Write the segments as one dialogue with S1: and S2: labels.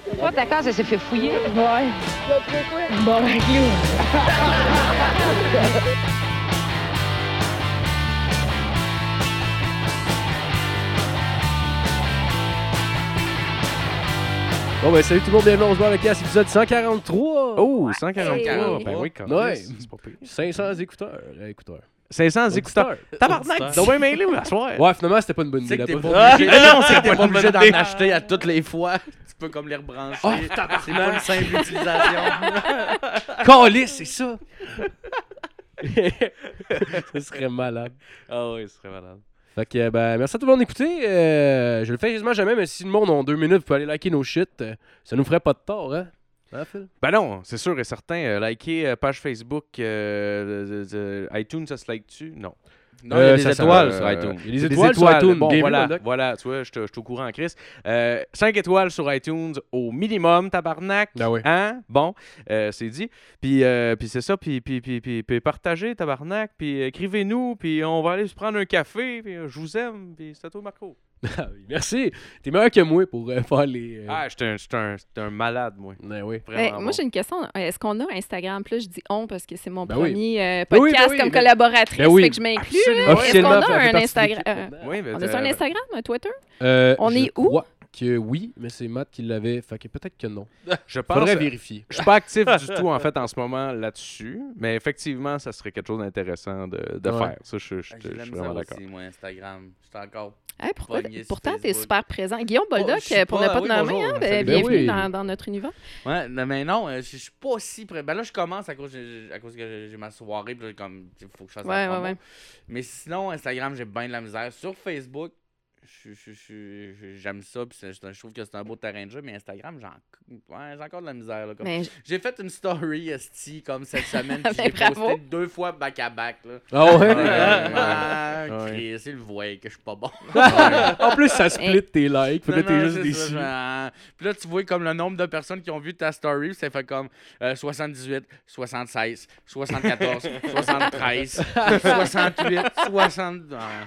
S1: Toi, ta case, elle s'est fait fouiller.
S2: Ouais. Bon, ben,
S3: Bon, ben, salut tout le monde, bienvenue, on se voit avec Cass, épisode 143.
S4: Oh, 143.
S3: Hey.
S4: Ben oui, quand
S3: Ouais.
S4: même. C'est pas pire.
S3: 500 écouteurs.
S4: 500 écouteurs. Tabarnak, ils ont bien mêlé la soirée.
S3: Ouais, finalement, c'était pas une bonne
S5: Tu sais
S3: idée.
S5: que t'es
S3: là-bas.
S5: pas obligé,
S4: Ah, non, c'est
S5: t'es pas obligé d'en
S4: idée.
S5: acheter à toutes les fois. Tu peux comme les rebrancher.
S3: Oh,
S5: C'est pas une simple utilisation.
S3: Calice, c'est ça. Ça serait malade.
S4: Ah oui, ce serait malade.
S3: Fait que, ben, merci à tout le monde d'écouter. Je le fais quasiment jamais, mais si le monde en 2 minutes peut aller liker nos shit, ça nous ferait pas de tort, hein? Hein, Phil?
S4: Ben non, c'est sûr et certain. Likez page Facebook iTunes, ça se like-tu? Non.
S5: Non, il y a des
S3: ça,
S5: étoiles
S4: ça,
S5: sur iTunes.
S3: Il y a des étoiles sur iTunes.
S4: Bon,
S3: Bienvenue,
S4: voilà,
S3: Doc.
S4: voilà, tu vois, je suis au courant, Chris. 5 étoiles sur iTunes au minimum, tabarnak.
S3: Ah oui.
S4: Hein? Bon, c'est dit. Puis c'est ça, puis partagez, tabarnak, puis écrivez-nous, puis on va aller se prendre un café, puis je vous aime, puis c'est à toi, Marco.
S3: Ah oui, merci. T'es meilleur que moi pour faire les.
S4: Ah, j'étais un malade, moi.
S3: Ben oui.
S4: Vraiment
S2: moi,
S4: bon.
S2: j'ai une question. Est-ce qu'on a Instagram? Puis là, je dis on parce que c'est mon
S3: Ben oui.
S2: premier
S3: Ben oui,
S2: podcast
S3: ben oui,
S2: comme
S3: ben-
S2: collaboratrice.
S3: ben oui.
S2: Fait que je m'inclus.
S4: Absolument.
S2: Est-ce qu'on
S3: Officiellement,
S2: a
S3: ça fait
S2: un
S3: partie
S2: Instagram?
S3: de l'équipe.
S4: Oui, mais
S2: On a-tu un Instagram, un Twitter? On
S3: Je
S2: est où?
S3: crois que oui, mais c'est Matt qui l'avait. Fait que peut-être que non.
S4: je pense.
S3: Faudrait vérifier.
S4: Je suis pas actif du tout en fait en ce moment là-dessus, mais effectivement, ça serait quelque chose d'intéressant de
S3: Ouais.
S4: faire. Ça, je
S5: J'ai
S4: suis
S5: la misère
S4: vraiment d'accord.
S5: aussi, moi, Instagram. J'étais encore...
S2: Hey,
S5: Pogné sur
S2: pourtant, t'es
S5: Facebook.
S2: super présent. Guillaume Boldoc,
S5: je suis
S2: pour
S5: pas-
S2: ne pas te
S5: oui,
S2: nommer,
S5: bonjour,
S2: hein,
S5: salut.
S2: bienvenue
S3: Ben oui.
S2: dans notre univers.
S5: Ouais, mais non, je suis pas aussi près. Ben là, je commence à cause que j'ai ma soirée, puis là, comme, il faut que je fasse
S2: Ouais,
S5: la promo.
S2: ouais.
S5: Mais sinon, Instagram, j'ai bien de la misère. Sur Facebook, j'aime ça, puis je trouve que c'est un beau terrain de jeu, mais Instagram, j'ai encore de la misère. Là, comme.
S2: Mais
S5: J'ai fait une story, esti, comme cette semaine, puis
S2: Ben,
S5: j'ai
S2: bravo.
S5: posté 2 fois back-à-back. Là.
S3: Ah ouais?
S4: Ouais.
S5: Chris, il le voit que je suis pas bon.
S3: En plus, ça split tes likes. Fait que là,
S5: Non,
S3: t'es
S5: non,
S3: juste
S5: c'est
S3: déçu.
S5: ça, puis là, tu vois comme le nombre de personnes qui ont vu ta story, ça fait comme 78, 76, 74, 73, 68, 60.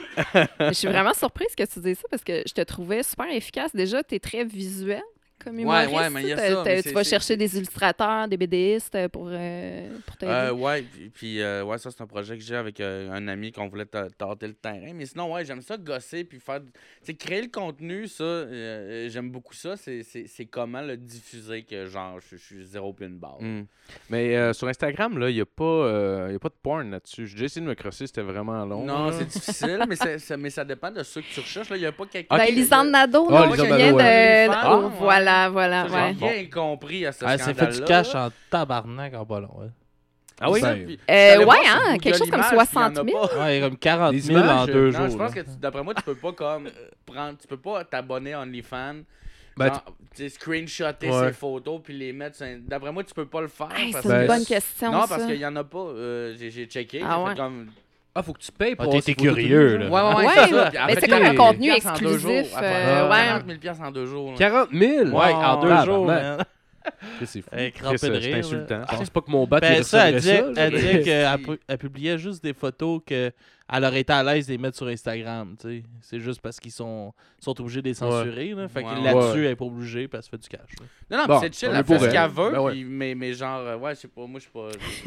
S2: je suis vraiment surprise que tu dises ça parce que je te trouvais super efficace. Déjà, t'es très visuel comme humoriste.
S5: ouais, mais il y a
S2: tu sais,
S5: ça, mais
S2: tu vas chercher des illustrateurs, des BDistes pour t'aider.
S5: Ouais, puis ouais, ça c'est un projet que j'ai avec un ami qu'on voulait tâter le terrain. Mais sinon, ouais, j'aime ça gosser puis faire. Tu sais, créer le contenu, ça, j'aime beaucoup ça. C'est comment le diffuser que genre, je suis zéro puis une barre.
S4: Mm. Mais sur Instagram, là, il n'y a pas de porn là-dessus. J'ai déjà essayé de me crosser, c'était vraiment long.
S5: Non,
S4: là.
S5: c'est difficile, mais ça dépend de ceux que tu recherches. Il n'y a pas quelqu'un.
S2: Ben, Lisande Nadeau,
S3: Ah,
S2: non,
S3: Lisande
S2: qui vient
S3: Nadeau,
S2: de...
S5: ouais.
S2: Oh, voilà,
S5: J'ai
S2: ouais.
S5: bien compris à ce
S6: Ah, c'est fait du
S5: scandale-là.
S6: cash en tabarnak en pas long. Ouais,
S4: Ah oui?
S3: Ça,
S5: Puis,
S2: Ouais,
S5: j'allais voir sur
S2: hein,
S5: Google
S2: quelque chose comme
S5: Images,
S2: 60
S5: puis il y en a
S2: 000.
S5: pas.
S6: ouais comme 40
S3: Des
S6: 000 en
S3: images,
S6: 2
S5: Non,
S6: jours.
S5: je pense
S6: là.
S5: que d'après moi, tu peux pas comme tu peux pas t'abonner à OnlyFans.
S3: Ben,
S5: Genre, tu sais, screenshotter
S3: Ouais.
S5: ses photos puis les mettre d'après moi tu peux pas le faire
S2: Hey,
S5: parce
S2: c'est une
S5: que-
S2: bonne question,
S5: non
S2: ça.
S5: parce qu'il y en a pas j'ai checké
S2: Ah
S5: j'ai
S2: ouais.
S5: fait comme
S3: Ah, faut que tu payes
S6: Ah,
S3: pour
S6: t'étais
S3: avoir ces photos
S6: curieux,
S3: tout
S6: là.
S3: nu,
S5: ouais
S2: Ouais,
S5: c'est ça.
S2: mais
S5: Puis après,
S2: c'est comme un
S5: t'as
S2: contenu
S5: 1000$ en 2 jours.
S2: exclusif,
S5: Après,
S2: ouais.
S5: 40 000$ en 2 jours là.
S3: 40 000?
S6: Ouais, en 2
S3: tabarnak.
S6: jours, man.
S3: C'est fou.
S6: Hey,
S4: Chris,
S6: crampé de
S4: c'est
S6: rire.
S4: insultant.
S3: Je pense pas que mon bat
S6: Ben, ça, elle
S3: recevrrait
S6: disait,
S3: ça.
S6: elle
S3: là.
S6: disait qu'elle publiait juste des photos qu'elle aurait été à l'aise de les mettre sur Instagram. Tu sais. C'est juste parce qu'ils sont obligés de les censurer. Là. Fait que
S5: Ouais,
S6: là-dessus,
S3: ouais.
S6: elle n'est pas obligée parce qu'elle fait du cash. là.
S5: Non
S3: Bon,
S5: c'est chill
S3: on est
S5: elle
S3: pour
S5: fait ce
S3: elle.
S5: qu'elle veut
S3: Ben ouais.
S5: puis- mais genre ouais je sais pas moi je suis pas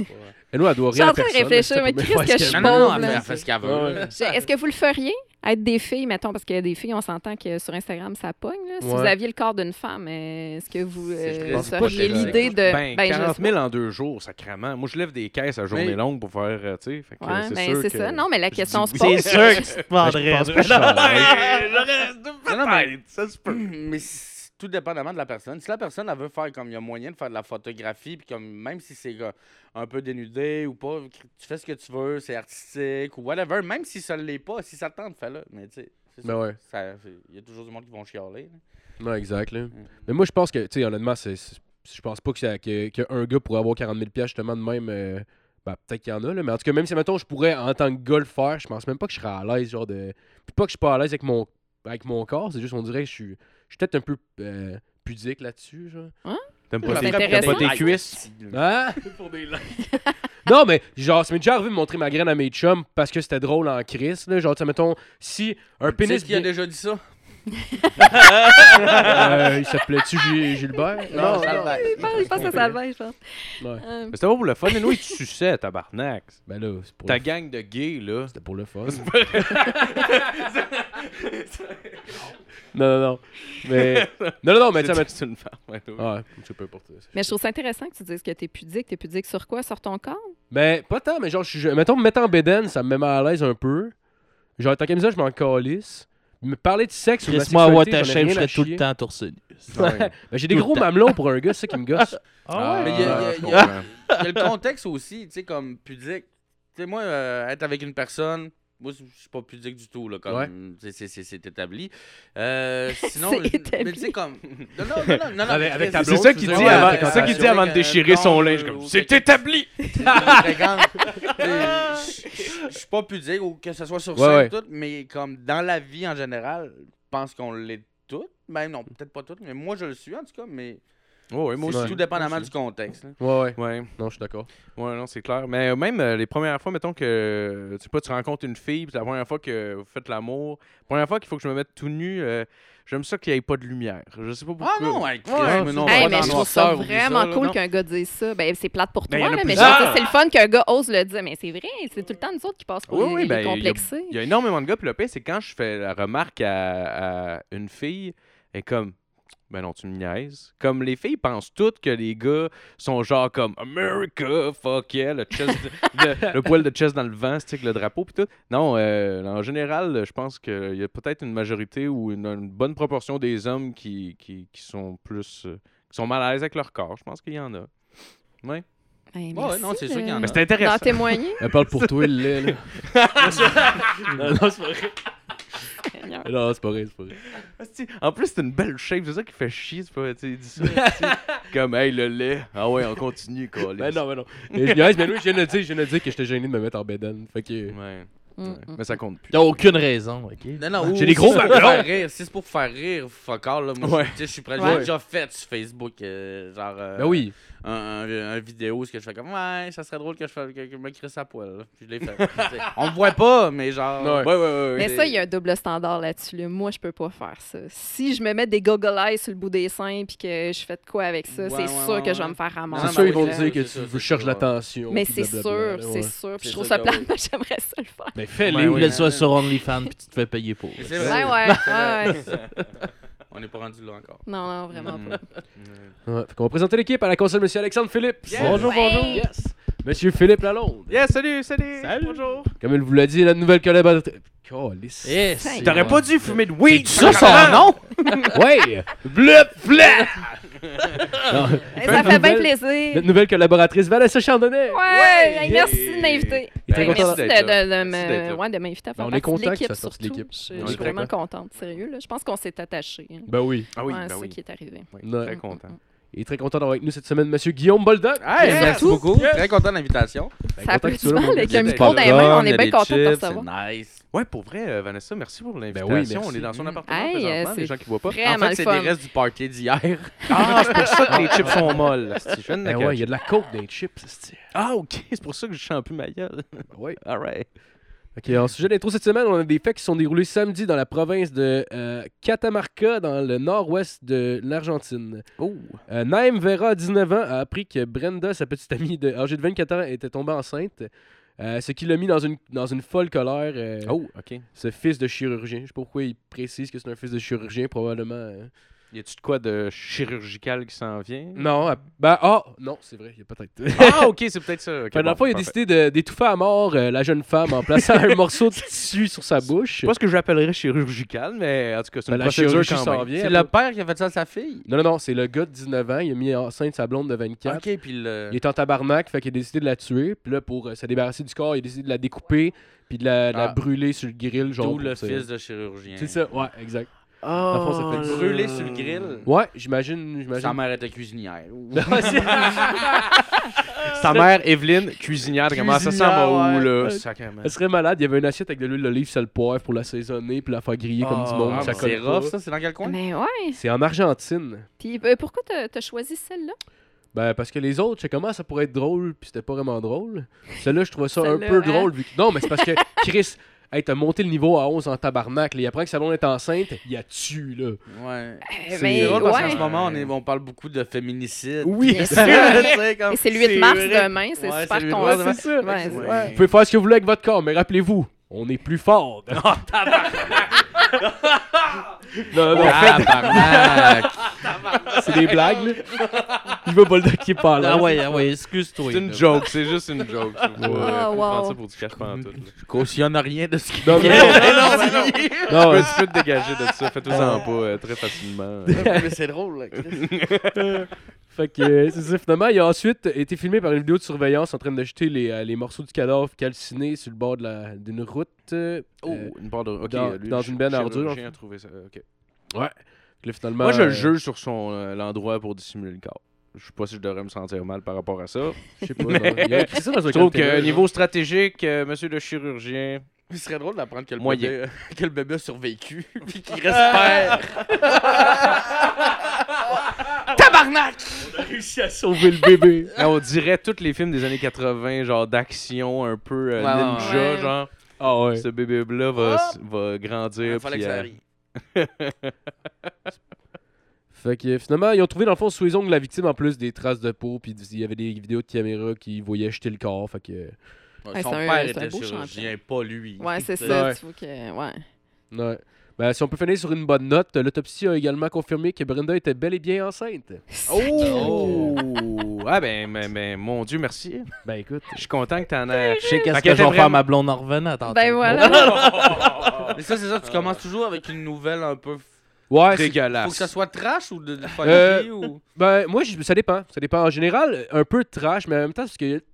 S3: Et nous, elle doit
S2: Je suis
S3: rien
S2: en
S3: à
S2: train de
S3: personne.
S2: réfléchir,
S3: là,
S2: mais
S3: c'est pas
S2: Christ,
S3: bien
S2: que je
S3: faire
S2: suis
S3: ce
S5: non
S2: pauvre,
S5: elle
S2: là.
S5: fait ce qu'elle veut
S3: Ouais.
S5: là.
S2: Est-ce que vous le feriez? Être des filles, mettons, parce qu'il y a des filles, on s'entend que sur Instagram, ça pogne. Là. Si
S3: Ouais.
S2: vous aviez le corps d'une femme, est-ce que vous
S5: C'est très
S2: seriez
S5: hypocrite.
S2: l'idée de...
S4: Ben,
S2: je
S4: 40
S2: sais
S4: 000 en 2 jours, sacrément. Moi, je lève des caisses à journée
S5: Mais-
S4: longue pour faire, tu sais. Fait que
S2: pas. Ouais,
S4: c'est
S2: ben
S4: sûr
S2: c'est
S4: que...
S2: ça. Non, mais la
S4: je
S2: question
S4: dis
S2: se
S4: oui.
S2: pose.
S6: C'est sûr que tu te vendrais.
S3: Je pense pas que je changerais.
S5: Non, mais ça se peut. Mais tout dépendamment de la personne. Si la personne elle veut faire comme il y a moyen de faire de la photographie, puis comme même si c'est un peu dénudé ou pas, tu fais ce que tu veux, c'est artistique ou whatever. Même si ça ne l'est pas, si ça te tente, fais-le. Mais tu sais, c'est
S3: Ben ouais.
S5: ça. Il y a toujours du monde qui vont chialer. là.
S3: Ouais, exact. Là. Mais moi, je pense que, tu sais, honnêtement, je pense pas qu'un gars pourrait avoir 40 000 justement de même. Ben, peut-être qu'il y en a, là. Mais en tout cas, même si, mettons, je pourrais, en tant que gars, le faire, je pense même pas que je serais à l'aise, genre de. Puis pas que je suis pas à l'aise avec mon corps, c'est juste, on dirait que je suis peut-être un peu pudique là-dessus, genre.
S4: T'aimes
S2: C'est
S4: pas,
S2: intéressant.
S4: t'aimes pas tes cuisses?
S3: Hein? Pour des Non, mais genre, ça m'est déjà arrivé de montrer ma graine à mes chums parce que c'était drôle en crise, là. Genre, tu sais, mettons, si un
S5: Tu sais
S3: pénis.
S5: qui a déjà dit ça?
S3: Il s'appelait-tu Gilbert?
S5: Non, Salvaire.
S2: Je pense que ça va, je pense.
S3: Ouais.
S4: Mais c'était pas pour le fun. Et nous, ils te suçaient, tabarnak.
S3: Ben là, c'est pour
S4: Ta
S3: le fun.
S4: gang de gays, là.
S3: C'était pour le fun. non. Mais... Non, mais tu sais...
S4: C'est une femme. Ouais, oui.
S3: Ouais, c'est peu importe.
S2: Mais je trouve ça intéressant que tu dises que t'es pudique. T'es pudique sur quoi? Sur ton corps?
S3: Ben, pas tant, mais genre, mettons, me mettre en bédaine, ça me met mal à l'aise un peu. Genre, tant qu'à ça, je m'en calisse. Me parler de sexe ou de ma
S6: Laisse-moi avoir ta
S3: sexualité,
S6: chaîne,
S3: j'en ai rien
S6: je
S3: à
S6: serais tout le
S3: chier.
S6: temps torse nu.
S4: Ouais.
S3: Ben, j'ai des
S6: Tout
S3: gros
S6: le temps.
S3: mamelons pour un gars, c'est ça qui me gosse.
S5: Mais il y a
S4: je comprends.
S5: le contexte aussi, tu sais, comme pudique. Tu sais, moi, être avec une personne, moi, je suis pas pudique du tout, là, comme,
S3: Ouais.
S5: c'est établi. Sinon,
S2: C'est
S5: mais
S2: établi.
S5: tu sais, comme... Non,
S3: Avec ta
S5: c'est
S3: blonde,
S4: C'est ça
S3: tu
S4: qu'il
S3: veux
S4: dit
S3: dire,
S4: avant,
S3: avec
S4: c'est ça qu'il dit avant de déchirer son linge. Comme, c'est établi!
S5: Je suis pas pudique, ou que ce soit sur
S3: Ouais,
S5: scène,
S3: ouais.
S5: tout, mais comme dans la vie en général, je pense qu'on l'est toutes. Ben non, peut-être pas toutes, mais moi, je le suis, en tout cas, mais
S4: Oh, oui, moi aussi.
S5: tout dépendamment du contexte. Là.
S3: Ouais.
S4: Ouais.
S3: Non, je suis d'accord.
S4: Ouais, non, c'est clair. Mais même les premières fois, mettons que tu sais pas, tu rencontres une fille, puis la première fois que vous faites l'amour, la première fois qu'il faut que je me mette tout nu, j'aime ça qu'il n'y ait pas de lumière. Je sais pas pourquoi.
S5: Ah non, ouais, Chris,
S4: Ouais,
S5: mais non,
S2: Hey,
S5: pas
S2: mais
S5: dans
S2: je trouve ça
S5: noirceur, oublie
S2: vraiment
S5: là,
S2: cool
S5: non.
S2: qu'un gars dise ça. Ben, c'est plate pour
S4: Ben,
S2: toi,
S4: y en a
S2: là, mais je
S4: plusieurs.
S2: veux dire, c'est le fun qu'un gars ose le dire. Mais c'est vrai, c'est tout le temps nous autres qui passent pour
S4: Oui, oui,
S2: les
S4: ben,
S2: complexés.
S4: Il y a énormément de gars, puis le pire, c'est quand je fais la remarque à une fille, elle est comme, ben non, tu me niaises. Comme les filles pensent toutes que les gars sont genre comme America, fuck yeah, le, chest le poil de chest dans le vent, c'est le drapeau, puis tout. Non, en général, je pense qu'il y a peut-être une majorité ou une bonne proportion des hommes qui sont plus. Qui sont mal à l'aise avec leur corps. Je pense qu'il y en a. Ouais.
S2: Hey,
S5: Ouais,
S2: merci
S5: non, c'est sûr qu'il y en a.
S4: Mais c'est intéressant.
S2: d'en témoigner.
S3: Elle parle pour toi, le lait, là. non, c'est pas vrai. Non, c'est pas vrai.
S4: Asti, en plus, c'est une belle shape, c'est ça qui fait chier. C'est pas, tu sais, il dit ça. asti. Comme, hey, le lait. Ah ouais, on continue, quoi.
S3: Ben non. Mais je niaise, mais oui, je viens de dire que j'étais gêné de me mettre en bédaine. Fait que...
S4: Ouais.
S2: Mm,
S4: Ouais.
S2: mm.
S4: Mais ça compte plus.
S6: T'as aucune raison, ok?
S5: Non,
S3: J'ai des gros
S5: si c'est pour
S3: mamelons.
S5: faire rire. Si c'est pour faire rire, fuck all, là. Moi,
S4: Ouais.
S5: tu sais, je suis prêt.
S2: Ouais.
S5: J'ai déjà fait sur Facebook, genre...
S3: Ben oui.
S5: Un vidéo où je fais comme, ouais, ça serait drôle que je me crisse à poil. Là. Puis je l'ai fait. On me voit pas, mais genre...
S3: Ouais.
S2: Mais ça, il y a un double standard là-dessus. Là. Moi, je peux pas faire ça. Si je me mets des goggle eyes sur le bout des seins puis que je fais de quoi avec ça,
S5: Ouais,
S2: c'est
S5: ouais,
S2: sûr
S5: ouais,
S2: que je vais
S5: ouais.
S2: me faire
S3: C'est
S2: ramasser.
S3: sûr, ils vont
S5: ouais,
S3: te dire que
S5: c'est ça,
S3: tu
S5: c'est
S3: cherches
S5: ça.
S3: l'attention.
S2: Mais
S3: puis
S2: c'est sûr,
S3: blablabla,
S2: c'est
S3: ouais.
S2: sûr. Puis
S5: C'est
S2: je trouve
S5: ça
S2: ça
S5: que
S2: plate,
S5: oui.
S2: mais j'aimerais ça le faire.
S3: Mais fais-les.
S5: Ouais,
S6: Ou
S5: oui.
S6: laisse-le sur OnlyFans puis tu te fais payer pour.
S5: C'est
S2: Ouais,
S5: vrai.
S2: ouais.
S5: On n'est pas rendu là encore.
S2: Non, vraiment pas.
S3: Ouais, fait qu'on va présenter l'équipe à la console, Monsieur Alexandre Philippe.
S5: Yes.
S3: Bonjour,
S2: Ouais.
S3: bonjour. Yes. Monsieur Philippe Lalonde.
S4: Yeah, salut.
S6: Bonjour.
S3: Comme il vous l'a dit, la nouvelle collaboratrice. Calice.
S2: Yes.
S4: T'aurais pas dû fumer de weed.
S6: Ça, son nom?
S3: Ouais. Blup, flat. Non,
S2: Ça fait bien
S3: notre
S2: plaisir.
S3: nouvelle collaboratrice, Vanessa Chandonnet.
S2: Ouais, hey, merci de m'inviter.
S3: Il est très
S2: Ben,
S3: content
S2: merci
S4: d'être là.
S2: de
S4: Merci d'être là.
S2: de m'inviter à faire
S3: On est
S2: partie de
S3: content que
S2: l'équipe,
S3: tu fasses partie de
S2: surtout.
S3: l'équipe.
S2: Je
S3: On est
S2: suis
S3: très
S2: vraiment contente, sérieux. Là. Je pense qu'on s'est attachés.
S3: Ben oui.
S4: Ah oui,
S2: Ouais,
S4: ben
S2: c'est ça
S4: oui.
S2: qui est arrivé.
S4: Oui,
S3: Ouais.
S4: Très content.
S3: Il est très content d'avoir avec nous cette semaine, Monsieur Guillaume Boldoc.
S5: Hey,
S2: Yes.
S5: merci beaucoup. Très content de l'invitation.
S3: Ben,
S2: Ça
S3: content
S2: peut
S3: que tu sois là,
S2: mal
S3: mon
S2: avec
S3: gars.
S2: un
S5: Des
S2: micro dans les mains, on
S5: popcorn,
S2: est
S5: il y a
S2: bien
S5: des
S2: content de te
S5: chips,
S2: recevoir.
S5: c'est nice.
S4: Ouais, pour vrai, Vanessa, merci pour l'invitation.
S3: merci.
S4: On est dans son appartement
S2: Hey,
S4: présentement,
S2: c'est
S4: les gens qui voient pas.
S2: Vraiment
S5: En fait,
S2: le
S5: c'est
S2: fun.
S5: des restes du party d'hier.
S4: Ah, c'est pour ça que les chips sont molles. Je viens de
S3: Ben
S4: la
S3: ouais, il y a de la coke dans les chips. c'est-tu.
S4: Ah, ok, c'est pour ça que je chante plus ma gueule.
S3: Ouais.
S4: Alright.
S3: Ok, en sujet d'intro cette semaine, on a des faits qui sont déroulés samedi dans la province de Catamarca, dans le nord-ouest de l'Argentine.
S4: Oh.
S3: Naïm Vera, 19 ans, a appris que Brenda, sa petite amie âgée de 24 ans, était tombée enceinte. Ce qui l'a mis dans une folle colère.
S4: Oh, ok.
S3: Ce fils de chirurgien. Je sais pas pourquoi il précise que c'est un fils de chirurgien, probablement.
S4: Y a-tu de quoi de chirurgical qui s'en vient?
S3: Non, non, c'est vrai, il y a peut-être.
S4: Ah, ok, c'est peut-être ça. Ok,
S3: Fait, dans le
S4: bon,
S3: fond, il a
S4: parfait.
S3: décidé d'étouffer à mort la jeune femme en plaçant un morceau de tissu sur sa bouche.
S4: C'est pas ce que j'appellerais chirurgical, mais en tout cas, c'est
S3: Ben,
S4: une
S3: la
S4: procédure
S3: chirurgie
S4: quand
S3: s'en
S4: même.
S3: vient.
S5: C'est le père qui a fait ça à sa fille.
S3: Non, c'est le gars de 19 ans. Il a mis enceinte sa blonde de 24.
S5: Ok, puis le.
S3: Il est en tabarnak, fait qu'il a décidé de la tuer. Puis là, pour se débarrasser du corps, il a décidé de la découper puis de la
S5: Ah.
S3: brûler sur le grill. Genre,
S5: D'où le
S3: pour ça.
S5: fils de chirurgien.
S3: C'est ça, ouais, exact.
S4: Ah,
S3: Dans le fond, ça fait
S5: Brûlé sur le grill.
S3: Ouais, j'imagine.
S5: Sa mère était cuisinière.
S4: Sa mère, Evelyne, cuisinière, comment ça sent
S5: Cuisinière,
S4: où, là?
S3: ouais.
S4: Sacrément.
S3: Elle serait malade. Il y avait une assiette avec de l'huile d'olive, sel, poivre pour l'assaisonner puis la faire griller comme du monde.
S5: Ah,
S3: Ça
S5: mais
S3: colle
S5: c'est
S3: pas.
S5: rough, ça. C'est dans quel coin?
S2: Mais ouais.
S3: C'est en Argentine.
S2: Puis pourquoi t'as choisi celle-là?
S3: Ben, parce que les autres, je sais comment ça pourrait être drôle, puis c'était pas vraiment drôle. Celle-là, je trouvais ça un
S2: Celle-là,
S3: peu
S2: hein?
S3: drôle. Non, mais c'est parce que Chris, Hey, t'as monté le niveau à 11 en tabarnak. Là. Il apprend que sa blonde est enceinte, il a tue, là.
S5: Ouais.
S2: Mais
S5: C'est drôle parce qu'en
S2: ouais.
S5: ce moment, on parle beaucoup de féminicide.
S3: Oui,
S2: Bien
S3: c'est
S2: sûr.
S5: C'est comme-
S2: Et c'est le 8 mars
S5: vrai.
S2: demain, c'est
S5: Ouais,
S2: super
S5: c'est le 8
S2: con.
S5: mars
S3: demain. C'est ça.
S2: Ouais, c'est-
S5: Ouais.
S3: Vous pouvez faire ce que vous voulez avec votre corps, mais rappelez-vous, on est plus fort. Non, non,
S6: Tabarnak!
S3: c'est des blagues, là. Il va pas le qui parle.
S6: Ah ouais, excuse-toi.
S4: C'est une
S6: là.
S4: joke, c'est juste une joke. Faut pas,
S2: Ouais.
S4: faut
S2: Oh,
S4: prendre
S2: wow.
S4: ça pour du cash pendant tout.
S5: Je cautionne rien de ce qui
S3: Non, mais non, ouais.
S4: Tu peux te dégager de ça, fais-toi-en pas très facilement.
S5: Mais c'est drôle, là, Chris.
S3: Fait que c'est ça. Finalement, il a ensuite été filmé par une vidéo de surveillance en train de jeter les morceaux du cadavre calciné sur le bord d'une route.
S4: Oh, une barre de. Ok,
S3: dans une benne à
S4: le
S3: ordures, en
S4: chirurgien a trouvé ça. Ok.
S3: Ouais. Là, finalement,
S4: Moi, je le juge sur l'endroit pour dissimuler le corps. Je sais pas si je devrais me sentir mal par rapport à ça.
S3: Je sais pas. genre, il a écrit ça dans un
S4: Je trouve que
S3: container,
S4: niveau stratégique, monsieur le chirurgien.
S5: Il serait drôle d'apprendre que
S4: Moyen.
S5: que le bébé a survécu puis qu'il reste père. Tabarnak!
S3: On a réussi à sauver le bébé.
S4: On dirait tous les films des années 80, genre d'action, un peu
S5: Ouais,
S4: ninja,
S2: ouais.
S4: genre.
S3: Ah ouais.
S4: Ce bébé-là va grandir.
S5: Il fallait
S4: puis,
S5: que ça arrive.
S3: Fait que finalement, ils ont trouvé dans le fond sous les ongles de la victime en plus des traces de peau, puis il y avait des vidéos de caméra qui voyaient jeter le corps. Fait que.
S5: Ouais,
S2: Ouais,
S5: son
S2: c'est un-
S5: père
S2: c'est un
S5: était
S2: beau
S5: chirurgien, pas lui.
S2: Ouais, c'est
S5: C'est-
S2: ça.
S3: Ouais.
S2: Tu vois que. Ouais.
S3: Ouais. Ben, si on peut finir sur une bonne note, l'autopsie a également confirmé que Brenda était bel et bien enceinte.
S4: Oh! Ah ben, mon Dieu, merci.
S3: Ben écoute.
S4: Je suis content que t'en aies.
S6: Je sais qu'est-ce
S4: Fait
S6: que
S4: que
S6: je vais
S4: t'es
S6: faire
S4: vraiment-
S6: ma blonde en revenant tantôt.
S2: Ben voilà.
S5: Mais ça, c'est ça, tu commences toujours avec une nouvelle un peu.
S3: Ouais,
S4: Dégueulasse.
S5: Faut que ça soit trash ou de funky
S3: Euh,
S5: ou.
S3: ben moi, ça dépend. Ça dépend. En général, un peu de trash, mais en même temps, parce que.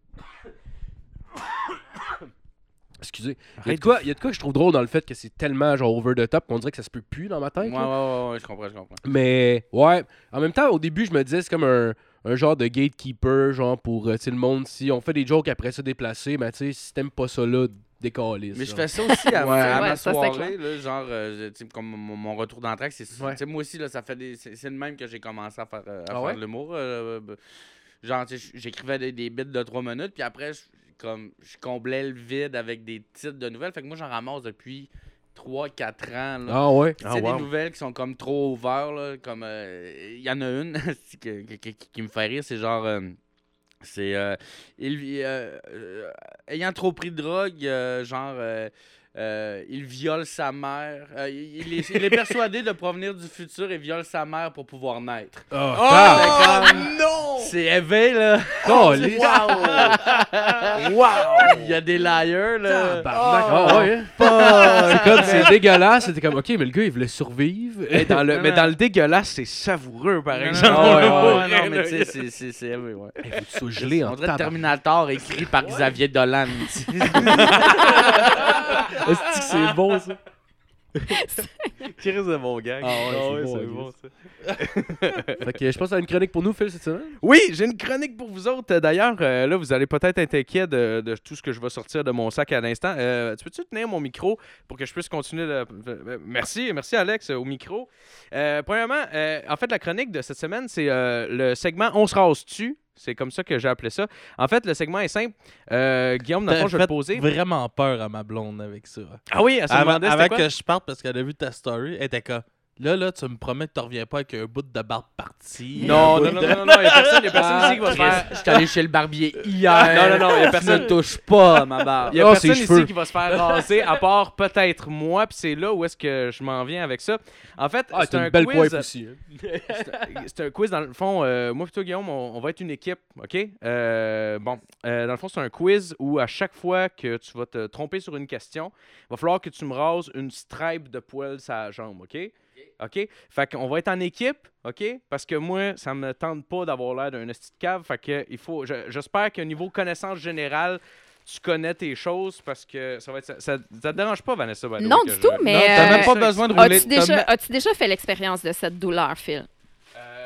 S3: Excusez. Il y a de quoi que je trouve drôle dans le fait que c'est tellement genre over the top qu'on dirait que ça se peut plus dans ma tête.
S5: Ouais,
S3: là.
S5: ouais, je comprends.
S3: Mais ouais, en même temps, au début, je me disais c'est comme un genre de gatekeeper, genre pour tu sais, le monde. Si on fait des jokes après ça déplacés, ben tu sais, si t'aimes pas ça là, décalisse.
S5: Mais je
S3: genre.
S5: fais ça aussi à, à
S2: Ouais,
S5: ma
S2: ça, c'est
S5: soirée, là, genre, tu sais, comme mon retour d'entraque, c'est
S3: Ouais.
S5: tu sais, moi aussi, là, ça fait c'est le même que j'ai commencé à faire,
S3: Ah ouais?
S5: de l'humour. Genre, tu sais, j'écrivais des bits de 3 minutes, puis après, je comblais le vide avec des titres de nouvelles. Fait que moi, j'en ramasse depuis 3-4 ans. Là.
S3: Ah ouais.
S5: Tu sais, des nouvelles qui sont comme trop over, là, comme il y en a une qui me fait rire, c'est genre ayant trop pris de drogue, il viole sa mère. Il est persuadé de provenir du futur et viole sa mère pour pouvoir naître.
S3: Oh,
S5: Non! C'est éveillé, là.
S3: oh,
S5: Wow! Il y a des liars, là.
S3: Ah ouais. hein. C'est comme, c'est dégueulasse. C'était comme, ok, mais le gars, il voulait survivre.
S4: Mais dans le dégueulasse, c'est savoureux, par exemple.
S5: Non, mais tu sais, c'est éveillé, ouais.
S3: Il faut que tu sois gelé en
S5: On dirait
S3: tabac.
S5: Terminator écrit par Xavier Dolan.
S3: Est-ce que c'est bon, ça?
S4: Qui reste de mon gag.
S3: Ah ouais, c'est bon,
S4: ça.
S3: Fait que je pense que t'as une chronique pour nous, Phil, cette semaine.
S4: Oui, j'ai une chronique pour vous autres. D'ailleurs, là, vous allez peut-être être inquiets de tout ce que je vais sortir de mon sac à l'instant. Tu peux-tu tenir mon micro pour que je puisse continuer Merci Alex, au micro. Premièrement, en fait, la chronique de cette semaine, c'est le segment « On se rase-tu ». C'est comme ça que j'ai appelé ça. En fait, le segment est simple. Guillaume, dans le fond, je vais te poser.
S6: Vraiment peur à ma blonde avec ça.
S4: Ah oui, elle se demandait
S6: Avant
S4: c'était quoi?
S6: que je parte, parce qu'elle a vu ta story, elle était comme... Là, tu me promets que tu reviens pas avec un bout de barbe partie.
S4: Non,
S6: un
S4: non,
S6: bout
S4: non,
S6: de-
S4: non, non, il y a personne ici qui va se faire...
S5: Je suis allé chez le barbier hier.
S4: Non, il y a
S5: Tu
S4: personne...
S5: ne touches pas à ma barbe.
S4: Il y a
S3: Oh,
S4: personne
S3: ses
S4: ici
S3: cheveux.
S4: qui va se faire raser, à part peut-être moi, puis c'est là où est-ce que je m'en viens avec ça. En fait,
S3: Ah,
S4: c'est
S3: c'est
S4: un
S3: une belle
S4: quiz.
S3: coiffe aussi. hein.
S4: C'est un quiz, dans le fond, moi et toi, Guillaume, on va être une équipe, OK? Dans le fond, c'est un quiz où à chaque fois que tu vas te tromper sur une question, il va falloir que tu me rases une stripe de poil sur la jambe, OK? OK? Fait qu'on va être en équipe, OK? Parce que moi, ça me tente pas d'avoir l'air d'un esti de cave, fait que il faut... J'espère qu'au niveau connaissance générale, tu connais tes choses, parce que ça va être... Ça te dérange pas, Vanessa? by the way,
S2: Non,
S4: que
S2: du
S4: je-
S2: tout, mais.
S5: Non, t'as même pas besoin de rouler.
S2: As-tu déjà fait l'expérience de cette douleur, Phil?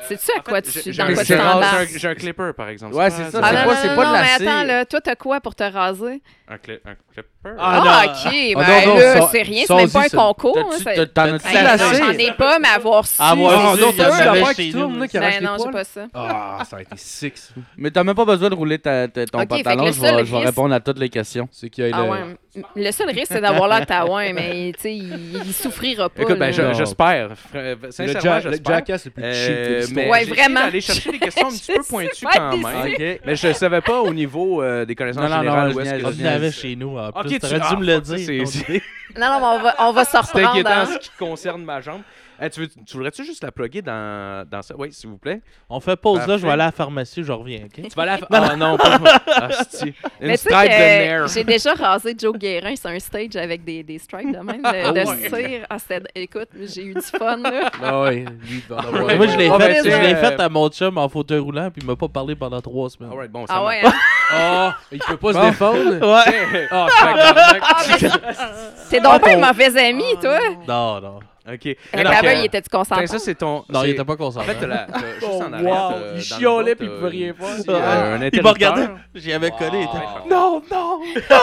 S2: Sais-tu à quoi tu
S4: J'ai-
S2: suis,
S4: j'ai
S2: dans
S4: un-
S2: quoi tu
S5: j'ai un-
S2: t'embarques?
S4: j'ai un clipper, par exemple.
S5: Ouais, c'est ça,
S2: Ah
S5: c'est
S2: non,
S5: quoi,
S2: non,
S5: c'est
S2: non,
S5: pas de
S2: non,
S5: la
S2: mais
S5: cire.
S2: attends, là, toi, t'as quoi pour te raser?
S4: Un clipper.
S6: Ah,
S2: Ah,
S6: non.
S2: OK, ben
S3: non, non,
S2: là,
S3: ça-
S2: c'est rien, c'est
S3: ça,
S2: même pas
S3: aussi,
S2: un
S3: ça-
S2: concours. hein, c'est-
S5: T'en as-tu
S2: Hey,
S5: la
S2: non,
S5: cire?
S2: j'en ai pas, mais avoir su.
S6: Ah, moi
S3: Ah,
S6: aussi,
S3: non,
S6: il y
S3: t'as
S6: en
S3: vu
S6: avait
S3: l'affaire
S6: chez
S3: qui
S6: nous.
S3: tourne, là, qui arrache
S2: Ben
S3: les
S2: non, j'ai
S3: poils?
S2: pas ça.
S3: Ah, ça a été six.
S5: Mais t'as même pas besoin de rouler ton
S2: Ok, fait que
S5: pantalon,
S2: le
S5: je
S2: seul
S5: vais
S2: risque-
S5: répondre à toutes les questions.
S3: C'est qu'il y a
S2: Ah
S3: le...
S2: ouais. Le seul risque, c'est d'avoir l'air taouin, mais tu sais, il souffrira pas.
S4: Écoute, ben,
S2: là.
S3: Non.
S4: j'espère.
S3: Le
S4: Sincèrement,
S3: le
S4: j'espère.
S3: Jackass le plus cheap de
S4: Mais
S3: l'histoire.
S2: Ouais,
S4: j'ai essayé
S2: vraiment.
S4: d'aller chercher des questions un petit
S2: Je
S4: peu
S2: sais
S4: pointues
S2: pas
S4: quand
S2: des
S4: même.
S5: Ok.
S4: Mais je savais pas au niveau des connaissances
S5: Non, non,
S4: générales
S5: non,
S4: où est-ce
S5: je
S4: que
S5: viens-
S6: On
S5: je
S6: en
S5: viens-
S6: avait chez nous, en
S4: Ok,
S6: plus. T'aurais
S4: tu-
S6: dû me le
S4: fuck, ça,
S6: dire.
S4: c'est-
S2: Non, non, mais on va se
S4: C'est
S2: reprendre.
S4: inquiétant
S2: hein.
S4: ce qui concerne ma jambe. Tu voudrais-tu juste la plugger dans ça? Oui, s'il vous plaît.
S6: On fait pause là, je vais
S4: Parfait.
S6: aller à la pharmacie, je reviens, OK?
S4: Tu vas aller à... Ah non, pas... Asti. Une
S2: Mais tu sais
S4: stripe de
S2: que
S4: nerf.
S2: j'ai déjà rasé Joe Guérin sur un stage avec des stripes de même, de cire. Ah, écoute, j'ai eu du fun, là.
S3: Ah ouais, lui, il va en avoir.
S6: Moi, je l'ai
S4: Ah, ben,
S6: fait,
S4: tu
S6: je
S4: sais,
S6: l'ai fait à mon chum en fauteuil roulant, puis il m'a pas parlé pendant 3 semaines.
S4: Alright, bon, ça
S2: Ah
S4: marche.
S2: ouais, hein?
S3: Ah, il peut pas se
S5: Bon.
S3: défendre.
S6: Ouais.
S4: Ah, tabarnak.
S2: Ah, mais t'es donc pas un mauvais ami, toi.
S6: Non, non.
S4: OK.
S2: Avec
S4: Donc,
S2: la veille, il était-tu consentant?
S4: ça, c'est ton...
S6: Non,
S4: c'est-
S6: il était pas
S4: En
S6: concentré.
S4: fait, t'as juste en arrière,
S3: wow,
S4: t'as-
S3: il
S4: dans le
S3: chiolait
S4: bas,
S3: puis il
S4: t'as
S3: pouvait rien
S4: une-
S3: faire.
S4: un
S6: Il m'a
S4: interrupteur.
S6: regardé, j'y avais collé. Il était... Non, non!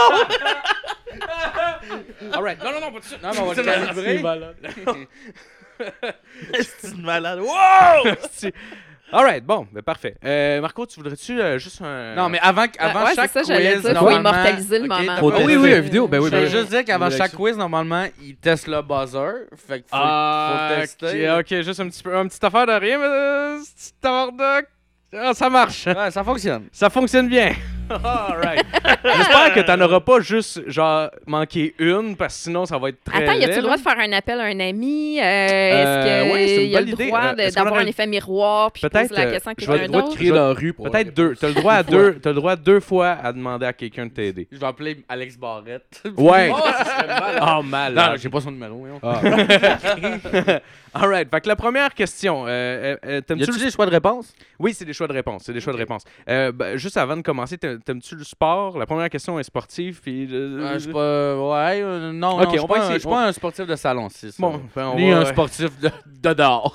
S4: Alright. Non, pas de ça.
S5: Non, mais on va le calibrer.
S6: C'est une malade. Wow!
S4: Alright, bon, ben parfait. Marco, tu voudrais-tu juste un...
S5: Non, mais avant
S2: Ouais,
S5: chaque
S2: c'est ça, j'allais
S5: quiz,
S2: dire, faut
S5: normalement...
S2: immortaliser le
S5: Ok,
S2: moment.
S5: t'as
S6: Faut
S5: pas-
S3: Ah oui, oui, une vidéo. Ben oui,
S5: Je veux
S3: ben
S5: juste dire qu'avant
S3: oui,
S5: chaque
S3: ça.
S5: quiz, normalement, ils testent le buzzer. Fait qu'il faut
S4: Ah,
S5: tester.
S4: ok, juste un petit peu, une petite affaire de rien, mais c'est tabarnak. Ah, ça marche.
S5: Ouais, ça fonctionne.
S4: Ça fonctionne bien. Alright. J'espère que t'en auras pas juste, genre, manqué une, parce que sinon, ça va être très
S2: Attends, y a-tu
S4: laid,
S2: le droit
S4: là.
S2: de faire un appel à un ami? Est-ce
S4: ouais, c'est une
S2: qu'il y a
S4: bonne
S2: le
S4: idée.
S2: droit
S4: Est-ce qu'on
S2: d'avoir
S4: aurait
S2: un effet miroir puis
S4: Peut-être,
S2: poser la question à
S3: Je vais
S2: quelqu'un
S3: le droit de
S2: d'autre?
S3: crier dans la rue pour
S4: Peut-être deux. T'as le droit à deux. T'as le droit 2 fois à demander à quelqu'un de t'aider.
S5: Je vais appeler Alex Barrette.
S4: Ouais.
S3: Oh, ça serait malade.
S4: Oh, mal.
S5: Non, j'ai pas son numéro. Hein.
S3: Ah.
S4: Alright. Fait que la première question.
S5: Y
S4: T'aimes-tu
S5: a-tu
S4: le...
S5: des choix de réponse?
S4: Oui, c'est des choix de réponse. C'est des choix de réponse. Juste avant de commencer, t'aimes-tu le sport? La première question est sportive. Puis,
S5: Je suis pas. Ouais, non,
S4: Ok,
S5: non, je
S4: on
S5: suis
S4: va
S5: pas,
S4: essayer.
S5: je suis pas un sportif de salon, c'est ça.
S4: Bon, ben, on
S5: Lui,
S4: va...
S5: un sportif de dehors.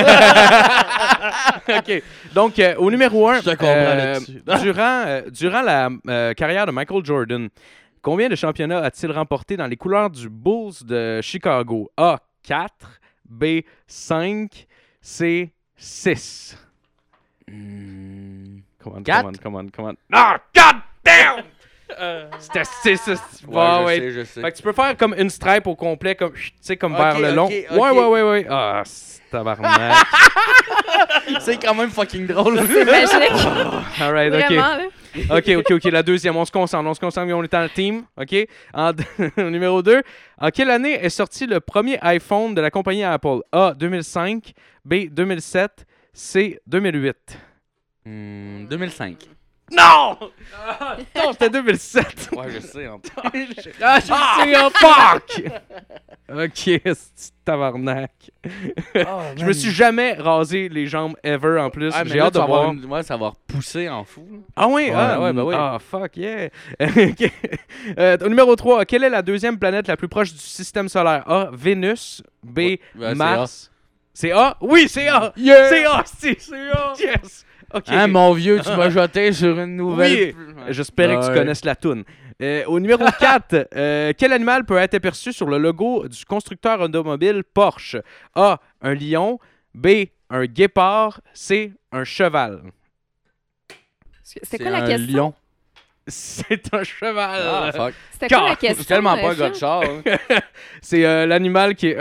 S4: OK. Donc, au numéro 1,
S6: Je te comprends là-dessus.
S4: durant la carrière de Michael Jordan, combien de championnats a-t-il remporté dans les couleurs du Bulls de Chicago? A, 4, B, 5, C, 6. Come on,
S5: Quatre?
S4: come on. Ah, god damn! C'était 6.
S5: Je sais.
S4: Fait que tu peux faire comme une stripe au complet, comme, tu sais, comme
S5: Ok,
S4: vers le long.
S5: ok, ok.
S4: Ouais. Ah, c'est tabarnak.
S5: C'est quand même fucking drôle.
S2: C'est magique.
S4: Alright, OK.
S2: Vraiment, là.
S4: OK. La deuxième, on se concentre, on est en team. OK? Numéro 2. En quelle année est sorti le premier iPhone de la compagnie Apple? A, 2005. B, 2007. C, 2008.
S5: 2005.
S4: Non! Non, c'était 2007.
S5: Ouais, je sais. En
S4: Ah, je sais, fuck! OK, c'est tabarnak. Je me suis jamais rasé les jambes ever en plus. J'ai hâte de voir.
S5: Ouais, ça va repousser en fou. Là.
S4: Ah oui?
S5: Ouais, bah oui.
S4: Ah, fuck, yeah. OK. Numéro 3. Quelle est la deuxième planète la plus proche du système solaire? A, Vénus. B,
S5: Ouais, c'est
S4: Mars. C'est A? Oui, c'est A!
S5: Yeah!
S4: C'est A, c'est A! Yes! OK.
S5: Hein, mon vieux, tu m'as jeté sur une nouvelle.
S4: Oui. J'espérais que tu
S3: Ouais.
S4: connaisses la toune. Au numéro 4, quel animal peut être aperçu sur le logo du constructeur automobile Porsche? A, un lion. B, un guépard. C, un cheval.
S2: C'est quoi la
S5: un
S2: question?
S5: lion.
S4: C'est un cheval.
S5: Ah, fuck.
S2: C'était quoi la
S4: God,
S5: Je
S2: question?
S5: suis tellement pas un
S2: Phil?
S5: gars de char. hein.
S4: C'est l'animal qui est...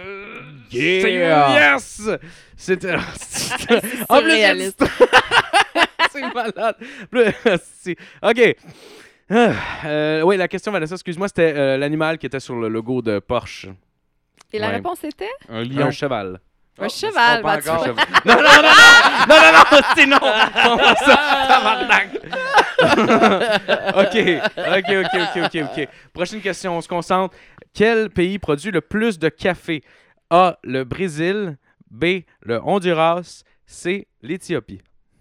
S3: Yeah!
S4: Yes! C'est... en plus,
S2: surréaliste.
S4: c'est malade. OK. Oui, la question, Vanessa, excuse-moi, c'était l'animal qui était sur le logo de Porsche.
S2: Et la
S4: Ouais.
S2: réponse était?
S5: Un
S4: Un cheval.
S2: Un cheval.
S5: Pas
S2: bah, tu
S5: encore.
S2: vois.
S4: Non, c'est non! Comment ça, tabarnak? OK. Prochaine question, on se concentre. Quel pays produit le plus de café? A, le Brésil. B, le Honduras. C, l'Éthiopie.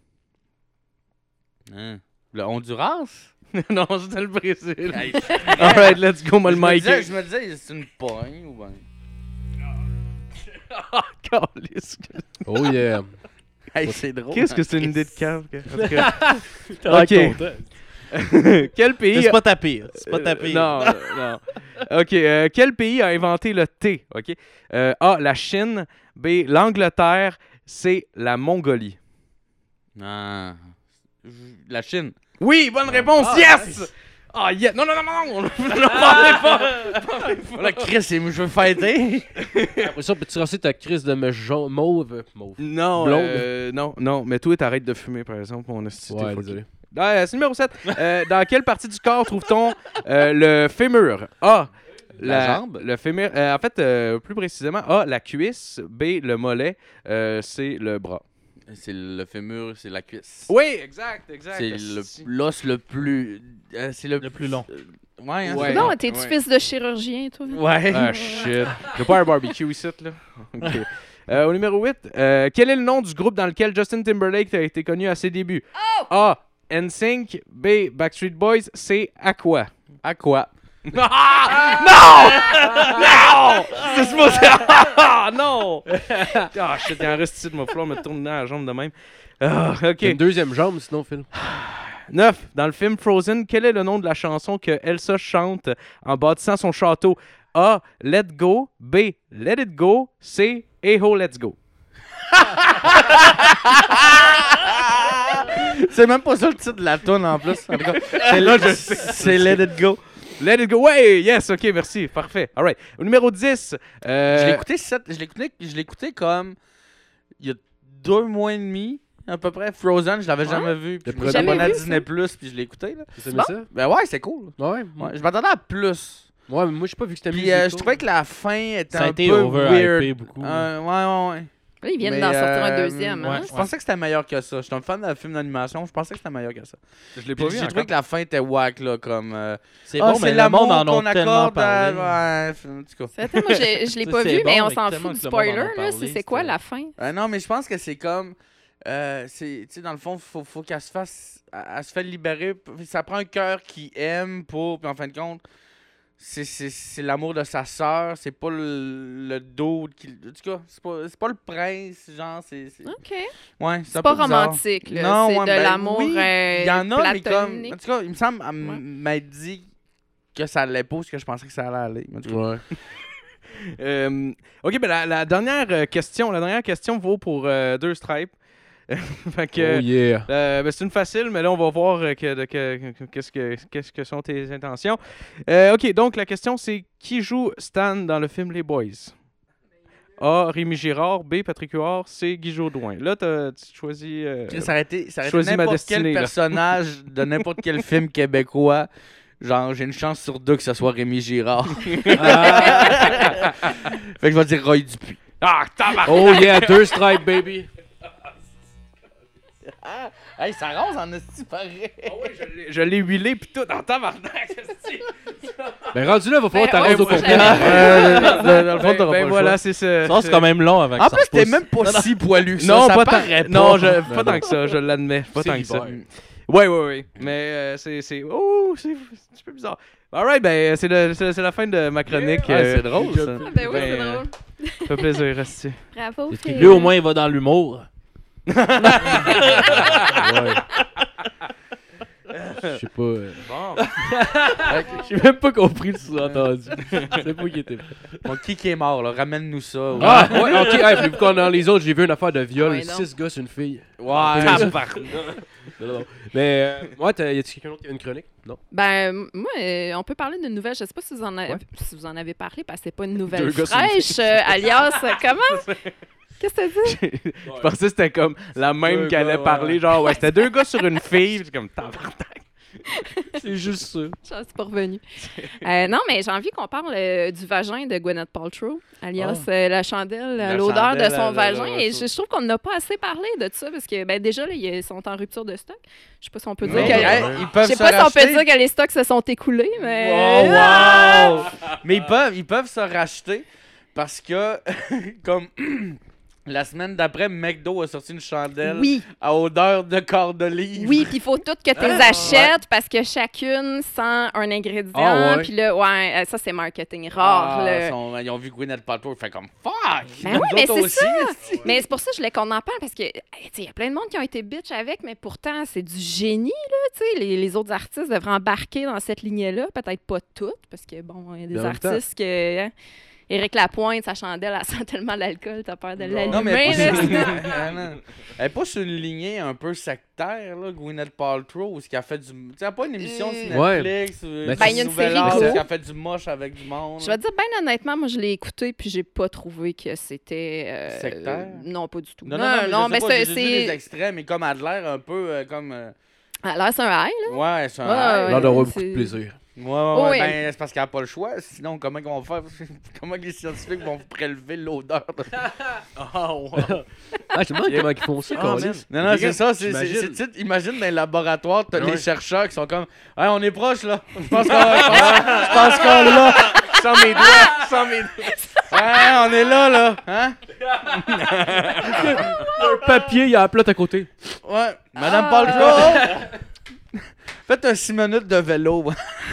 S5: Hein. Le Honduras?
S4: Non, c'était le Brésil.
S5: Hey,
S4: All right, let's go, mal Mike.
S5: je me disais, c'est une pogne ou bien.
S4: Oh, câlisse.
S3: Oh yeah.
S5: Hey, c'est drôle.
S4: Qu'est-ce que
S5: hein,
S4: c'est une idée de
S5: Chris.
S4: cave? En tout cas.
S3: T'as
S4: Ok.
S3: l'air content.
S4: Quel pays...
S6: C'est pas ta pire. C'est pas ta pire.
S4: Non, non. OK. Quel pays a inventé le thé? OK. A, la Chine. B, l'Angleterre. C, la Mongolie.
S5: Ah. La Chine.
S4: Oui, bonne réponse. Yes!
S3: nice.
S4: Ah, yes! Non, non, non, non, non! Ne parlez pas!
S5: Voilà, Chris, je veux fêter.
S3: Après ça, peux-tu lancer ta crise de mèche mauve?
S4: Non,
S3: Blonde.
S4: non. Mais toi, t'arrêtes de fumer, par exemple. On a cité
S3: Ouais,
S4: fucké.
S3: désolé.
S4: C'est numéro 7. Dans quelle partie du corps trouve-t-on le fémur? A.
S5: La jambe?
S4: Le fémur. En fait, plus précisément, A. La cuisse. B. Le mollet. C. Le bras.
S5: C'est le fémur, c'est la cuisse.
S4: Oui, exact.
S5: C'est l'os le plus. C'est
S6: Le plus long.
S5: Ouais, hein,
S4: Ouais.
S5: c'est
S2: Non,
S5: bon.
S2: t'es-tu
S4: ouais.
S2: fils de chirurgien, toi?
S5: Ouais.
S4: Ah, shit. J'ai pas un barbecue ici, là. OK. Au numéro 8, quel est le nom du groupe dans lequel Justin Timberlake a été connu à ses débuts? A. NSYNC. B. Backstreet Boys. C. Aqua.
S5: À quoi?
S4: Non! Non! C'est supposé... Ah, non! Ah, shit, il en reste ici de mon fleur me tourner dans la jambe de même. Ah,
S3: T'as
S4: OK.
S3: une deuxième jambe, sinon, Phil.
S4: 9. Dans le film Frozen, quel est le nom de la chanson que Elsa chante en bâtissant son château? A. Let Go. B. Let It Go. C. Hey Ho, Let's Go.
S5: C'est même pas ça le titre de la tune en plus. En tout cas, c'est Let It Go.
S4: Let It Go. Ouais, yes, ok, merci. Parfait. All right. Au numéro 10.
S5: Je l'ai écouté comme il y a 2 mois et demi à peu près. Frozen, je l'avais jamais vu. Puis je me suis
S2: Jamais
S5: abonné à
S2: vu,
S5: Disney Plus puis je l'ai écouté là.
S3: T'as
S2: bon?
S3: aimé ça?
S5: Ben ouais, c'est cool.
S3: Ouais.
S5: Ouais, je m'attendais à plus.
S3: Ouais, mais moi, j'ai pas vu que c'était
S5: Puis
S3: musical.
S5: je trouvais que la fin était
S6: Ça a
S5: un
S6: été
S5: peu
S6: overhypé
S5: weird.
S6: beaucoup.
S5: Ouais.
S2: Là, ils viennent
S5: Mais,
S2: d'en sortir un deuxième.
S6: ouais.
S2: Hein?
S5: Je pensais que c'était meilleur que ça. J'étais un fan de film d'animation, je pensais que c'était meilleur que ça.
S4: Je l'ai
S5: Puis
S4: pas vu
S5: j'ai
S4: encore.
S5: trouvé que la fin était whack là comme
S6: C'est bon, mais le monde en a tellement parlé.
S5: Ouais, en tout cas.
S2: Attends, moi, je l'ai pas
S6: C'est
S2: vu,
S6: bon,
S2: mais on
S6: mais
S2: s'en
S6: tellement
S2: fout du
S6: que le monde en a
S2: spoiler. Là.
S6: parlé,
S2: C'est quoi
S6: c'était-
S2: la fin?
S5: Non, mais je pense que c'est comme. Tu sais, dans le fond, faut qu'elle se fasse. Elle se fait libérer. Ça prend un cœur qui aime pour. Puis en fin de compte, c'est l'amour de sa sœur. C'est pas le dos qui. En tout cas, c'est pas le prince. Genre, c'est.
S2: OK.
S5: Ouais,
S2: C'est
S5: un
S2: pas
S5: peu bizarre.
S2: romantique. Là.
S5: Non,
S2: c'est
S5: ouais,
S2: de
S5: ben
S2: l'amour
S5: oui, il y en a, mais comme.
S2: platonique.
S5: En tout cas, il me semble. Elle m'a dit que ça allait pas, ce que je pensais que ça allait aller. En tout cas.
S3: Ouais.
S4: Ok, ben la dernière question vaut pour 2 stripes. Fait que,
S3: Oh yeah.
S4: ben, c'est une facile, mais là, on va voir qu'est-ce que sont tes intentions. Ok, donc la question, c'est qui joue Stan dans le film Les Boys? A. Rémi Girard. B. Patrick Huard. C. Guy Jodoin. Là, tu choisis...
S5: Ça aurait été
S4: choisis ma
S5: n'importe quel
S4: destinée, là.
S5: personnage de n'importe quel film québécois. Genre, j'ai une chance sur 2 que ce soit Rémi Girard. Fait que je vais dire Roy Dupuis.
S4: Ah, tabarnak!
S3: Oh yeah, 2 stripes, baby.
S5: Hey, ça rase en esti pareil.
S4: Je l'ai huilé pis tout. Ah, tabarnak!
S3: Ben, rendu là, va falloir
S2: Ben,
S3: t'arrêter au
S2: ouais,
S3: complet.
S5: Dans le fond, t'auras pas le
S4: voilà,
S5: choix.
S4: c'est ça.
S6: Ça, c'est quand même long avant que
S5: En
S6: ça
S5: plus, t'es
S6: repousse.
S5: même pas si poilu que ça.
S4: Non,
S5: ça
S4: pas
S5: paraît
S4: tant. Non,
S3: Non,
S4: pas tant
S3: non.
S4: que ça, je l'admets. Pas
S3: C'est
S4: tant que ça.
S3: l'hiver.
S4: Ouais. Mais c'est. Oh, c'est un petit peu bizarre. Alright, ben, c'est la fin de ma chronique.
S5: Ouais, c'est drôle, ça.
S2: Ah, ben oui, c'est
S4: Ben,
S2: drôle.
S4: Ça fait plaisir, restez.
S2: Bravo,
S3: C'est
S2: Phil.
S6: Lui, au moins, il va dans l'humour.
S3: Ouais. Je sais pas.
S4: Bon.
S3: J'ai même pas compris le sous-entendu. Je sais pas qui était.
S5: Bon, qui est mort, là? Ramène-nous ça.
S3: Ah, ouais, ok. Hey, voulez-vous qu'on dans les autres, j'ai vu une affaire de viol.
S2: Ouais, non.
S3: 6 gosses, une fille.
S5: Ouais.
S3: Non. Mais, ouais, y a-tu quelqu'un d'autre qui a une chronique? Non.
S2: Ben, moi, on peut parler d'une nouvelle. Je sais pas si vous en avez,
S3: Ouais.
S2: si vous en avez parlé, parce que c'est pas une nouvelle
S3: 2 gars sur une
S2: fraîche. Alias, comment? Qu'est-ce que t'as dit?
S4: Je pensais que c'était comme la même
S3: 2
S4: qui allait
S3: gars,
S4: parler.
S3: ouais.
S4: Genre, ouais, c'était 2 gars sur une fille. J'étais comme, tabarnak.
S3: C'est juste ça.
S2: Je suis pas revenue. Non, mais j'ai envie qu'on parle du vagin de Gwyneth Paltrow, alias la chandelle,
S5: La
S2: l'odeur de
S5: chandelle,
S2: son
S5: la-
S2: vagin.
S5: la-
S2: Et je trouve qu'on n'a pas assez parlé de ça parce que ben, déjà, là, ils sont en rupture de stock. Je sais pas si on peut dire
S5: Mais,
S2: que.
S5: hey, ils peuvent
S2: Je sais
S5: se
S2: pas si on peut
S5: racheter.
S2: dire que les stocks se sont écoulés, mais.
S5: Oh, wow! Mais ils peuvent se racheter parce que, comme La semaine d'après, McDo a sorti une chandelle
S2: Oui,
S5: à odeur de corps d'olive.
S2: oui, puis il faut toutes que tu les achètes parce que chacune sent un ingrédient.
S3: Ah, ouais.
S2: Puis là, ouais, ça, c'est marketing rare.
S5: Ah,
S2: là.
S5: ils ont vu Gwyneth Paltrow, ils font comme fuck!
S2: Ben
S5: Nous
S2: oui, mais
S5: autres
S2: c'est
S5: aussi.
S2: Mais c'est pour ça que je voulais qu'on en parle parce que, il y a plein de monde qui ont été bitch avec, mais pourtant, c'est du génie, là, tu sais. Les autres artistes devraient embarquer dans cette lignée-là. Peut-être pas toutes, parce que, bon, il y a des
S3: Mais en même temps-
S2: artistes que... hein, Éric Lapointe, sa chandelle, elle sent tellement l'alcool, t'as peur de
S5: Non, mais
S2: l'allumer,
S5: elle est
S2: là.
S5: pas sur- Ah, non. Elle est pas sur une lignée un peu sectaire, là, Gwyneth Paltrow, où ce qu'elle fait du... Tu sais, elle a pas une émission sur
S3: Ouais.
S5: Netflix,
S3: Ben,
S2: il y a une série
S5: où
S2: Go.
S5: elle fait du moche avec du monde.
S2: Je vais te dire, ben honnêtement, moi, je l'ai écouté, puis j'ai pas trouvé que c'était...
S5: Sectaire?
S2: Non, pas du tout.
S5: Non,
S2: mais
S5: mais j'ai
S2: c'est...
S5: juste vu des extraits, mais comme elle a l'air un peu comme...
S2: Alors, c'est un high, là.
S5: Ouais, c'est un
S2: Ouais,
S5: high.
S2: ouais.
S3: L'air d'avoir beaucoup
S2: c'est-
S3: de plaisir.
S5: Ouais,
S2: Oui.
S5: ben, c'est parce qu'elle n'a pas le choix. Sinon, comment ils vont faire? Comment les scientifiques vont prélever l'odeur?
S6: Oh, wow.
S3: Ah, je me demande comment ils font ça,
S6: Ah,
S3: câlisse.
S5: Non, non,
S3: Les
S5: c'est
S3: gars,
S5: ça.
S3: j'imagine.
S5: Tu sais, imagine dans les laboratoires, t'as
S3: Ouais.
S5: les chercheurs qui sont comme hey, on est proche là. Je pense qu'on est là.
S6: Sans mes doigts. Sans mes doigts.
S5: Ouais, on est là. Hein?
S3: Un papier, il y a la plate à côté.
S5: Ouais. Madame
S2: Ah.
S5: Paltrow! Faites un 6 minutes de vélo.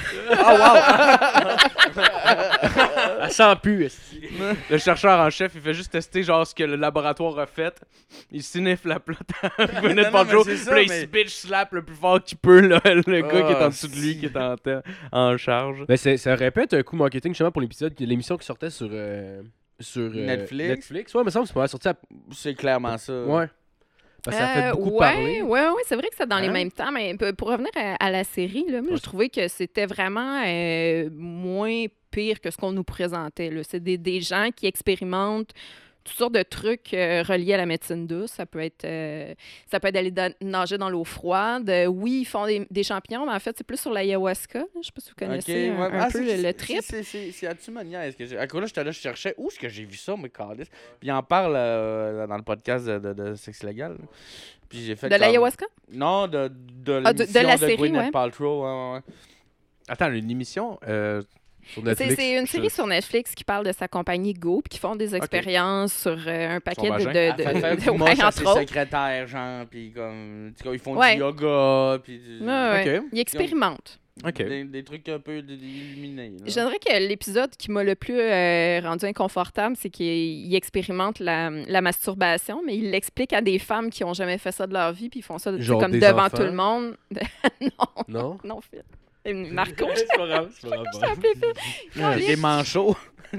S3: Elle sent plus, esti.
S4: Le chercheur en chef, il fait juste tester genre ce que le laboratoire a fait. Il sniffe la plate à Gwyneth
S5: Non,
S4: Paltrow.
S5: mais
S4: Puis
S5: c'est ça,
S4: là, il
S5: mais-
S4: se bitch slap le plus fort qu'il peut le gars qui est
S5: Ah,
S4: en dessous de lui, qui est en charge.
S3: Mais ça répète un coup marketing justement pour l'épisode, l'émission qui sortait sur
S5: Netflix.
S3: Ouais, il me semble que c'est pas mal sorti à...
S5: C'est clairement ça.
S3: Ouais. Parce que ça fait beaucoup
S2: ouais,
S3: parler.
S2: ouais, c'est vrai que c'est dans les
S5: Hein?
S2: mêmes temps, mais pour revenir à la série, là, moi,
S3: Ouais.
S2: je trouvais que c'était vraiment moins pire que ce qu'on nous présentait. Là. C'est des gens qui expérimentent toutes sortes de trucs reliés à la médecine douce. Ça peut être d'aller nager dans l'eau froide. Oui, ils font des champignons, mais en fait, c'est plus sur l'ayahuasca. Je sais pas si vous connaissez un peu le trip.
S5: C'est Atumania. À quoi là, j'étais là, je cherchais où est-ce que j'ai vu ça, mais câlisse. Puis il en parle dans le podcast de Sexe Légal. là. Puis j'ai fait
S2: De l'ayahuasca?
S5: Non, de
S2: Ah, de
S5: l'émission
S2: la
S5: de
S2: série,
S5: Gwyneth
S2: ouais.
S5: Paltrow. Ouais.
S4: Attends, une émission
S3: Sur Netflix.
S2: C'est une série sur Netflix qui parle de sa compagnie Go, puis qui font des expériences sur un paquet
S4: Son
S2: de,
S4: vagin.
S5: Elle fait faire du
S2: ouais,
S5: moche à
S2: entre
S5: ses
S2: autres.
S5: secrétaires, genre, puis comme... en tout cas, ils font
S2: Ouais.
S5: du yoga, puis...
S2: Ouais, ouais.
S4: Ok.
S2: Ils expérimentent.
S4: Ok.
S5: Des trucs un peu illuminés. là.
S2: Je dirais que l'épisode qui m'a le plus rendu inconfortable, c'est qu'il expérimente la masturbation, mais il l'explique à des femmes qui n'ont jamais fait ça de leur vie, puis ils font ça tu sais,
S3: Genre
S2: comme
S3: des
S2: devant
S3: enfants?
S2: tout le monde. non,
S3: Non?
S2: non, Phil. Et Marco,
S3: C'est pas grave, c'est pas grave.
S2: je t'ai appelé Phil.
S5: Des manchots.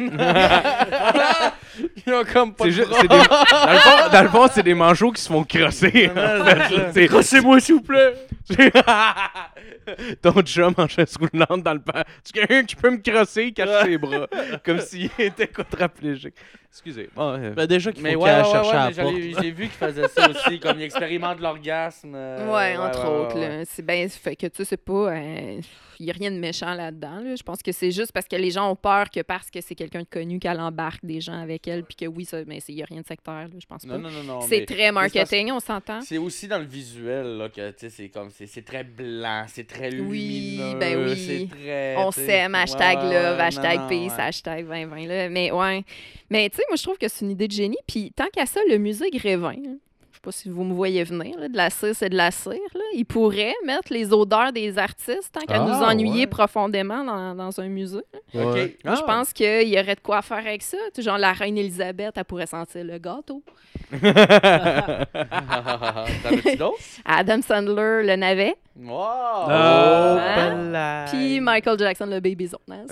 S5: Ils ont comme pas
S4: C'est
S5: de
S4: juste,
S5: bras.
S4: c'est dans le fond, c'est des manchots qui se font crosser. en fait. C'est-
S3: Crossez-moi, s'il vous plaît!
S4: Ton chum en chaise roulante dans le pan. Tu quelqu'un qui peut me crosser, il cache ses bras. Comme s'il était quadraplégique. Excusez. Bon,
S6: Ben déjà qu'il
S5: Mais
S6: faut
S5: ouais,
S6: qu'elle
S5: ouais,
S6: cherche à
S5: mais
S6: la porte.
S5: j'ai vu qu'ils faisaient ça aussi, comme ils expérimentent l'orgasme.
S2: Ouais, entre autres.
S5: ouais.
S2: là. C'est bien, fait que tu sais, c'est pas. Il n'y a rien de méchant là-dedans. Là. Je pense que c'est juste parce que les gens ont peur que parce que c'est quelqu'un de connu qu'elle embarque des gens avec elle, puis que oui, ça, mais il n'y a rien de sectaire. Là, je pense pas.
S5: Non.
S2: C'est
S5: mais-
S2: très marketing, on s'entend.
S5: C'est aussi dans le visuel là, que tu sais, c'est comme c'est très blanc, c'est très
S2: Oui,
S5: lumineux.
S2: ben oui.
S5: C'est très.
S2: On
S5: tu sais,
S2: s'aime, hashtag
S5: ouais,
S2: love,
S5: ouais,
S2: hashtag
S5: non,
S2: peace,
S5: ouais.
S2: hashtag 2020. Là. Mais ouais. Mais tu sais, moi, je trouve que c'est une idée de génie. Puis tant qu'à ça, le musée Grévin, là, je sais pas si vous me voyez venir, là, de la cire, c'est de la cire. Là. Il pourrait mettre les odeurs des artistes tant qu'à
S3: Ah,
S2: nous ennuyer
S3: ouais.
S2: profondément dans un musée.
S5: Ok.
S3: Ouais.
S2: Moi, je pense qu'il y aurait de quoi faire avec ça. Tu sais, genre, la reine Elisabeth, elle pourrait sentir le gâteau.
S5: T'en as-tu d'autres?
S2: Adam Sandler, le navet.
S5: Wow!
S3: Oh,
S2: Hein? Puis Michael Jackson, le baby zone.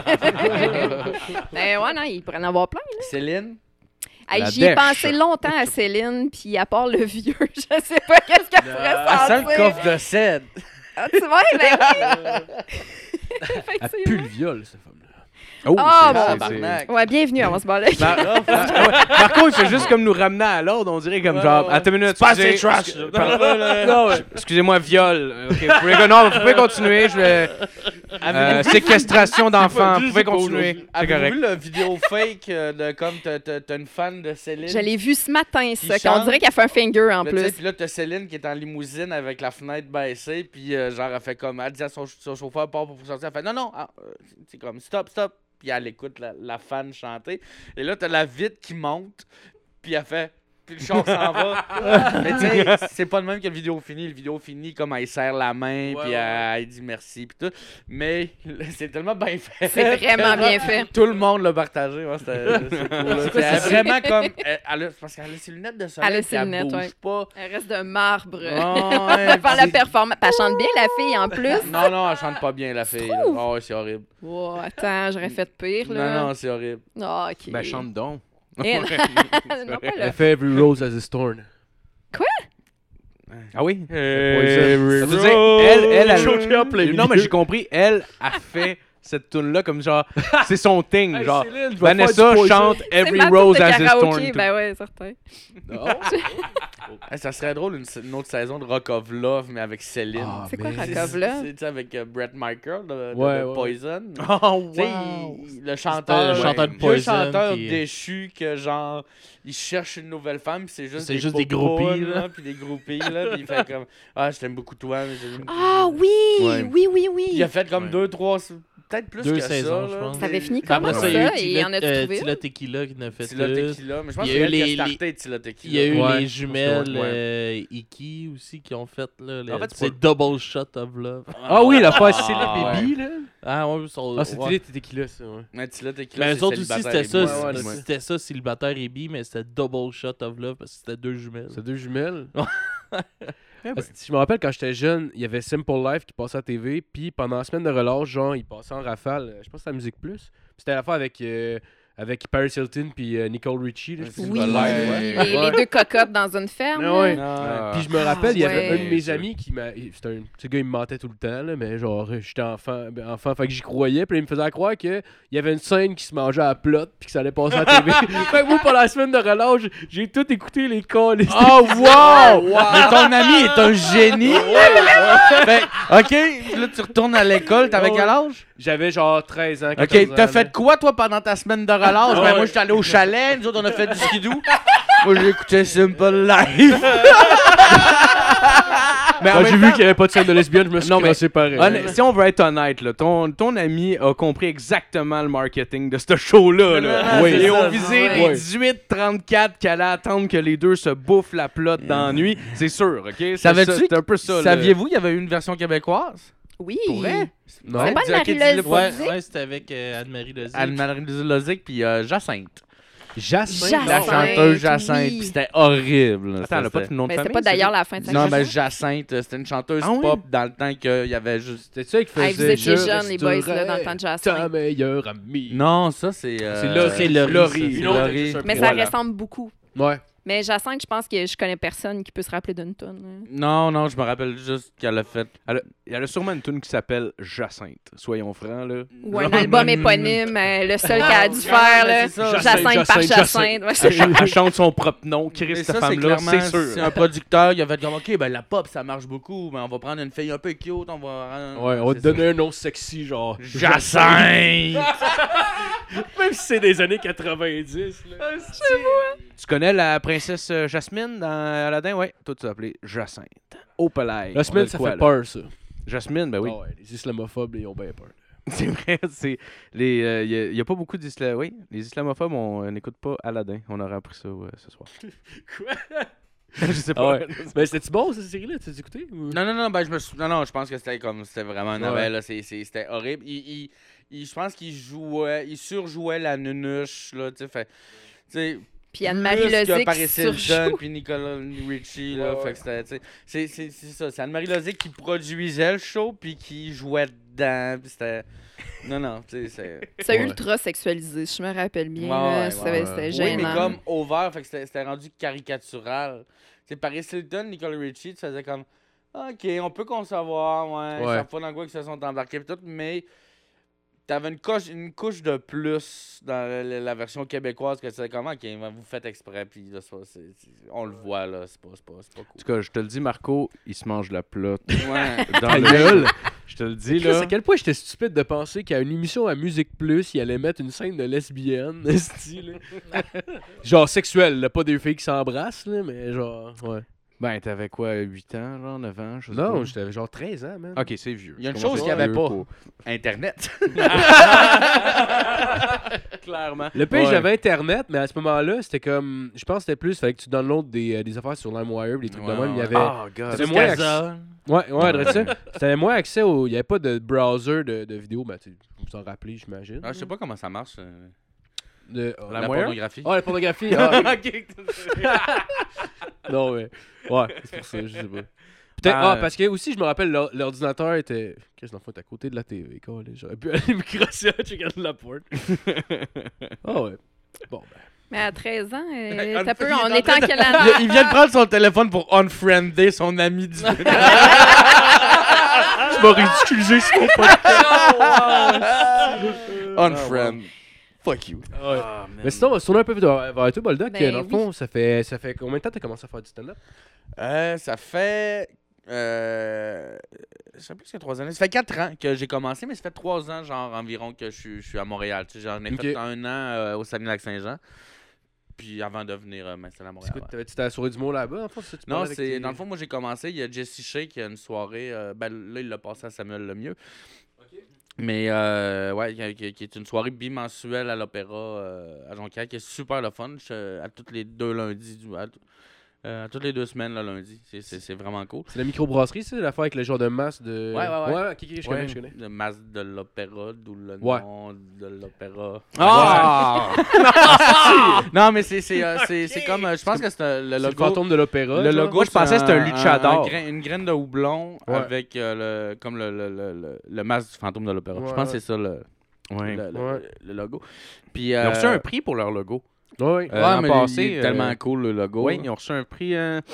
S2: Ben ouais, non, il pourrait en avoir plein.
S5: Céline?
S2: Hey,
S4: La
S2: j'y ai
S4: dèche.
S2: pensé longtemps à Céline, puis à part le vieux, je sais pas qu'est-ce qu'elle pourrait
S5: Elle sent
S2: sentir.
S5: le coffre de cèdre.
S2: Ah, tu vois, ben oui.
S3: Elle
S2: Effectivement.
S3: pue le viol, cette femme-là.
S4: Oh,
S2: Ah,
S4: c'est-
S2: bon.
S4: c'est-
S5: Tabarnak.
S2: Ouais, bienvenue à On se balade.
S4: Marco, il fait juste comme nous ramener à l'ordre. On dirait comme
S5: Ouais,
S4: genre,
S5: ouais.
S4: attends une minute.
S5: C'est pas assez
S4: excusez-
S5: trash.
S4: excuse- Non, excusez-moi, viol. Ok, vous pouvez, non, vous pouvez continuer. Je vais. Séquestration d'enfants. Vous pouvez continuer. C'est
S5: Avez-vous
S4: correct.
S5: vu la vidéo fake de comme t'as une fan de Céline?
S2: Je l'ai vu ce matin, ça,
S5: Il
S2: qu'on
S5: chante.
S2: dirait qu'elle fait un finger en
S5: Là, tu sais,
S2: plus.
S5: Puis là, t'as Céline qui est en limousine avec la fenêtre baissée, puis genre, elle fait comme, elle dit à son chauffeur, part pour sortir, elle fait non, c'est comme, stop, puis elle écoute la fan chanter. Et là, t'as la vitre qui monte, puis elle fait... Puis le char s'en va. Mais tu sais, c'est pas le même que le vidéo finit. Le vidéo finit comme elle serre la main, puis elle dit merci, puis tout. Mais c'est tellement bien fait.
S2: C'est vraiment bien fait.
S5: Tout le monde l'a partagé. Ouais, c'est cool. Là. C'est vraiment comme... parce qu'elle a ses lunettes de soleil,
S2: Elle a
S5: puis
S2: ses
S5: elle
S2: lunettes,
S5: bouge
S2: ouais.
S5: pas.
S2: Elle reste de marbre.
S5: Ouais,
S2: Par la performance. Elle chante bien, la fille, en plus.
S5: Non, elle chante pas bien, la fille. Là. Oh, ouais, c'est horrible.
S2: Oh, attends, j'aurais fait pire, là.
S5: Non, c'est horrible.
S2: Ah, OK.
S4: Ben, chante donc.
S2: Eh, non, pas
S3: Elle
S2: le...
S3: fait Every Rose as a Thorn.
S4: Ah oui?
S3: Poison.
S4: Ça veut dire, elle
S3: Choqué en plein
S4: non, mais
S3: milieu.
S4: j'ai compris. Elle a fait cette tune-là comme genre... C'est son thing,
S3: Hey,
S4: genre...
S3: Céline, je vais
S4: Vanessa
S3: faire du Poison.
S4: chante
S2: C'est
S4: Every
S2: ma
S4: Rose
S2: tour de
S4: as a
S2: karaoké.
S4: Thorn.
S2: Ben ouais, certain.
S5: Ça serait drôle une autre saison de Rock of Love, mais avec Céline.
S3: Ah,
S2: C'est quoi,
S3: mais-
S2: Rock of Love?
S5: C'est avec Brett Michael de
S3: Ouais,
S5: Poison.
S4: Oh,
S5: Tu sais,
S4: wow!
S5: le chanteur,
S6: le chanteur de
S5: vieux
S6: Poison
S5: chanteur
S6: qui-
S5: déchu que genre il cherche une nouvelle femme, puis c'est juste
S6: des
S5: popounes,
S6: groupies, là.
S5: puis des groupies là, puis il fait comme je t'aime beaucoup toi, mais
S2: Ah oui,
S4: Ouais.
S2: oui.
S5: il a fait comme
S4: Ouais.
S5: 2 3 peut-être plus
S6: 2
S5: que
S6: saisons,
S5: ça,
S6: je
S5: là.
S6: pense.
S2: Ça avait fini
S6: Puis
S2: comment
S6: après
S2: ça?
S6: il y a eu
S2: Et en a-tu trouvé
S6: Tila Tequila qui n'a fait
S5: Tila
S6: plus.
S5: Tequila, mais je pense
S6: Il
S5: que
S6: y a
S5: c'est
S6: eu
S5: elle qui a
S6: les-
S5: starté Tila Tequila.
S6: Il y a eu
S3: Ouais,
S6: les jumelles
S5: ouais.
S6: Iki aussi qui ont fait là,
S4: En fait,
S6: c'est Double Shot of Love.
S3: Ah oui, la face Céline
S5: ouais.
S3: Baby, là.
S6: Ah ouais, sont,
S3: Ah, c'était
S6: ouais.
S3: tequila, ça, ouais.
S5: Mais Tila Tequila,
S6: Mais
S5: c'est
S6: eux autres aussi
S5: célibataire
S6: c'était
S5: et
S6: ça,
S5: moi.
S3: Ouais, ouais,
S6: c'était ça célibataire et bi, mais c'était Double Shot of Love parce que c'était 2 jumelles.
S3: C'est 2 jumelles.
S4: Eh ben.
S3: Je me rappelle quand j'étais jeune, il y avait Simple Life qui passait à la TV, puis pendant la semaine de relâche, genre, il passait en rafale, je pense que c'était à Musique Plus. C'était à la fois avec Paris Hilton puis Nicole Richie. Là, je sais pas si
S2: Oui,
S3: vous
S5: Ouais,
S3: l'avez,
S5: ouais.
S2: les deux cocottes dans une ferme.
S3: Ah ouais.
S2: là.
S3: Puis je me rappelle, il y avait
S2: ouais.
S3: un de mes amis qui m'a. Ce gars, il me mentait tout le temps, là, mais genre, j'étais enfant, fait que j'y croyais. Puis il me faisait croire qu'il y avait une scène qui se mangeait à la plotte, puis que ça allait passer à la TV. Fait que moi, pendant la semaine de relâche, j'ai tout écouté les calls.
S5: Oh wow! Mais ton ami est un génie! Fait, OK, là tu retournes à l'école, t'avais quel âge?
S3: J'avais genre 13 ans. 14
S5: OK, t'as
S3: ans,
S5: fait quoi toi pendant ta semaine de relâche? Ben, moi j'étais allé au chalet, nous autres on a fait du skidoo. Moi j'ai écouté Simple Life.
S4: Mais en
S3: Quand
S4: même
S3: j'ai vu
S4: temps-
S3: qu'il n'y avait pas de scène de lesbienne, je me suis
S4: Non, mais-
S3: crassé pareil.
S4: Si on veut être honnête, là, ton ami a compris exactement le marketing de ce show-là. Là.
S5: Non,
S4: Et
S5: c'est
S4: on
S5: ça,
S4: visait
S2: ouais.
S4: les 18-34 qui allaient attendre que les deux se bouffent la plotte d'ennui. C'est sûr, OK? C'est
S5: Savais-tu
S4: ça, c'est un peu ça. là.
S5: Saviez-vous qu'il y avait eu une version québécoise?
S2: Oui.
S5: Pour vrai?
S3: Non.
S2: C'est pas
S5: Ok,
S2: Marie
S5: dis-le
S2: Lozic?
S6: Ouais, ouais, c'était avec Anne-Marie Lozic.
S5: Anne-Marie Lozic puis Jacinthe.
S3: Jacinthe.
S2: Jacinthe.
S5: La chanteuse Jacinthe.
S2: oui.
S5: Puis c'était horrible. là.
S4: Attends, elle a pas de nom de
S2: Mais
S4: famille?
S2: c'était pas d'ailleurs la fin de sa
S5: Non, mais
S2: carrière.
S5: Jacinthe, c'était une chanteuse
S4: Ah oui?
S5: pop dans le temps qu'il y avait juste...
S3: C'était ça qui faisait.
S2: Hey, vous étiez
S3: Je
S2: jeunes, les boys,
S3: resterai
S2: là, dans le temps de
S3: ta
S2: Jacinthe.
S3: meilleure amie.
S5: Non, ça c'est...
S3: C'est Laurie.
S6: C'est Laurie,
S3: Laurie.
S6: ça,
S3: Une
S6: c'est
S3: autre,
S5: Laurie.
S3: juste un
S2: Mais
S3: peu.
S2: ça
S3: Voilà.
S2: ressemble beaucoup.
S3: Ouais.
S2: Mais Jacinthe, je pense que je connais personne qui peut se rappeler d'une tonne.
S5: Non, je me rappelle juste qu'elle a fait...
S4: Elle a sûrement une tune qui s'appelle Jacinthe. Soyons francs, là.
S2: Ou un album éponyme, le seul qu'elle a dû faire, là.
S5: mais c'est ça.
S2: Jacinthe par Jacinthe. Ouais, c'est-
S4: Elle chante son propre nom.
S5: Mais
S4: Chris,
S5: ça,
S4: cette
S5: c'est
S4: femme-là,
S5: clairement,
S4: c'est
S5: c'est
S4: sûr.
S5: un producteur, il a fait comme, OK, ben la pop, ça marche beaucoup, mais on va prendre une fille un peu cute, on va...
S3: Ouais, on va te
S5: C'est
S3: donner un nom sexy, genre.
S5: Jacinthe!
S3: Même si c'est des années 90, là.
S4: Tu connais la princesse Jasmine dans Aladdin? Ouais. Toi, tu l'as appelée Jacinthe. Opalai.
S3: La semaine, ça fait peur, ça.
S4: Jasmine, ben oui.
S3: Ah ouais, les islamophobes, ils ont bien peur.
S4: C'est vrai, c'est les y a pas beaucoup d'islamophobes. Oui, les islamophobes on n'écoute pas Aladdin. On aurait appris ça ce soir.
S3: Quoi?
S4: Je sais
S3: Ah
S4: pas.
S3: ouais. Mais c'était-tu bon, cette série-là? Tu as écouté? Ou...
S5: Non, ben je pense que c'était vraiment
S3: Ouais.
S5: mauvais, là, c'était horrible. Je pense il surjouait la nunuche, là, tu sais, fait... Tu sais,
S2: Puis Anne-Marie
S5: plus que
S2: Lozic
S5: Paris Hilton
S2: surjoue.
S5: puis Nicolas Richie, là,
S3: Ouais,
S5: fait que c'était, tu sais, c'est ça, c'est Anne-Marie Lozic qui produisait le show puis qui jouait dedans, puis c'était... Non, tu sais, c'est...
S2: C'est
S3: Ouais.
S2: ultra sexualisé, je me rappelle bien.
S5: Ouais,
S2: là.
S5: ouais,
S2: C'était
S3: ouais.
S2: c'était
S5: Oui,
S2: gênant.
S5: mais comme over, fait que c'était rendu caricatural. Tu sais, Paris Hilton, Nicolas Richie, tu faisais comme... OK, on peut concevoir, ouais,
S3: Ouais.
S5: ça fait dans quoi qu'ils se sont embarqués pis tout, mais... T'avais une couche de plus dans la version québécoise que c'est comment, OK, vous faites exprès, puis là, on le voit, là, c'est pas
S4: En
S5: cool.
S4: tout cas, je te le dis, Marco, il se mange la plotte
S5: Ouais.
S4: dans
S3: Ta
S4: le
S3: gueule.
S4: Je te le dis,
S3: Chris,
S4: là.
S3: à quel point j'étais stupide de penser qu'à une émission à Musique Plus, il allait mettre une scène de lesbienne, esti, là. Genre sexuelle, là, pas des filles qui s'embrassent, là, mais genre, ouais.
S4: Ben, t'avais quoi, 8 ans, genre, 9 ans? Je sais
S3: Non,
S4: pas.
S3: j'avais genre 13 ans, man.
S4: Ok, c'est vieux.
S5: Il y a une
S4: Je
S5: chose
S4: commençais
S5: qu'il n'y avait
S4: vieux
S5: pas.
S4: pour-
S5: Internet.
S4: Clairement.
S3: Le pire,
S4: Ouais.
S3: j'avais Internet, mais à ce moment-là, c'était comme. Je pense que c'était plus, fallait que tu downloades des affaires sur LimeWire, des trucs de
S5: Ouais,
S3: même. Il y
S5: ouais.
S3: avait.
S4: Oh, God.
S3: C'était moins accès.
S6: Casa.
S3: Ouais, ouais, ça. T'avais moins accès au. Il n'y avait pas de browser de vidéos, ben, vous vous en rappelez, j'imagine.
S5: Je sais pas comment ça marche.
S3: La
S5: La pornographie.
S3: Oh, la pornographie. Ah,
S4: Ok.
S3: non, mais. Ouais, c'est pour ça, je sais pas. Peut-être.
S4: Ben,
S3: Parce que aussi, je me rappelle, l'ordinateur était. Qu'est-ce que était à côté de la TV, quoi. J'aurais pu aller me crosser à checker de la porte. Ah ouais. Bon, ben.
S2: Mais à 13 ans,
S5: Il
S2: ça peut.
S5: est
S2: On
S5: en
S2: est
S5: train
S2: en
S5: de-
S2: quelle année?
S5: Il vient de prendre son téléphone pour unfriender son ami du.
S3: Tu m'as ridiculisé sur mon
S5: Unfriend. Fuck you.
S3: Ouais. Mais sinon, on a un peu vers toi, Boldoc.
S2: Ben
S3: Dans le
S2: oui.
S3: fond, ça fait combien de temps que tu as commencé à faire du stand-up?
S5: Ça fait. Ça fait plus que 3 années. Ça fait 4 ans que j'ai commencé, mais ça fait 3 ans, genre, environ, que je suis à Montréal. Tu sais, j'en ai
S3: Ok.
S5: fait 1 an au Saguenay-Lac-Saint-Jean. Puis avant de venir m'installer à Montréal.
S3: Écoute,
S5: ouais.
S3: t'avais-tu ta soirée d'humour là-bas, en fait? ça, tu
S5: Non,
S3: parlais avec
S5: c'est
S3: tes-
S5: dans le fond, moi j'ai commencé. Il y a Jesse Shea qui a une soirée. Ben là, il l'a passé à Samuel Lemieux. Mais ouais, qui est une soirée bimensuelle à l'Opéra à Jonquière, qui est super le fun. À tous les 2 lundis, à toutes les 2 semaines le lundi. C'est vraiment cool.
S3: C'est la microbrasserie, c'est l'affaire avec le genre de masse de.
S5: Ouais.
S3: ok, je connais,
S4: Ouais.
S3: je connais.
S5: Le masque de l'Opéra, d'où le
S3: Ouais.
S5: nom de l'Opéra.
S4: Ah!
S5: Non, mais c'est comme. Je pense que c'est le
S3: C'est le
S5: logo.
S3: fantôme de l'opéra.
S5: Le
S3: genre.
S5: logo,
S4: Moi, je pensais que c'était un luchador.
S5: une graine de houblon
S3: Ouais.
S5: avec comme le masque du fantôme de l'Opéra. Je
S3: Ouais,
S5: pense que
S3: ouais.
S5: c'est ça le
S4: Ouais.
S5: le logo. Puis,
S4: Ils ont reçu un prix pour leur logo.
S3: Ouais.
S4: l'an
S5: mais
S4: passé,
S5: il est tellement cool le logo.
S4: Oui, ils ont reçu un prix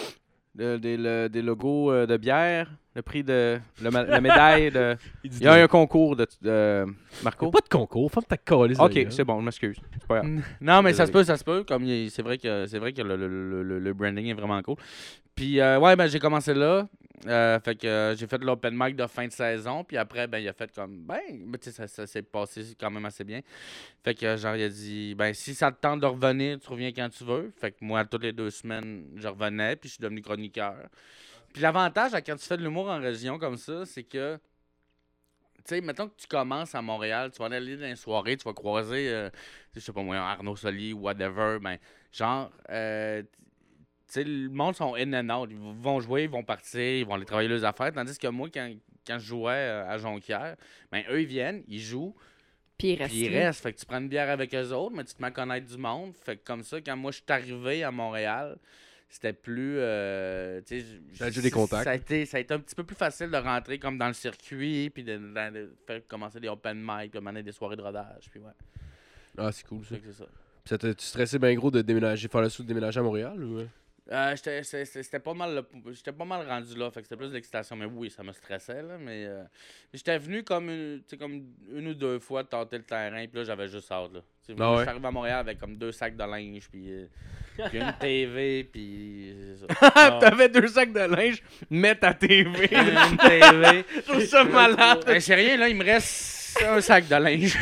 S4: des logos de bière, le prix de la médaille de. Il y a un concours de Marco.
S3: Pas de concours, ferme ta calisse.
S4: Ok, c'est bon, je m'excuse. C'est pas grave.
S5: Non, mais ça
S4: Désolé.
S5: se peut. Comme c'est vrai que le branding est vraiment cool. Puis ouais, ben j'ai commencé là. Fait que j'ai fait de l'open mic de fin de saison. Puis après, ben il a fait comme ben tu sais, ça s'est passé quand même assez bien. Fait que genre il a dit ben si ça te tente de revenir, tu reviens quand tu veux. Fait que moi toutes les 2 semaines, je revenais, puis je suis devenu chroniqueur. Puis l'avantage quand tu fais de l'humour en région comme ça, c'est que tu sais, mettons que tu commences à Montréal, tu vas aller dans une soirée, tu vas croiser, je sais pas moi, Arnaud Soli ou whatever, ben, genre, tu sais, le monde sont in and out. Ils vont jouer, ils vont partir, ils vont aller travailler leurs affaires. Tandis que moi, quand je jouais à Jonquière, ben, eux, ils viennent, ils jouent,
S2: Puis il reste.
S5: puis ils
S2: là.
S5: restent. Fait que tu prends une bière avec eux autres, mais tu te mets à connaître du monde. Fait que comme ça, quand moi, je suis arrivé à Montréal, c'était plus. Tu sais,
S3: T'as déjà des contacts.
S5: Ça a été un petit peu plus facile de rentrer comme dans le circuit, puis de faire commencer des open mic, de mener des soirées de rodage. Puis ouais,
S3: Ah, c'est cool ça.
S5: fait que c'est ça.
S3: Puis ça tu stressais bien gros de déménager, faire le saut de déménager à Montréal ou?
S5: C'était pas mal j'étais pas mal rendu là, fait que c'était plus de l'excitation, mais oui, ça me stressait là, mais j'étais venu comme une ou 2 fois tenter le terrain, puis là j'avais juste hâte là. Tu sais,
S3: Ah
S5: moi,
S3: ouais.
S5: je suis arrivé à Montréal avec comme 2 sacs de linge, puis une TV, puis c'est ça.
S4: T'avais 2 sacs de linge, mets ta TV.
S5: Une TV.
S4: Je trouve ça malade.
S5: Ben, c'est rien là, il me reste un sac de linge.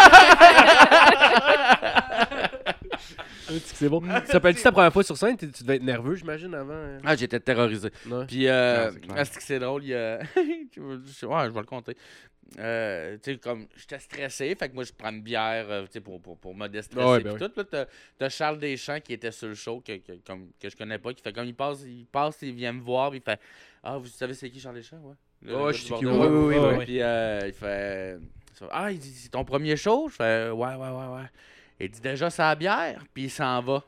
S3: C'est bon. Ça s'appelle-tu ta première fois sur scène? Tu devais être nerveux, j'imagine, avant?
S5: Ah, j'étais terrorisé.
S3: Ouais.
S5: Puis,
S4: c'est clair.
S5: est-ce que c'est drôle, il y a... ouais, je vais le compter. Tu sais, comme, j'étais stressé, fait que moi, je prends une bière, tu sais, pour me déstresser.
S3: Ouais,
S5: puis
S3: ben
S5: tout, là, t'as Charles Deschamps qui était sur le show, que je connais pas, qui fait comme, il passe, il vient me voir, puis il fait, ah, vous savez c'est qui Charles Deschamps, ouais? Le
S3: Ouais,
S5: gars
S3: je
S5: du
S3: sais qui,
S5: Bordeaux.
S3: ouais, ouais,
S6: ouais.
S5: Puis, il fait, ah, il dit, c'est ton premier show? Je fais, ouais. Il dit déjà sa bière, puis il s'en va.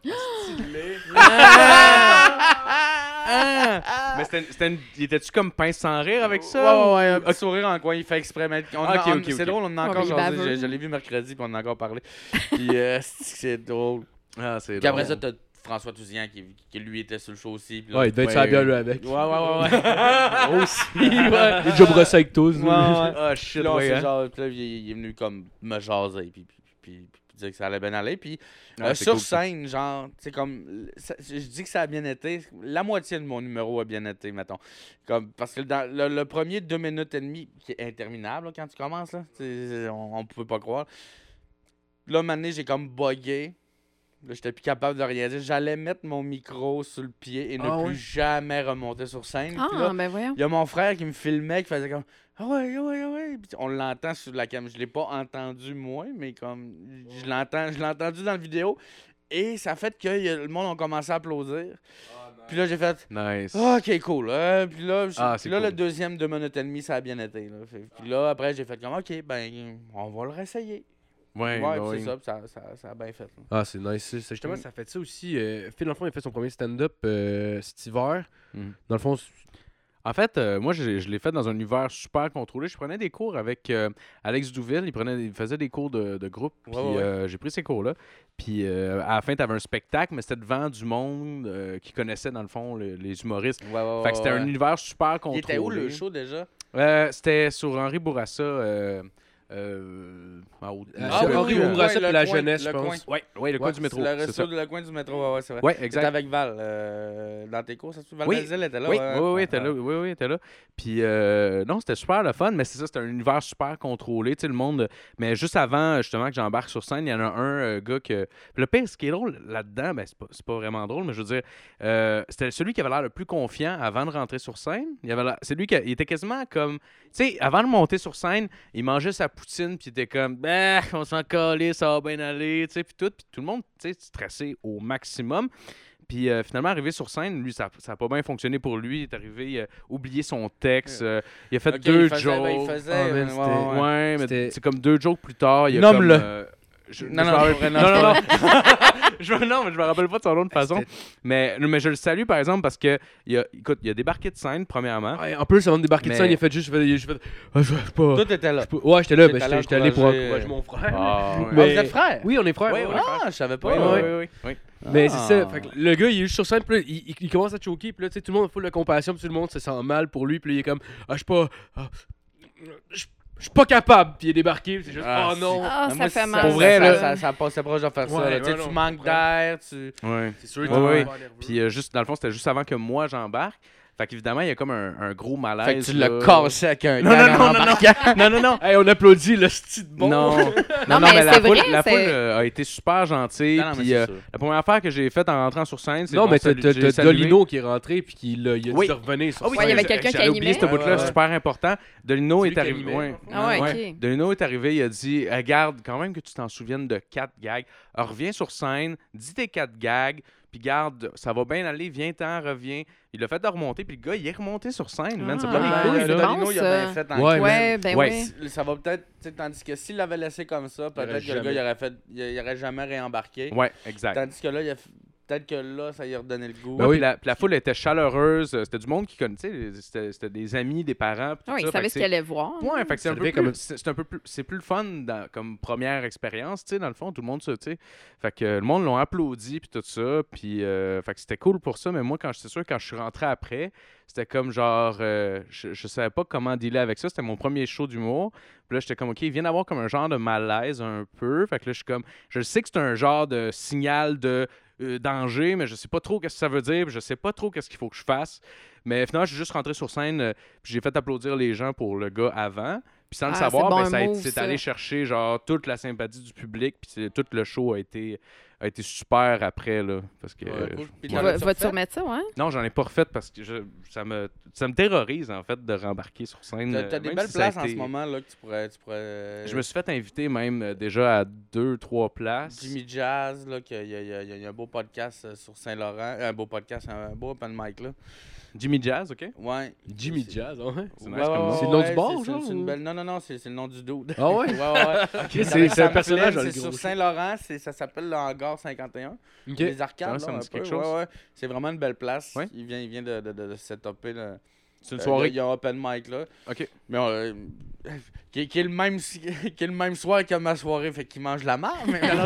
S4: Mais il était-tu comme pince sans rire avec ça?
S5: Ouais, un petit sourire en coin, il fait exprès. Mais
S4: Ok.
S5: c'est drôle, on en a
S2: Oh,
S5: encore
S2: mais il
S5: jasé.
S2: baveux.
S5: Je l'ai vu mercredi, puis on en a encore parlé. Puis c'est drôle.
S4: Ah, c'est
S5: Puis après ça,
S4: drôle.
S5: t'as François Touzian qui lui était sur le show aussi. Puis
S3: Ouais, il devait être ça bien lui avec.
S5: Ouais.
S3: Aussi, ouais. Il est déjà brossé avec tous.
S5: Ouais.
S4: Ah,
S5: Puis
S4: shit,
S5: là, on
S4: ouais,
S5: s'est
S4: hein.
S5: genre- puis là, il est venu comme me jaser, puis dire que ça allait bien aller. Puis
S4: Ah, c'est
S5: sur
S4: cool, ça.
S5: scène, genre, tu sais, comme, je dis que ça a bien été. La moitié de mon numéro a bien été, mettons. Comme, parce que dans le premier 2 minutes et demie, qui est interminable là, quand tu commences, là, on pouvait pas croire. Là, un moment donné, j'ai comme bugué. Là, j'étais plus capable de rien dire. J'allais mettre mon micro sur le pied et ne plus jamais remonter sur scène. Puis là,
S2: ben voyons.
S5: il y a mon frère qui me filmait, qui faisait comme ah ouais, ah ouais, ah ouais. Puis on l'entend sur la cam. Je l'ai pas entendu moi, mais comme je l'ai entendu dans la vidéo. Et ça fait que le monde a commencé à applaudir. Puis là, j'ai fait
S4: Nice.
S5: OK, cool. Puis là,
S4: c'est
S5: le
S4: cool.
S5: deuxième 2 minutes et demie, ça a bien été. Là. Puis là, après, j'ai fait comme OK, ben, on va le réessayer.
S4: Ouais,
S5: Ouais,
S4: ouais.
S5: c'est ça, puis ça a bien fait. Là.
S3: Ah, c'est nice. Justement, ça fait ça aussi. Phil, dans le fond, il a fait son premier stand-up cet hiver.
S4: Mhm.
S3: Dans le fond,
S4: En fait, moi, je l'ai fait dans un univers super contrôlé. Je prenais des cours avec Alex Douville. Il faisait des cours de groupe. Puis j'ai pris ces cours-là. Puis à la fin, tu avais un spectacle, mais c'était devant du monde qui connaissait, dans le fond, les humoristes. Fait que c'était un univers super contrôlé.
S5: Il était où le show déjà?
S4: C'était sur Henri Bourassa.
S3: Henri Bourassa pour la jeunesse, je pense.
S4: Oui, le coin du métro.
S5: C'est le
S4: c'est
S5: resto
S4: ça.
S5: de le coin du métro, ouais, c'est vrai.
S4: Ouais,
S5: C'était
S4: exact.
S5: avec Val dans tes cours, ça se fait? Val
S4: Oui.
S5: Belzile était là?
S4: Oui,
S5: ouais.
S4: oui, était là. Oui, était là. Puis, non, c'était super le fun, mais c'est ça, c'était un univers super contrôlé, tu sais, le monde. Mais juste avant, justement, que j'embarque sur scène, il y en a un gars que. Puis le pire, ce qui est drôle là-dedans, ben, c'est pas vraiment drôle, mais je veux dire, c'était celui qui avait l'air le plus confiant avant de rentrer sur scène. C'est lui qui était quasiment comme. Tu sais, avant de monter sur scène, il mangeait sa poutine, puis il était comme, ben, on s'en calait, ça va bien aller, tu sais, puis tout le monde, tu sais, stressé au maximum. Puis finalement, arrivé sur scène, lui, ça n'a pas bien fonctionné pour lui. Il est arrivé, il a oublié son texte. Il a fait deux jokes.
S5: Il faisait,
S4: Ouais, mais c'est comme 2 jokes plus tard. Il a
S5: Nomme-le.
S4: Comme,
S5: Non,
S4: mais je me rappelle pas de son nom de façon. Mais je le salue, par exemple, parce que il a débarqué de scène, premièrement.
S3: Ouais, en plus, avant de débarquer de scène, il a fait juste. Je sais pas.
S5: Toi, t'étais là.
S3: Ouais, j'étais là.
S5: T'étais allé
S3: J'étais allé pour
S5: encourager-
S3: encourager mon frère.
S4: Ah, ouais.
S3: Mais-
S5: vous êtes frères?
S3: Oui, on est frères.
S4: Ouais,
S3: ouais.
S4: on est frères.
S5: Ah, je savais pas.
S4: Oui.
S3: Mais c'est ça. Fait que le gars, il est juste sur scène, puis là, il commence à choquer, puis là, tu sais, tout le monde a full de compassion, puis tout le monde se sent mal pour lui, puis là, il est comme, je suis pas. Je suis pas capable, puis il est débarqué, puis c'est juste,
S5: Ah,
S3: oh non.
S2: Ah,
S5: Moi,
S2: ça fait
S5: ça-
S2: mal.
S4: Pour vrai, là.
S5: ça passait proche de faire ça.
S3: Ouais,
S5: là. Tu sais,
S3: ouais,
S5: tu
S3: non,
S5: manques
S3: ouais.
S5: d'air, tu...
S4: Ouais.
S3: C'est sûr,
S4: Ouais,
S3: tu vas
S4: ouais.
S3: faire nerveux.
S4: Puis juste, dans le fond, c'était juste avant que moi j'embarque. Fait qu'évidemment, il y a comme un gros malaise.
S5: Fait que tu
S4: là.
S5: l'as cassé avec un
S4: Non,
S5: gag en
S4: non,
S5: embarquant.
S4: non.
S3: Hey, on applaudit le style bon.
S4: Non,
S2: Non,
S4: mais
S2: mais
S4: la
S2: c'est
S4: foule,
S2: vrai,
S4: la
S2: c'est-
S4: foule a été super gentille.
S5: Non, non, mais
S4: Puis
S5: c'est sûr.
S4: la première affaire que j'ai faite en rentrant sur scène, c'est
S3: Non, mais t'as
S4: j'ai salué.
S3: Dolino qui est rentré, puis il a dit
S4: Oui.
S3: de revenir sur
S4: Ah oui,
S2: Ouais, il y avait
S3: scène.
S2: quelqu'un qui
S4: J'avais oublié
S2: animait.
S4: ce bout-là,
S5: Ouais.
S4: super important. Dolino
S3: C'est
S4: est
S3: lui qui
S4: arrivé.
S3: animait,
S4: Ouais.
S2: Ah ouais,
S4: Ouais.
S2: ok.
S4: Dolino est arrivé, il a dit regarde, quand même que tu t'en souviennes de 4 gags. Alors, reviens sur scène, dis tes 4 gags, puis garde, ça va bien aller, viens-t'en, reviens. Il l'a fait de remonter, puis le gars, il est remonté sur scène, man. C'est
S2: Ah,
S4: pas
S2: ouais,
S4: des couilles,
S2: c'est
S4: là.
S2: bon.
S5: Dolino, il a bien
S2: ça.
S5: fait en
S3: Ouais,
S5: crise.
S2: Ouais, ben
S4: Ouais.
S2: oui.
S5: Ça va peut-être, tu sais, tandis que s'il l'avait laissé comme ça, peut-être que le gars, il aurait jamais réembarqué.
S4: Ouais, exact.
S5: Tandis que là, peut-être que là, ça lui a redonné le goût.
S3: Ben
S4: Ouais,
S3: oui.
S4: puis la foule était chaleureuse. C'était du monde qui connaissait. C'était des amis, des parents. puis tout
S2: Ah oui,
S4: ça.
S2: il
S4: Fait
S2: savait
S4: que
S2: ce qu'il allait voir.
S4: Ouais, fait que c'est
S3: Ça
S4: un peu
S3: devait
S4: plus,
S3: comme-
S4: c'est un peu plus, c'est plus le fun comme première expérience, tu sais, dans le fond, tout le monde ça, tu sais. Fait que le monde l'ont applaudi puis tout ça, puis fait que c'était cool pour ça, mais moi c'est sûr quand je suis rentré après, c'était comme genre je savais pas comment dealer avec ça, c'était mon premier show d'humour. Puis là j'étais comme OK, il vient d'avoir comme un genre de malaise un peu, fait que là je suis comme je sais que c'est un genre de signal de danger, mais je sais pas trop qu'est-ce que ça veut dire, puis je sais pas trop qu'est-ce qu'il faut que je fasse. Mais finalement, j'ai juste rentré sur scène, puis j'ai fait applaudir les gens pour le gars avant. Puis sans le
S2: Ah,
S4: savoir,
S2: c'est bon,
S4: ben,
S2: un move,
S4: c'est
S2: ça.
S4: allé chercher genre toute la sympathie du public, puis tout le show a été super après là, parce que
S5: Ouais, cool. Puis
S4: ouais.
S5: t'en as-tu
S2: Vas-tu
S5: refait?
S2: remettre ça, ouais?
S4: non, j'en ai pas refait parce que ça me terrorise en fait de rembarquer sur scène.
S5: T'as des
S4: même
S5: belles
S4: si ça a
S5: places en
S4: été-
S5: ce moment là, que tu pourrais...
S4: Je me suis fait inviter même déjà à 2-3 places.
S5: Jimmy Jazz, là, qu'il y a un beau podcast sur Saint-Laurent. Un beau podcast, un beau open mic, là.
S4: Jimmy Jazz, OK?
S5: Ouais.
S3: Jimmy Jazz, ouais.
S4: C'est nice comme nom.
S3: C'est le nom du
S5: ouais,
S3: bar,
S5: c'est
S3: genre,
S5: une
S3: ou-
S5: belle... Non, c'est le nom du dude.
S3: Ah ouais?
S5: Ouais.
S3: c'est un personnage dans le
S5: C'est
S3: gros
S5: sur
S3: show.
S5: Saint-Laurent, ça s'appelle le Hangar 51.
S3: Ok.
S5: Les arcades,
S4: Ça
S5: là,
S4: me
S5: un
S4: dit
S5: peu.
S4: quelque chose.
S5: Ouais. C'est vraiment une belle place.
S4: Ouais.
S5: Il vient de setuper, là.
S4: C'est une soirée.
S5: Il y a un open mic, là.
S4: OK.
S5: Mais qui est le même soir que ma soirée, fait qu'il mange la marde. Mais,
S3: Non.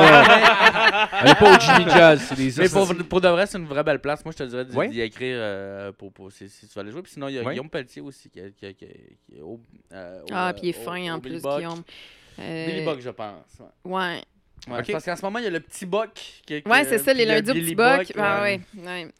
S3: Elle est pas au Jimmy Jazz, c'est des
S5: mais pour de vrai, c'est une vraie belle place. Moi, je te dirais
S4: Ouais.
S5: d'y écrire si tu vas aller jouer. Puis sinon, il y a
S4: Ouais.
S5: Guillaume Pelletier aussi qui est au.
S2: Ah, puis il est fin en plus,
S5: Billy Buck.
S2: Guillaume.
S5: Billy Buck, je pense. Ouais.
S2: Ouais.
S5: Ouais,
S4: Ok.
S5: Parce qu'en ce moment, il y a le petit Buck.
S2: Ouais, c'est ça, les
S5: puis il y a
S2: lundis au
S5: Billy
S2: petit Buck.
S5: Buck,
S2: Ah,
S5: ouais.
S2: ouais.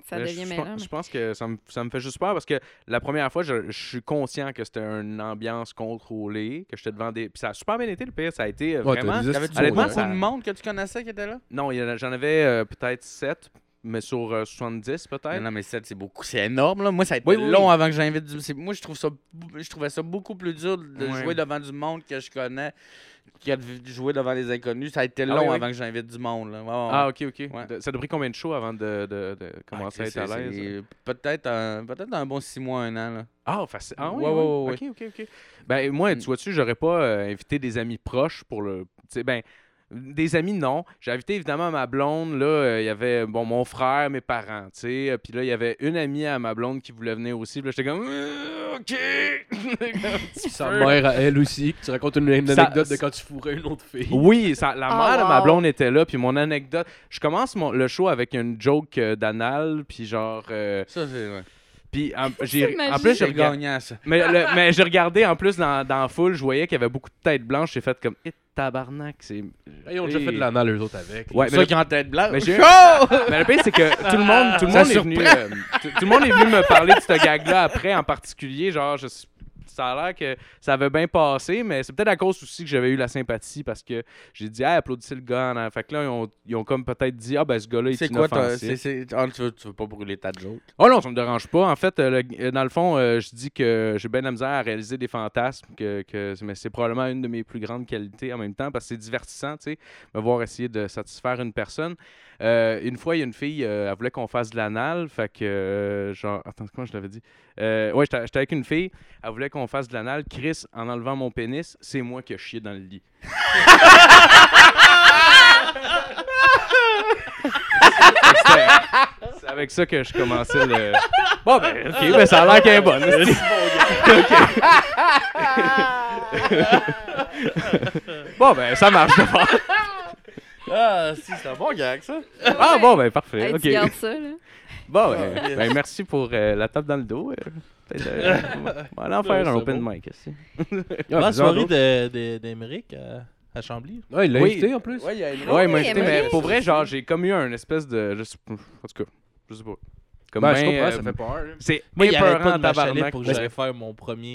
S2: Ça
S4: Mais
S2: devient
S4: je,
S2: mêlant.
S4: je pense que ça me fait juste peur parce que la première fois, je suis conscient que c'était une ambiance contrôlée, que j'étais devant des. Puis ça a super bien été, le pire. Ça a été vraiment.
S5: T'avais-tu
S4: Honnêtement,
S5: beaucoup
S4: ça-
S5: de monde que tu connaissais qui était là?
S4: Non, j'en avais peut-être 7, mais sur 70 peut-être.
S5: Non, mais 7, c'est beaucoup. C'est énorme, là. Moi, ça a été
S4: Oui, oui,
S5: long
S4: oui.
S5: avant que j'invite Moi, je trouvais ça beaucoup plus dur de
S4: Ouais.
S5: jouer devant du monde que je connais que de jouer devant des inconnus. Ça a été
S4: Ah
S5: long
S4: oui, oui.
S5: avant que j'invite du monde, là. Ouais, ouais,
S4: Ah,
S5: ouais.
S4: ok.
S5: Ouais.
S4: Ça t'a pris combien de shows avant de commencer à être à l'aise?
S5: Peut-être un bon 6 mois, 1 an, là.
S4: Ah, facile. Ah, oui,
S5: Ouais, ouais, ouais,
S4: Ok. Ben, moi, tu vois-tu, j'aurais pas invité des amis proches pour le. Tu sais, ben, des amis, non. J'ai invité évidemment ma blonde. Là, il y avait mon frère, mes parents, tu sais. Puis là, il y avait une amie à ma blonde qui voulait venir aussi. Puis là, j'étais comme, OK.
S3: Sa mère, à elle aussi, que tu racontes une
S4: Ça-
S3: anecdote de quand tu fourrais une autre fille.
S4: Oui, la
S2: Ah,
S4: mère de ma
S2: wow.
S4: blonde était là. Puis mon anecdote. Je commence le show avec une joke d'anal. Puis genre.
S5: Ça, c'est. Ouais.
S4: Puis en
S2: magique.
S4: plus,
S5: C'est gagnant, ça.
S4: mais j'ai regardé en plus dans la foule, je voyais qu'il y avait beaucoup de têtes blanches. J'ai fait comme, tabarnak, c'est.
S3: Ils ont déjà fait de l'anal, eux autres, avec.
S4: Ouais,
S5: Ceux qui ont tête blanche.
S4: Mais mais le pire, c'est que tout le monde
S5: Ça
S4: est venu. Tout le monde est venu me parler de ce gag-là après, en particulier. Genre, ça a l'air que ça avait bien passé, mais c'est peut-être à cause aussi que j'avais eu la sympathie parce que j'ai dit, hey, applaudissez le gars. En... Fait que là, ils ont comme peut-être dit, ah, ben ce gars-là, il est
S5: C'est quoi,
S4: inoffensif.
S5: tu veux pas brûler ta joke?
S4: Oh non, ça me dérange pas. En fait, dans le fond, je dis que j'ai bien de la misère à réaliser des fantasmes, mais c'est probablement une de mes plus grandes qualités en même temps parce que c'est divertissant, tu sais, me voir essayer de satisfaire une personne. Une fois, il y a une fille, elle voulait qu'on fasse de l'anal, fait que, genre, attends, comment je l'avais dit? Ouais, j'étais avec une fille, elle voulait qu'on fasse de l'anal. Chris, en enlevant mon pénis, c'est moi qui ai chié dans le lit. C'est avec ça que je commençais le. Bon, ben, ok, ben, ça a l'air qu'elle est bonne. Bon, ben, ça marche de faire.
S5: Ah, si, c'est un bon gag, ça.
S4: Ah, bon, ben, parfait.
S2: Hey,
S4: Ok.
S2: tu gardes ça, là.
S4: Bon, ben, merci pour la tape dans le dos. On va aller en faire
S6: c'est
S4: un open
S6: beau.
S4: mic ici.
S6: La soirée d'Émeric à Chambly.
S3: Ouais, il l'a
S4: Oui.
S3: invité en plus.
S5: Ouais, il y a une
S4: Ouais, il m'a
S2: Oui,
S4: invité, mais
S2: Émeric.
S4: pour vrai, genre, j'ai comme eu un espèce de. En tout cas, je sais pas. Comme
S3: Ben, je
S4: ben,
S3: comprends, ça fait peur.
S4: C'est
S6: Moi, il arrête
S4: épeurant
S6: pas de m'achaler
S4: tabarnak.
S6: pour que j'aille faire mon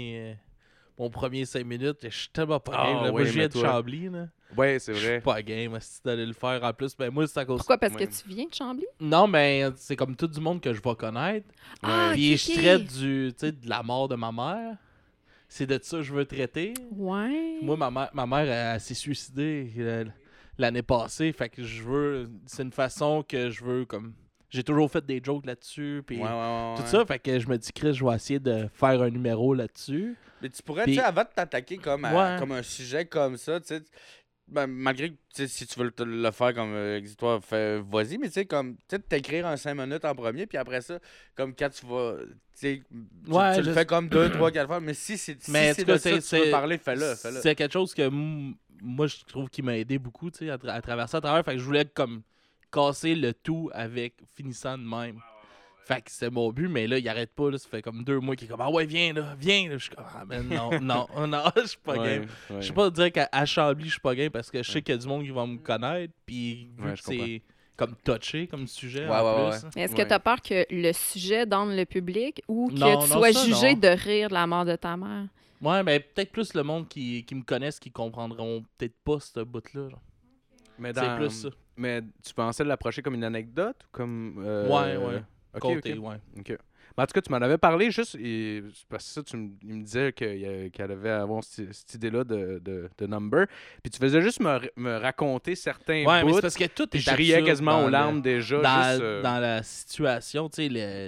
S6: premier 5 minutes. Je suis tellement pas
S4: Ah,
S6: game. Là. Moi,
S4: oui,
S6: je viens
S4: mais
S6: de
S4: toi.
S6: Chambly. Là.
S4: Ouais, c'est
S6: Je suis
S4: vrai.
S6: pas game d'aller le faire en plus. Ben, moi, c'est à cause.
S2: Pourquoi? Parce
S4: Ouais.
S2: que tu viens de Chambly?
S6: Non, mais c'est comme tout du monde que je vais connaître.
S2: Ah,
S6: Puis
S2: ok,
S6: je
S2: ok.
S6: traite tu sais, de la mort de ma mère. C'est de ça que je veux traiter.
S2: Ouais.
S6: Moi, ma mère, elle s'est suicidée l'année passée. Fait que je veux. C'est une façon que je veux comme. J'ai toujours fait des jokes là-dessus. Puis
S5: Ouais.
S6: tout ça. Fait que je me dis, Chris, je vais essayer de faire un numéro là-dessus.
S5: Mais tu pourrais,
S6: Puis-
S5: tu sais, avant de t'attaquer comme,
S6: Ouais.
S5: comme un sujet comme ça, tu sais, ben, malgré que, tu sais, si tu veux le faire comme toi, vas-y, mais tu sais, comme, tu sais, t'écrire en 5 minutes en premier, puis après ça, comme quand tu vas, tu sais,
S6: Ouais,
S5: tu le fais comme 2, 3, 4 fois, mais si c'est
S6: Mais en
S5: si
S6: tout cas,
S5: de ça que tu veux parler, fais-le.
S6: C'est quelque chose que moi, je trouve qui m'a aidé beaucoup, tu sais, à traverser à travers. Fait que je voulais comme casser le tout avec finissant de même. Fait que c'est mon but, mais là, il arrête pas. Là, ça fait comme 2 mois qu'il est comme, ah ouais, viens là. Je suis comme, ah man, non, je suis pas game. Je sais pas dire qu'à Chambly, je suis pas game parce que je sais qu'il y a du monde qui va me connaître. Puis vu
S4: Ouais,
S6: que
S4: je comprends.
S6: c'est comme touché comme sujet
S5: Ouais,
S6: en
S5: ouais,
S6: plus.
S2: Mais est-ce que tu as peur que le sujet donne le public ou que
S6: Non,
S2: tu
S6: non,
S2: sois
S6: ça,
S2: jugé
S6: non.
S2: de rire de la mort de ta mère?
S6: Ouais, mais peut-être plus le monde qui me connaissent qui comprendront peut-être pas ce bout-là. genre.
S4: Mais
S6: C'est plus ça.
S4: Mais tu pensais l'approcher comme une anecdote ou comme.
S6: Ouais.
S4: Ok,
S6: Côté,
S4: ok.
S6: ouais.
S4: Ok. Mais en tout cas, tu m'en avais parlé juste. C'est parce que ça, il me disait qu'elle avait avoir cette idée-là de number. Puis tu faisais juste me raconter certains
S6: Ouais, mais
S4: bouts.
S6: c'est parce que tout est
S4: Puis je riais
S6: absurde
S4: quasiment
S6: dans
S4: aux
S6: le-
S4: larmes déjà.
S6: dans,
S4: juste,
S6: dans la situation, tu sais,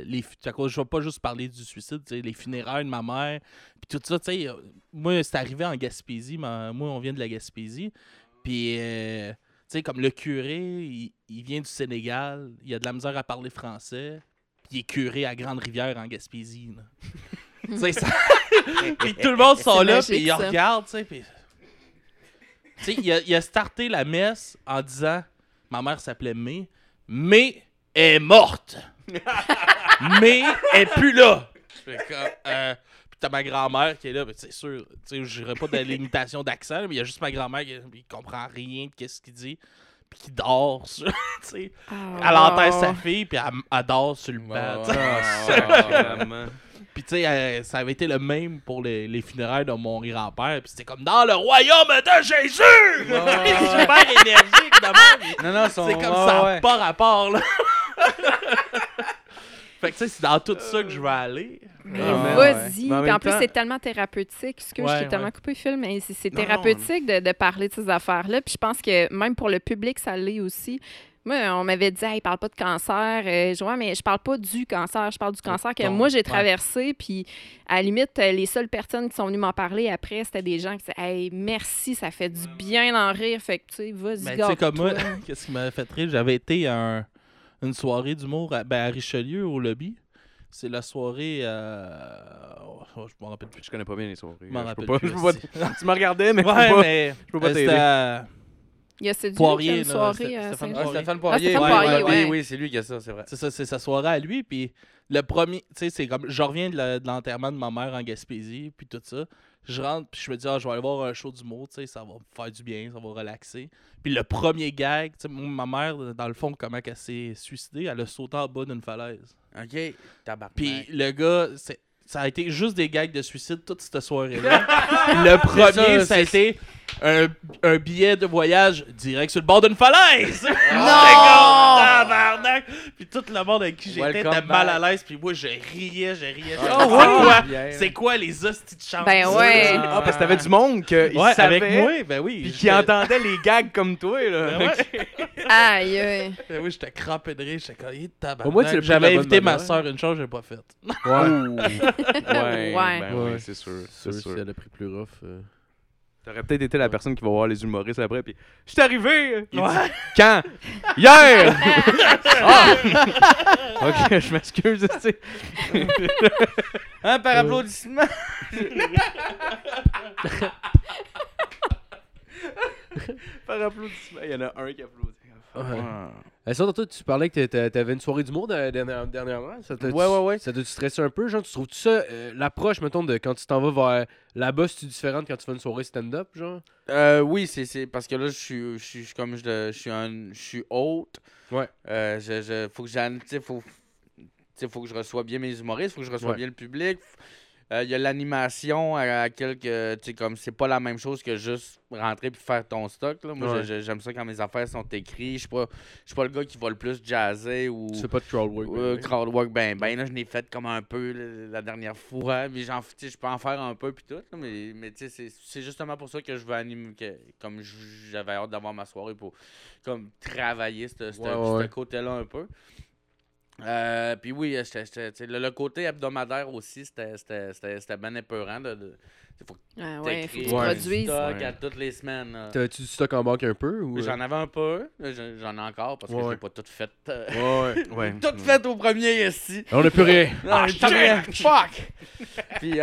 S6: à cause, je vais pas juste parler du suicide, tu sais, les funérailles de ma mère, puis tout ça, tu sais, moi, c'est arrivé en Gaspésie, moi, on vient de la Gaspésie, puis, tu sais, comme le curé, il vient du Sénégal, il a de la misère à parler français, puis il est curé à Grande-Rivière en Gaspésie, là. Tu sais, ça... puis tout le monde sont
S2: C'est
S6: là,
S2: magique,
S6: puis ils
S2: ça.
S6: regardent, tu sais, puis... Tu sais, il a starté la messe en disant, ma mère s'appelait mais est morte. Mais est plus là. Je fais comme, puis t'as ma grand-mère qui est là, mais c'est sûr, tu sais, j'irai pas de l'imitation d'accent, mais il y a juste ma grand-mère qui comprend rien de ce qu'il dit. puis qui dort sur, tu sais.
S2: Ah,
S6: Elle enterre
S2: wow.
S6: sa fille, puis elle dort sur le banc. tu sais.
S4: Vraiment.
S6: Puis tu sais, ça avait été le même pour les funérailles de mon grand-père. Puis c'était comme dans le royaume de Jésus! C'est super énergique de même.
S5: Non,
S6: C'est comme ça, n'a pas rapport, là. Fait que tu sais, c'est dans tout ça que je vais aller.
S2: Mais
S4: man,
S2: vas-y.
S4: Mais en
S2: Puis
S4: même
S2: en plus,
S4: temps-
S2: c'est tellement thérapeutique. Excuse, je
S6: Ouais,
S2: t'ai tellement
S6: ouais.
S2: coupé, Phil, mais c'est
S4: Non,
S2: thérapeutique de parler de ces affaires-là. Puis je pense que même pour le public, ça l'est aussi. Moi, on m'avait dit, hey, parle pas de cancer. Je dis, ouais, mais je parle pas du cancer. Je parle du cancer que
S6: ton-
S2: moi, j'ai
S6: ouais.
S2: traversé. Puis à la limite, les seules personnes qui sont venues m'en parler après, c'était des gens qui disaient, hey, merci, ça fait du bien d'en rire. Fait que, tu sais, vas-y,
S6: Mais tu sais, comme moi,
S2: garde-toi.
S6: qu'est-ce qui m'avait fait rire? J'avais été à une soirée d'humour à Richelieu, au lobby. C'est la soirée. Je m'en rappelle plus.
S4: Je connais pas bien les soirées.
S6: Je m'en
S4: Je
S6: rappelle
S4: peux pas-
S6: plus.
S4: je peux pas- Tu me regardais, mais
S6: Ouais,
S4: je peux pas.
S6: mais.
S4: Je peux pas
S6: C'était
S4: t'aider.
S6: à
S2: Il y a Cédric,
S6: Poirier,
S2: qui a une
S6: là,
S2: soirée à
S6: Stéphane
S2: Saint-Jean.
S5: Stéphane
S2: Ah,
S5: Poirier.
S2: Stéphane
S6: Ouais,
S2: Poirier, ouais.
S5: Oui, c'est lui qui a ça, c'est vrai.
S6: C'est ça, c'est sa soirée à lui. Puis le premier, tu sais, c'est comme. Je reviens de l'enterrement de ma mère en Gaspésie, puis tout ça. Je rentre, puis je me dis, je vais aller voir un show d'humour, tu sais, ça va me faire du bien, ça va relaxer. Puis le premier gag, tu sais, ma mère, dans le fond, comment elle s'est suicidée, elle a sauté en bas d'une falaise.
S5: OK, tabarnak.
S6: Puis le gars, ça a été juste des gags de suicide toute cette soirée-là. Le premier, ça a été un billet de voyage direct sur le bord d'une falaise. Tabarnak! Puis tout le monde avec qui j'étais
S5: Welcome
S6: était mal à
S5: back.
S6: l'aise. Puis moi, je riais.
S5: ouais?
S6: C'est quoi les hosties de chance?
S2: Ben ouais.
S4: Ah, parce que t'avais du monde qui
S6: Ouais,
S4: savait,
S6: avec moi, ben oui.
S4: puis qui
S6: j'étais-
S4: entendait les gags comme toi, là.
S6: Ben ouais.
S2: Aïe, aïe.
S6: Ben oui, j'étais crampé de rire. J'étais comme, tabarnak.
S3: Au moins, tu l'as pris de
S6: J'avais
S3: la bonne
S6: invité ma
S3: manière.
S6: soeur une chose, j'ai pas faite.
S3: Ouais.
S4: Ouais,
S2: Ouais.
S4: ben
S3: Ouais.
S4: oui, c'est sûr.
S3: C'est
S4: C'est
S3: sûr,
S4: sûr.
S3: si elle a pris plus rough.
S4: T'aurais peut-être été la personne qui va voir les humoristes après, puis je suis arrivé! Il dit,
S6: Ouais.
S4: quand? Hier! Ah! Ok, je m'excuse, tu sais.
S5: Hein, par applaudissement.
S4: Par applaudissement, il y en a un qui applaudit.
S3: Ouais. Ça, toi, tu parlais que t'avais une soirée d'humour dernièrement.
S5: Ouais.
S3: Ça t'a stressé un peu, genre? Tu trouves ça, l'approche, mettons, de quand tu t'en vas vers là-bas, c'est-tu différente quand tu fais une soirée stand-up, genre?
S5: Oui, c'est parce que là, je suis comme je suis hôte.
S3: Ouais.
S5: Faut que j'aille, tu sais, faut que je reçoive bien mes humoristes, faut que je reçoive
S3: Ouais.
S5: bien le public. Il y a l'animation à quelques, tu sais, comme c'est pas la même chose que juste rentrer puis faire ton stock, là. Moi,
S3: Ouais.
S5: j'aime ça quand mes affaires sont écrites. Je suis pas le gars qui va le plus jazzer ou
S3: Tu fais pas de crowd work.
S5: crowdwork. Ben là, je l'ai fait comme un peu la dernière fois, mais tu sais, je peux en faire un peu puis tout, là, mais tu sais, c'est justement pour ça que je veux animer, comme j'avais hâte d'avoir ma soirée pour comme travailler ce côté-là un peu. Puis oui, tu sais, le côté hebdomadaire aussi, c'était bien épeurant. Faut que
S2: Ah ouais, faut que
S5: t'écrives
S2: tu
S3: Ouais.
S5: du
S2: produises.
S5: stock
S4: Ouais.
S5: à toutes les semaines. là.
S3: T'as-tu du stock en banque un peu? Ou...
S5: J'en avais un peu, j'en ai encore parce que je
S3: Ouais.
S5: l'ai pas tout fait.
S3: Ouais.
S4: Ouais.
S5: Tout fait au premier ici.
S3: On a plus rien.
S5: Ah, fuck! Puis,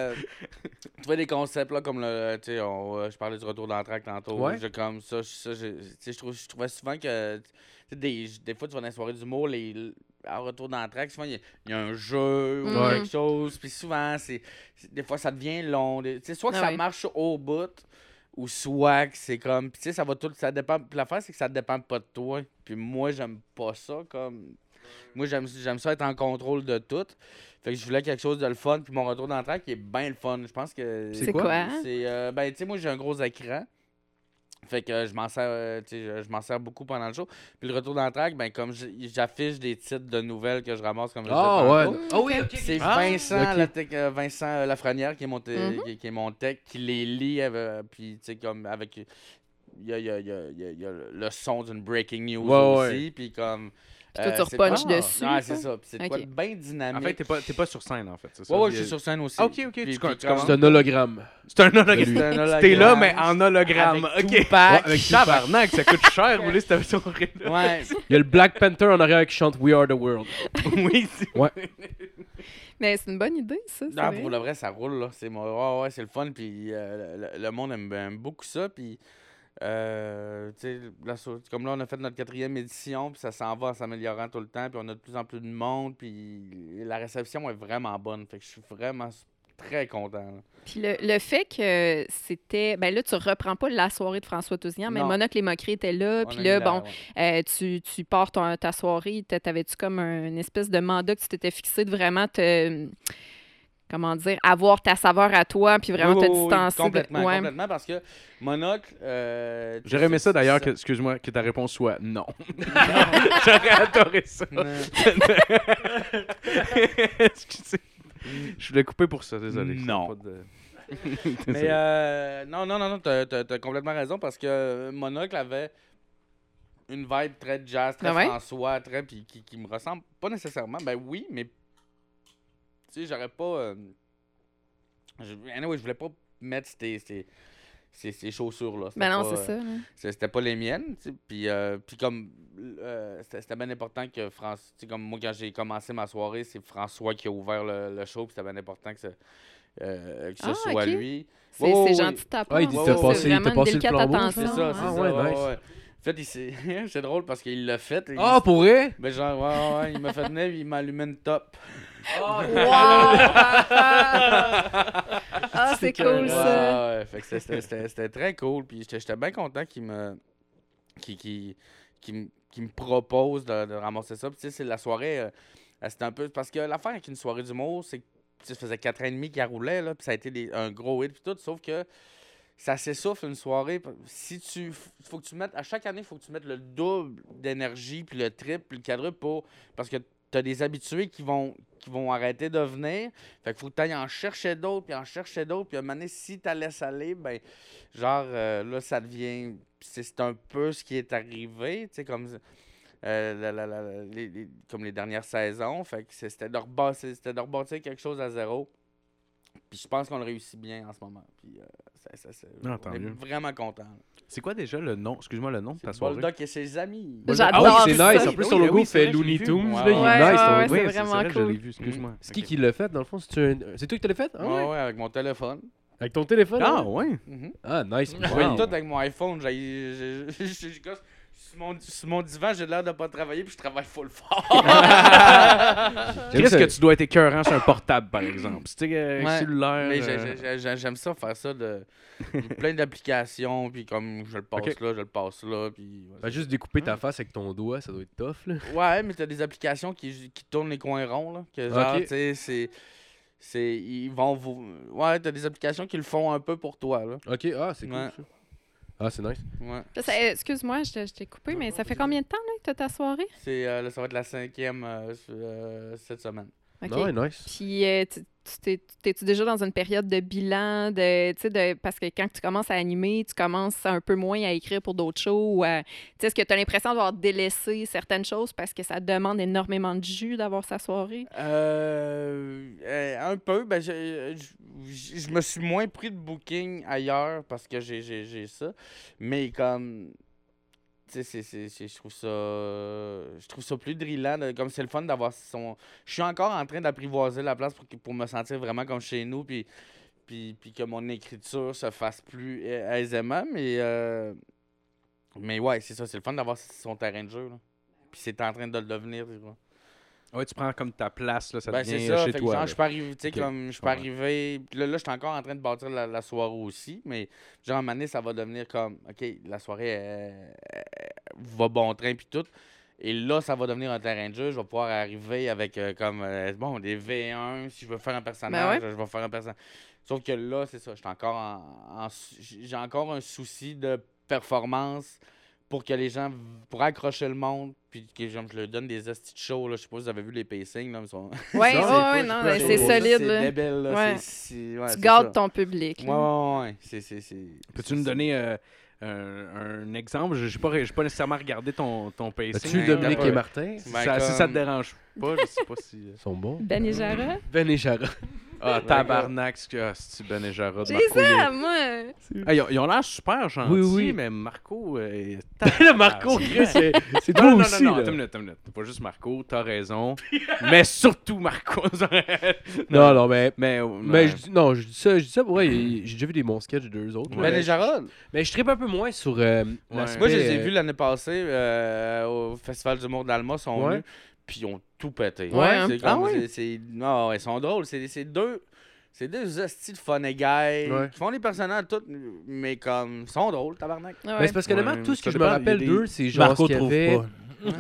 S5: tu vois des concepts là, comme le. Tu sais, je parlais du retour d'entraque tantôt.
S3: Ouais.
S5: Comme ça, je trouvais souvent que. Tu sais, des fois, tu vas dans les soirées d'humour, à retour d'entraque, souvent, il y a un jeu ou
S2: Ouais.
S5: quelque chose. Puis souvent, des fois, ça devient long. Tu sais, soit que
S2: Ah
S5: ça
S2: ouais.
S5: marche au bout, ou soit que c'est comme. Puis, tu sais, ça va tout. Ça dépend. Puis, l'affaire, c'est que ça dépend pas de toi. Puis, moi, j'aime pas ça. Comme. Moi, j'aime ça être en contrôle de tout. Fait que je voulais quelque chose de le fun. Puis mon retour d'entraque qui est bien le fun. Je pense que.
S3: C'est
S2: C'est
S3: quoi?
S2: quoi?
S5: C'est. Ben, tu sais, moi, j'ai un gros écran. Fait que je m'en sers, tu sais, je m'en sers beaucoup pendant le show. Puis le retour d'entraque, ben, comme j'affiche des titres de nouvelles que je ramasse comme je
S3: Ah
S5: disais
S3: ouais.
S5: tantôt.
S3: Ah oui, ok.
S5: C'est
S4: Ah,
S5: Vincent,
S3: ok.
S5: Vincent Lafrenière qui est mon,
S2: Mhm.
S5: qui est mon tech, qui les lit, puis tu sais, comme avec. Il y a le son d'une breaking news
S3: Ouais,
S5: aussi, puis comme.
S2: Puis toi, tu
S5: c'est
S2: repunches
S5: pas-
S2: dessus,
S5: Ouais,
S2: ça?
S5: c'est ça. Puis c'est de quoi
S2: Ok.
S5: de bien dynamique.
S4: En fait, t'es pas sur scène, en fait, c'est ça?
S5: Ouais, je suis sur scène aussi.
S4: Ah, ok, ok,
S5: Puis-
S4: tu
S5: puis
S4: commences.
S3: C'est un hologramme.
S4: C'est un
S3: Lui.
S4: hologramme.
S5: C'est un hologramme.
S4: T'es là, mais en hologramme.
S5: Avec
S4: Ok.
S5: Tupac.
S3: avec
S4: Tabarnak, ça coûte cher, rouler cette version-là.
S5: Ouais.
S3: Il y a le Black Panther en arrière qui chante We Are the World.
S4: Oui,
S2: Mais c'est une bonne idée, ça. c'est
S5: Non,
S2: vrai.
S5: pour le vrai, ça roule, là. Ouais, c'est le fun, puis le monde aime beaucoup ça, puis... tu sais, comme là, on a fait notre 4e édition, puis ça s'en va en s'améliorant tout le temps, puis on a de plus en plus de monde, puis la réception est vraiment bonne. Fait que je suis vraiment très content. Là.
S2: Puis le fait que c'était... Ben là, tu reprends pas la soirée de François Tousignan, mais
S5: Non.
S2: Monocle et Moquerie était là.
S5: On
S2: Puis
S5: a
S2: là,
S5: mis
S2: bon, tu pars ta soirée. T'avais-tu comme une espèce de mandat que tu t'étais fixé de vraiment te... Comment dire? Avoir ta saveur à toi, puis vraiment te distancer.
S5: Complètement,
S2: Ouais.
S5: complètement, parce que Monocle...
S4: J'aurais aimé ça d'ailleurs, excuse-moi, que ta réponse soit non. J'aurais adoré ça. Excusez. Je voulais couper pour ça, désolé.
S6: Non.
S4: Pas de-
S5: Mais non, t'as complètement raison, parce que Monocle avait une vibe très jazz, très
S2: Ben ouais.
S5: François, très puis qui me ressemble pas nécessairement. Ben oui, mais tu sais, j'aurais pas... Anyway, je voulais pas mettre ces chaussures-là. C'était
S2: Ben non,
S5: pas,
S2: c'est ça. Là.
S5: C'était pas les miennes, tu sais. Puis comme c'était bien important que François, tu sais, comme moi quand j'ai commencé ma soirée, c'est François qui a ouvert le show, puis c'était bien important que ce soit
S2: ok.
S5: lui.
S2: C'est
S5: Ouais, ouais,
S2: gentil de ta part.
S3: Ah, il
S5: t'a
S2: C'est
S3: passé- il t'a
S2: vraiment une
S3: passé le
S2: délicate
S3: flambeau,
S2: attention.
S5: C'est ça, c'est
S3: Ah,
S5: ça.
S3: ouais, nice.
S5: En fait, c'est drôle parce qu'il l'a fait. et
S3: Ah, pour vrai?
S5: Mais genre, ouais, il m'a fait venir, il m'a allumé une top.
S2: Wow! Ah, c'est cool, ça.
S5: Ouais, fait que c'était très cool. Puis j'étais bien content qu'il me propose de ramasser ça. Puis tu sais, c'est la soirée, c'était un peu... Parce que l'affaire avec une soirée d'humour, c'est que tu sais, ça faisait 4 ans et demi qu'elle roulait, là, puis ça a été un gros hit, puis tout, sauf que ça s'essouffle une soirée. Si faut que tu mettes... À chaque année, il faut que tu mettes le double d'énergie, puis le triple, puis le quadruple pour... Parce que t'as des habitués qui vont arrêter de venir. Fait qu'il faut que t'ailles en chercher d'autres, puis puis à un moment donné, si t'as laisses aller, ben, genre, là, ça devient... C'est un peu ce qui est arrivé, tu sais, comme... comme les dernières saisons. Fait que c'était de rebâtir quelque chose à zéro. Puis je pense qu'on le réussit bien en ce moment. Puis
S4: Ah, tant
S5: on est
S4: mieux.
S5: vraiment contents.
S4: C'est quoi déjà le nom? Excuse-moi, le nom de ta soirée?
S5: Boldock et ses amis.
S2: J'adore
S3: Ah oui, c'est
S2: ça.
S3: nice. En plus, ton
S4: Oui,
S3: logo
S4: oui, c'est
S3: fait
S4: vrai, je l'ai
S3: Looney
S4: vu.
S3: Tunes.
S5: Ouais,
S3: là, il est
S5: ouais,
S3: nice.
S2: ouais,
S3: ton
S2: ouais,
S3: logo.
S2: c'est
S4: Oui,
S2: vraiment
S4: vrai, je
S2: cool.
S4: l'ai vu, excuse-moi.
S3: C'est qui
S4: Ok.
S3: qui l'a fait, dans le fond? C'est toi qui l'as fait? Ah ouais?
S5: Ouais, avec mon téléphone.
S3: Avec ton téléphone?
S4: Ah,
S3: ouais?
S4: ouais.
S5: Mhm.
S3: Ah, nice.
S5: Je
S3: Ouais.
S5: fais tout avec mon iPhone. Je gosse. Sur mon divan, j'ai l'air de pas travailler, puis je travaille full fort.
S4: Qu'est-ce que tu dois être écœurant sur un portable, par exemple? Tu sais,
S5: Ouais,
S4: cellulaire...
S5: Mais j'aime ça faire ça de plein d'applications, puis comme je le passe
S4: Ok.
S5: là, je le passe là, puis... ouais,
S3: Ben, juste découper ta face avec ton doigt, ça doit être tough, là.
S5: Ouais, mais t'as des applications qui tournent les coins ronds, là. Que genre,
S3: Ok.
S5: tu sais, ils vont vous... Ouais, t'as des applications qui le font un peu pour toi, là.
S3: Ok, ah, c'est cool,
S5: Ouais.
S3: ça. Ah, c'est nice.
S5: Ouais.
S2: Excuse-moi, je t'ai coupé, mais ça fait combien de temps là, que tu as ta soirée?
S5: Là, ça va être la 5e cette semaine.
S2: OK.
S3: Ah, ouais, nice.
S2: Puis, t'es-tu déjà dans une période de bilan, parce que quand tu commences à animer, tu commences un peu moins à écrire pour d'autres shows. Ou est-ce que tu as l'impression d'avoir délaissé certaines choses parce que ça demande énormément de jus d'avoir sa soirée?
S5: Un peu. Ben, je me suis moins pris de booking ailleurs parce que j'ai ça. Mais comme... Tu sais, je trouve ça plus drillant. Comme c'est le fun d'avoir son... Je suis encore en train d'apprivoiser la place pour me sentir vraiment comme chez nous, puis que mon écriture se fasse plus aisément. Mais ouais, c'est ça. C'est le fun d'avoir son terrain de jeu. Là. Puis c'est en train de le devenir. Tu vois.
S4: Ouais, tu prends comme ta place, là, ça
S5: Ben,
S4: devient
S5: c'est ça.
S4: chez
S5: Fait que
S4: toi.
S5: genre,
S4: là.
S5: je peux arriver, tu sais,
S4: Ok.
S5: comme je peux
S4: Ouais.
S5: arriver. Puis là, je suis encore en train de bâtir la soirée aussi. Mais genre, à un moment donné, ça va devenir comme, OK, la soirée va bon train, puis tout. Et là, ça va devenir un terrain de jeu. Je vais pouvoir arriver avec, bon, des V1. Si je veux faire un personnage,
S2: Ben
S5: je vais faire un personnage. Sauf que là, c'est ça. J'ai encore un souci de performance pour que les gens, pour accrocher le monde, puis que genre, je leur donne des hosties de show, là. Je sais pas si vous avez vu les pacings, là, mais ils sont...
S2: Ouais,
S3: Ça,
S2: ouais,
S3: c'est
S2: non,
S3: pas-
S2: c'est
S3: c'est
S2: solide.
S5: C'est
S2: Là.
S5: débile, là.
S2: Ouais.
S5: Ouais,
S2: Tu
S5: c'est
S2: gardes
S5: ça.
S2: ton public. là.
S5: Ouais.
S4: Peux-tu nous donner un exemple? Je n'ai pas nécessairement regardé ton pacing.
S3: As-tu
S5: Ouais,
S3: Dominique
S5: t'as
S3: et
S5: pas-
S3: Martin?
S5: Ben,
S4: Si ça te
S5: comme-
S4: dérange pas, je sais pas si...
S3: Ils sont bons.
S2: Ben et Jara?
S3: Ben et Jara.
S4: Ah, tabarnak, c'est Ben et Jarrah de
S2: J'ai
S4: Marco.
S2: ça, moi!
S4: Ah, ils ont l'air super gentils,
S3: Oui.
S4: mais Marco...
S3: Le Marco, Chris, c'est toi
S4: Non,
S3: aussi,
S4: non,
S3: là.
S4: attends une minute. C'est pas juste Marco, t'as raison. Mais surtout Marco.
S3: Non, mais...
S4: Mais
S3: je dis ça, ouais, j'ai déjà vu des bons sketchs d'eux autres.
S4: Ouais.
S5: Ben et Jarod.
S3: Mais je trippe un peu moins sur l'aspect...
S5: Moi, je les ai vus l'année passée au Festival d'humour d'Alma, sont
S3: Ouais.
S5: venus, puis ils ont tout pété.
S2: Ouais, hein.
S5: C'est comme-
S4: Ah ouais?
S5: Non, ils sont drôles. C'est deux C'est des hosties de funny guys
S3: Ouais.
S5: qui font des personnages tous, mais comme, sont drôles, tabarnak.
S2: Ah ouais.
S3: Mais c'est parce que honnêtement,
S4: Ouais,
S3: tout ce
S4: ça
S3: que je me
S4: dépend,
S3: rappelle
S4: il y a des-
S3: d'eux, c'est genre
S6: Marco
S3: ce qu'il y
S6: trouve
S3: avait.
S6: pas.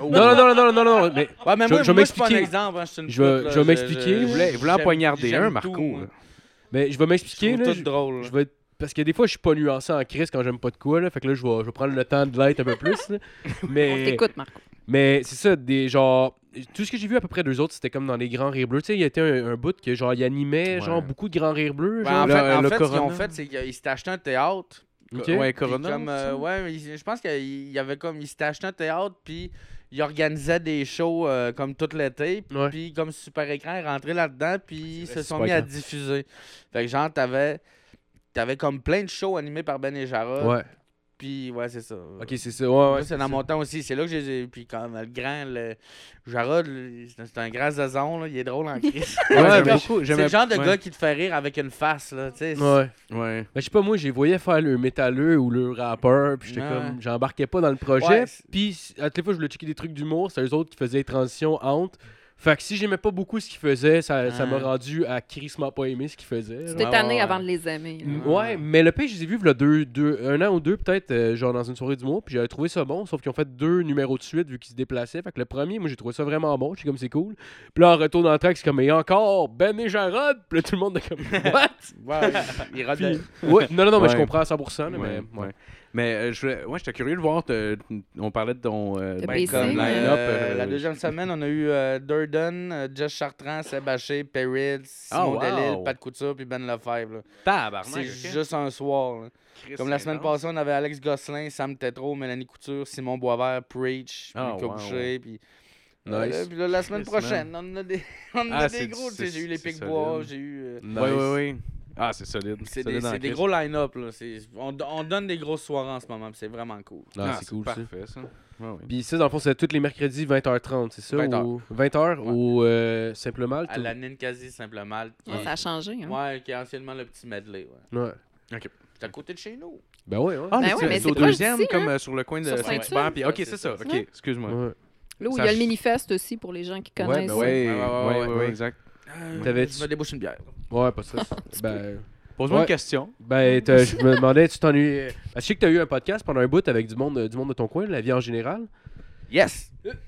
S3: Non, mais
S5: Ouais, mais
S3: Je-
S5: moi,
S3: je vais
S5: moi, je suis pas un
S3: m'expliquer.
S5: exemple. Hein, je suis une
S3: Je vais-
S5: pute, là,
S3: je vais m'expliquer.
S4: Il voulait en
S5: j'aime-
S4: poignarder
S5: j'aime
S4: un,
S5: tout,
S4: Marco.
S5: moi.
S4: là.
S3: Mais je vais
S5: Je
S3: m'expliquer,
S5: trouve
S3: là.
S5: tout drôle.
S3: Je vais être- Parce que des fois, je suis pas nuancé en crise quand j'aime pas de quoi, là. Fait que là, je vais prendre le temps de l'être un peu plus, là.
S2: On
S3: Mais.
S2: t'écoute, Marco.
S3: Mais c'est ça, des genre. Tout ce que j'ai vu à peu près d'eux autres, c'était comme dans les grands rires bleus. Tu sais, il y a été un bout que genre, il animait
S4: Ouais.
S3: genre beaucoup de grands rires bleus.
S5: Ben,
S3: Genre.
S5: en
S4: le-
S5: fait, en
S4: le
S5: fait, ce qu'ils
S4: Corona.
S5: ont fait, c'est qu'ils s'étaient acheté un théâtre.
S3: Ok.
S4: Ouais,
S5: Puis
S4: Corona.
S5: comme,
S4: c'est ça?
S5: ouais, mais je pense qu'il y avait comme, ils s'étaient acheté un théâtre, puis ils organisaient des shows comme tout l'été,
S3: Ouais.
S5: puis comme super écran, ils rentraient là-dedans, puis ils se sont
S3: super
S5: mis à
S3: écran.
S5: diffuser. Fait que genre, t'avais comme plein de shows animés par Ben et Jarod,
S3: Ouais.
S5: puis ouais, c'est ça.
S3: Ok, c'est ça. Ouais, ouais.
S5: Là, c'est dans mon temps aussi. C'est là que j'ai. Puis comme le grand, Jarod, c'est un grand zazon, là. Il est drôle en crise.
S4: Ouais,
S3: Ouais,
S4: j'aime
S3: mais-
S4: beaucoup.
S5: C'est
S4: j'aimais-
S5: le genre de
S4: ouais.
S5: gars qui te fait rire avec une face, là. Tu sais.
S3: Ouais.
S4: Ouais.
S3: Ben, je sais pas, moi, j'ai voyais faire le métalleux ou le rappeur, puis j'étais
S5: Ouais.
S3: comme, j'embarquais pas dans le projet.
S5: Ouais, c'est-
S3: Puis à toutes les fois, je voulais checker des trucs d'humour, c'est eux autres qui faisaient les transitions entre. Fait que si j'aimais pas beaucoup ce qu'ils faisaient, ça m'a
S5: Ouais.
S3: rendu à crissement pas aimer ce qu'ils faisaient.
S2: C'était
S3: genre.
S2: tanné
S5: ouais.
S2: avant de les aimer. là.
S3: Ouais, mais le pire, je les ai vus il y a un an ou deux, peut-être, genre dans une soirée d'humour, puis j'avais trouvé ça bon, sauf qu'ils ont fait 2 numéros de suite vu qu'ils se déplaçaient. Fait que le premier, moi, j'ai trouvé ça vraiment bon, j'étais comme c'est cool. Puis là, en retour dans le track, c'est comme, et encore, Ben et Jarod, puis là, tout le monde est comme, what?
S5: Ouais, il rodait.
S3: Ouais, non, mais je
S4: Ouais.
S3: comprends à 100%, là,
S4: Ouais,
S3: mais.
S4: ouais. Mais j'étais curieux de voir. On parlait de ton
S2: De
S5: Ben,
S2: BC,
S5: comme,
S4: line-up.
S5: la deuxième semaine, on a eu Durden, Jess Chartrand, Seb Haché, Perrids,
S4: Oh,
S5: Simon
S4: wow.
S5: Delille, Pat Couture, puis Ben Lefebvre. là.
S4: Tabarnak.
S5: C'est juste un soir. là. Comme la semaine passée, on avait Alex Gosselin, Sam Tétrault, Mélanie Couture, Simon Boisvert, Preach,
S4: Ah,
S5: Lucas
S4: wow.
S5: Boucher, puis...
S3: Nice.
S5: Puis là, la semaine
S4: Chris,
S5: prochaine, on a des, on a
S4: Ah,
S5: des
S4: c'est-
S5: gros. tu sais,
S4: c'est-
S5: J'ai eu les
S4: c'est
S5: Pic-Bois,
S4: solide.
S5: j'ai eu...
S3: Nice.
S4: Oui. Ah, c'est solide.
S5: C'est
S4: Solide en
S5: des
S4: Christ.
S5: gros line-up. Là. On donne des grosses soirées en ce moment, puis c'est vraiment cool.
S3: Ah, c'est cool, ça.
S4: parfait, ça. Ouais, ouais.
S3: Puis ça, dans le fond, c'est tous les mercredis 20h30, c'est ça?
S5: 20h.
S3: Ou 20h
S5: Ouais.
S3: au Simple Malte?
S5: À la Ninkasi Simple Malte.
S2: Ouais, ça a changé. Hein?
S5: Ouais, qui est anciennement le petit medley. Ouais.
S3: Ouais.
S5: C'est à côté de chez nous.
S3: Ben ouais, ouais.
S4: Ah,
S2: Ben
S4: mais
S2: ouais,
S4: c'est
S2: mais
S4: au
S2: c'est proche
S4: deuxième,
S2: d'ici,
S4: comme
S2: hein.
S4: sur le coin de
S2: Sur
S4: Saint-Hubert.
S2: Saint-Hubert.
S4: Puis, ok,
S5: Ouais,
S4: c'est
S5: c'est
S4: ça.
S5: ça.
S4: Ok, excuse-moi.
S3: Ouais.
S2: Là où
S4: Ça
S2: il y a le
S4: ch-
S2: Minifest aussi pour les gens qui connaissent.
S3: ben
S4: Ouais,
S5: ouais,
S4: ouais,
S3: ouais.
S4: exact.
S3: T'avais-tu-
S5: Je me débouche une bière.
S3: Ouais, pas ça. ben,
S4: Pose-moi
S3: Ouais.
S4: une question.
S3: je me demandais, tu t'ennuies. Je sais que t'as eu un podcast pendant un bout avec du monde de ton coin, la vie en général.
S5: Yes!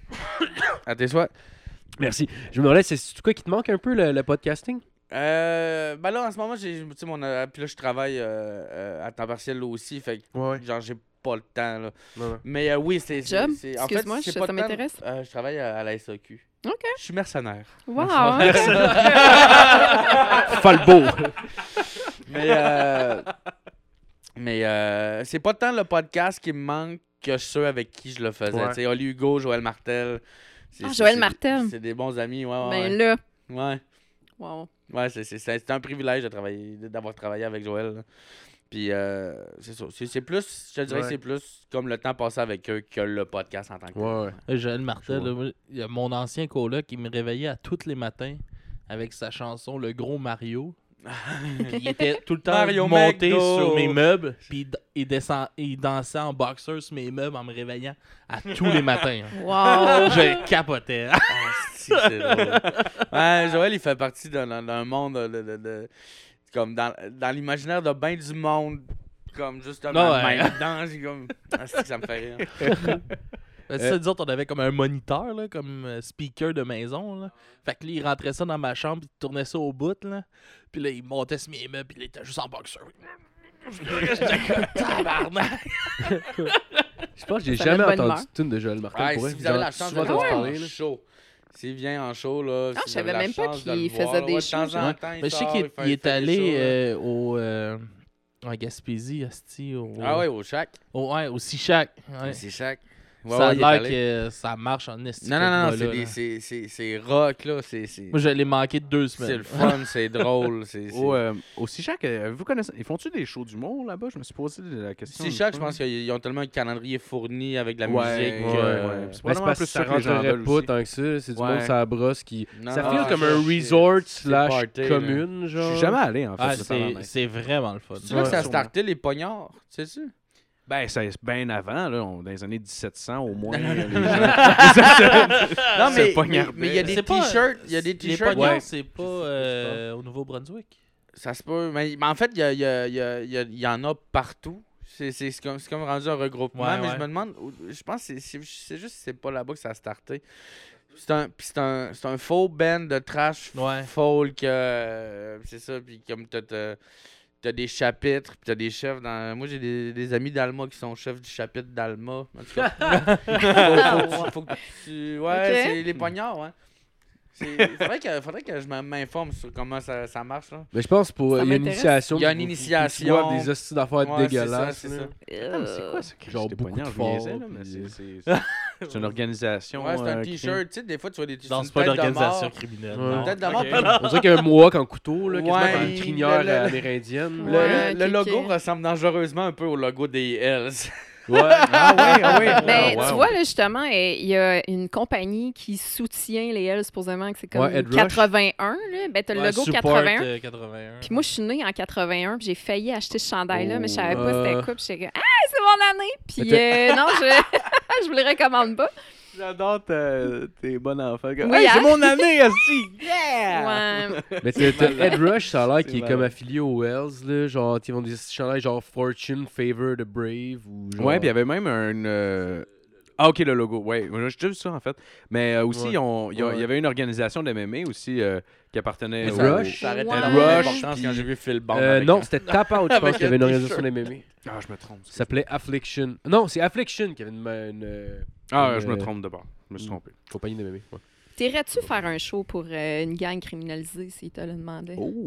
S5: À tes souhaits.
S3: Merci. Je me demandais, c'est quoi qui te manque un peu, le podcasting?
S5: Ben là, en ce moment, tu sais, puis là, je travaille à temps partiel là aussi, fait que
S3: Ouais.
S5: genre, j'ai pas le temps, là.
S3: Non.
S5: Mais oui, c'est...
S2: Job?
S5: en fait,
S2: Excuse-moi,
S5: c'est
S2: ça
S5: pas le temps-
S2: m'intéresse.
S5: Je travaille à la SAQ.
S2: OK.
S5: Je suis mercenaire.
S2: Wow!
S3: Falbo.
S5: Mais c'est pas tant le podcast qui me manque que ceux avec qui je le faisais.
S3: Ouais.
S5: Tu sais, Oli Hugo, Joël Martel.
S2: Ah, Joël Martel.
S5: C'est des bons amis, ouais.
S2: Ben là,
S5: Ouais.
S2: wow.
S5: Ouais, c'est un privilège d'avoir travaillé avec Joël. là. Puis c'est ça. C'est plus, je te dirais que
S3: Ouais.
S5: c'est plus comme le temps passé avec eux que le podcast en tant que tel.
S3: Ouais, ouais.
S6: Joël Martel,
S3: Je vois.
S6: là, moi, il y a mon ancien coloc qui me réveillait à tous les matins avec sa chanson Le Gros Mario. Puis il était tout le temps
S5: Mario
S6: monté
S5: McDo.
S6: sur mes meubles, puis il dansait en boxer sur mes meubles en me réveillant à tous les matins.
S2: Wow!
S6: Je capotais.
S5: Ah, c'est drôle. Ouais, Joël, il fait partie d'un monde comme dans l'imaginaire de bien du monde. Comme justement,
S6: Non, ouais.
S5: même dedans, j'ai comme. Ah, c'est que ça me fait rire.
S6: C'est ça, disons, on avait comme un moniteur, là, comme speaker de maison. Là. Fait que là, il rentrait ça dans ma chambre, puis il tournait ça au bout. Là. Puis là, il montait sur mes meubles, puis il était juste en boxer. J'étais comme tabarnak.
S3: Je pense que j'ai
S2: Ça
S3: jamais
S2: met de bonne
S3: entendu
S2: humeur.
S3: de tune de Joël Martel.
S5: Ouais,
S3: pour
S5: si
S3: vrai.
S5: vous avez
S3: Genre,
S5: la chance
S3: souvent
S5: de le
S3: entendu
S5: voir
S3: parler,
S5: en
S3: là.
S5: show, s'il vient en show, là.
S2: Ah,
S5: si
S2: je
S5: vous avez
S2: savais
S5: la
S2: même pas
S5: chance de
S2: qu'il
S5: le
S2: faisait
S5: voir, là,
S2: des
S5: ouais,
S2: shows,
S5: De temps en temps,
S6: Mais je sais qu'il
S5: il
S6: est
S5: fait des
S6: allé
S5: shows, là.
S6: à Gaspésie, asti,
S5: Ah ouais, au Shack.
S6: ouais, au Sichac. Ouais.
S5: C'est Shack.
S6: Ça a
S5: il est
S6: l'air
S5: allé.
S6: que ça marche en esti.
S5: Non, non, non,
S6: ce gars-là, là.
S5: c'est rock, là.
S6: Moi, je l'ai manqué de 2
S5: C'est
S6: semaines.
S5: le fun, c'est drôle.
S4: Au Sichac, vous connaissez. Ils font-tu des shows d'humour là-bas? Je me suis posé la question.
S5: Si Shack, je pense qu'ils ont tellement un calendrier fourni avec de la
S4: Ouais,
S5: musique.
S4: ouais,
S3: Ouais.
S4: ouais.
S3: Ben,
S4: C'est
S3: c'est
S4: probablement
S3: parce
S4: plus
S3: que ça
S4: ça que les gens
S3: rentrerait
S4: veulent
S3: pas
S4: aussi.
S3: tant que ça. C'est du
S4: Ouais.
S3: monde ça la brosse qui.
S5: Non,
S3: Ça
S5: non,
S3: feel comme
S5: c'est-
S3: un resort
S5: c'est
S3: slash
S5: party, là.
S3: commune,
S4: Je
S3: genre.
S4: suis jamais allé en fait.
S6: Ah,
S4: je veux dire,
S6: c'est vraiment le fun.
S5: C'est là que ça a
S4: sûrement.
S5: starté les poignards, tu sais-tu?
S4: Ben, c'est bien avant, là, dans les années 1700 au moins.
S5: Non,
S4: les gens-
S5: Non,
S4: Se
S5: mais
S4: poignarder.
S5: il y a des
S6: C'est pas-
S5: t-shirts. Il y a des
S6: Les
S5: t-shirts.
S6: pognards,
S3: ouais.
S6: c'est pas au Nouveau-Brunswick.
S5: Ça se peut. Mais en fait, il y en a partout. C'est comme rendu un regroupement.
S6: Ouais,
S5: mais
S6: ouais.
S5: je me demande, je pense que c'est juste que c'est pas là-bas que ça a starté. C'est un faux band de trash
S6: Ouais.
S5: folk. C'est ça. Puis comme t'as des chapitres, puis t'as des chefs. Moi, j'ai des amis d'Alma qui sont chefs du chapitre d'Alma. En tout cas, faut que tu... Ouais,
S2: Ok.
S5: c'est les poignards, ouais. Faudrait que je m'informe sur comment ça marche. Là.
S3: Mais je pense pour
S2: Ça
S3: il y a une
S2: m'intéresse.
S3: initiation.
S5: Il y a une
S3: faut- faut-
S5: initiation.
S3: faut que tu vois des hosties d'affaires
S5: Ouais,
S3: dégueulasses.
S5: c'est ça.
S3: là.
S4: Attends, mais c'est quoi ça?
S3: Genre
S4: des
S3: beaucoup
S4: poignards,
S3: de
S4: je niaisais,
S3: forts,
S4: là, mais
S3: puis-
S4: c'est une organisation.
S5: Ouais, c'est un
S4: qui-
S5: t-shirt. Tu sais, des fois, tu vois des t-shirts.
S6: Non, c'est pas une organisation criminelle.
S3: Ouais.
S6: non.
S5: Peut-être de mort.
S6: Ok.
S3: On dirait qu'il y a un mohawk en couteau, là, quasiment
S5: Ouais,
S3: comme une crinière
S5: le-
S3: amérindienne.
S2: Ouais.
S5: Le
S2: ok,
S5: logo
S2: ok.
S5: ressemble dangereusement un peu au logo des Hells.
S3: Ouais. Ah ouais.
S2: Ben,
S3: wow.
S2: tu vois, là, justement, il y a une compagnie qui soutient les Hells, supposément, que c'est comme
S3: Ouais, Ed Rush.
S2: 81. Là. Ben, t'as le
S6: Ouais,
S2: logo
S6: support,
S2: 81.
S6: 81.
S2: Puis moi, je suis née en 81, puis j'ai failli acheter ce chandail-là, mais je savais pas c'était
S3: Oh.
S2: quoi. Puis j'étais comme, ah, c'est mon année! Puis non, je vous le recommande pas.
S4: J'adore tes bons enfants.
S2: Oui,
S4: Hey, c'est
S2: hein?
S4: mon année, aussi! Yeah!
S2: Ouais.
S3: Mais t'as Ed Rush, ça a l'air
S4: C'est
S3: qu'il est
S4: malade.
S3: comme affilié aux Hells, là. Genre, ils vont des chandails genre Fortune, Favor the Brave ou genre.
S4: Ouais, puis il y avait même un. Ah, ok, le logo. Ouais, moi, j'ai déjà vu ça, en fait. Mais aussi,
S3: Ouais.
S4: il y
S3: Ouais.
S4: avait une organisation de MMA aussi qui appartenait
S3: Ed
S4: au.
S3: Rush?
S5: Ça arrêtait
S2: Ouais.
S5: d'avoir
S4: Rush,
S5: d'importance quand
S4: puis-
S5: j'ai vu Phil Bond.
S3: Non, c'était Tap Out, je pense
S5: avec
S3: qu'il y avait
S5: un
S3: une organisation
S5: t-shirt.
S3: d'MMA.
S4: Ah, je me trompe.
S3: Ça s'appelait Affliction. Non, c'est Affliction qui avait une
S4: Ah,
S3: une,
S4: je me
S3: euh,
S4: trompe d'abord. Je me suis trompé.
S3: compagnie d'MMA. Ouais.
S2: T'irais-tu faire un show pour une gang criminalisée s'ils te le demandaient?
S4: Oh!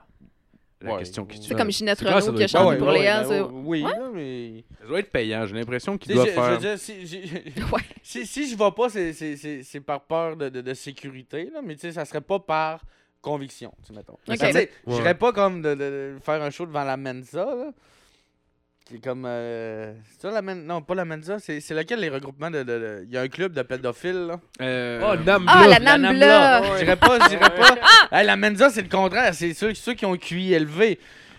S4: La
S5: Ouais.
S4: question qui
S2: C'est
S4: tue.
S2: comme Ginette
S3: C'est clair, ça
S2: Renault
S3: doit
S2: qui a
S3: être-
S2: chanté pour les Hells.
S5: Oui, là, mais.
S4: Ça doit être payant. J'ai l'impression qu'il
S5: Tu sais,
S4: doit
S5: je veux
S4: faire.
S5: dire,
S2: Ouais.
S5: si je vais pas, c'est par peur de sécurité, là, mais tu sais, ça serait pas par conviction, tu sais, mettons.
S2: Ok.
S5: Tu sais,
S3: Ouais.
S5: j'irais pas comme de faire un show devant la Mensa, là. Qui est comme. C'est ça la Mensa? Non, pas la Mensa. C'est lequel les regroupements de. Il y a un club de pédophiles, là.
S3: Oh, Nambla!
S2: Ah, la Nambla!
S5: J'irais pas. Hey, la Mensa, c'est le contraire. C'est ceux qui ont un QI élevé.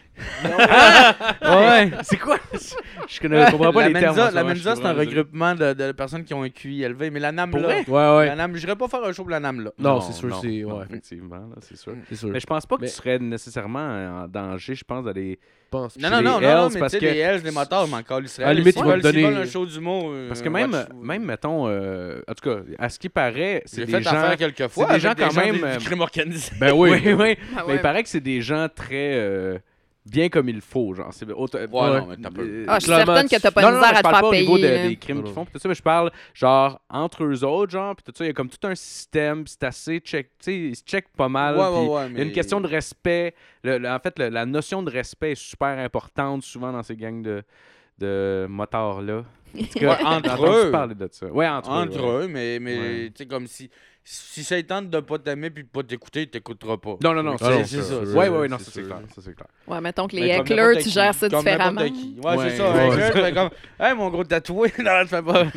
S5: Ouais.
S4: C'est quoi? Je comprends pas
S5: La
S4: les termes.
S5: Mensa,
S4: en ce
S5: la
S4: moment,
S5: Mensa,
S4: je suis
S5: c'est un
S4: vraiment désolé.
S5: regroupement de personnes qui ont un QI élevé. Mais la
S4: Pour
S5: NAMLA.
S4: vrai?
S3: Ouais, ouais.
S5: La NAM, j'irais pas faire un show pour la NAMLA.
S3: Non, c'est sûr, c'est.
S4: non,
S3: Ouais,
S4: effectivement, là, c'est sûr.
S3: c'est sûr.
S4: Mais je pense pas que
S3: Mais-
S4: tu serais nécessairement en danger, je pense, d'aller.
S3: Je pense.
S5: Non,
S4: les
S5: non, non,
S4: Hells,
S5: non, mais tu
S4: parce
S5: sais,
S4: que-
S5: les Hells, les motards, je m'en calisse.
S3: À la limite, ils vont te donner-
S5: S'ils veulent un show d'humour.
S4: Parce que même, mettons, en tout cas, à ce qui paraît, c'est
S5: J'ai
S4: des
S5: fait
S4: gens.
S5: affaire quelques fois.
S4: des
S5: avec
S4: gens quand même,
S5: du crime organisé.
S3: Ben oui.
S4: Oui, oui.
S2: Ah
S4: Mais
S2: ouais.
S4: il paraît que c'est des gens très bien comme il faut, genre. C'est
S5: non, mais t'as peu.
S2: Ah, je suis
S3: Clairement,
S2: certaine que t'as pas
S4: non,
S2: de
S4: non,
S2: misère
S4: je
S2: à te
S4: parle
S2: faire
S4: pas au niveau
S2: payer. là.
S4: des crimes
S3: Non,
S4: qu'ils
S3: non.
S4: font, pis tout ça, mais je parle genre entre eux autres, genre, pis tout ça, il y a comme tout un système, pis c'est assez check, tu sais, ils se checkent pas mal, pis il y a une question de respect. En fait, la notion de respect est super importante souvent dans ces gangs de motards-là. En tout cas,
S5: Ouais, entre
S4: j'ai entendu
S5: eux.
S4: parler de ça. Ouais, entre eux. ouais.
S5: eux, mais
S4: Ouais.
S5: tu sais, comme si ça il tente de pas t'aimer puis de pas t'écouter, il t'écoutera pas.
S4: Non, non, non,
S3: Ah non,
S5: c'est ça.
S4: Ouais, ouais, non, ça c'est
S5: sûr.
S4: clair. Ça, c'est clair.
S2: Ouais, mettons que
S5: Mais
S2: les
S5: comme
S2: hecklers,
S5: n'importe
S2: tu
S5: qui,
S2: gères ça
S5: comme
S2: différemment.
S5: n'importe qui. Ouais,
S4: Ouais.
S5: c'est ça.
S3: Ouais.
S5: Un heckler, tu fais comme, hey, mon gros tatoué. Non, tu fais pas.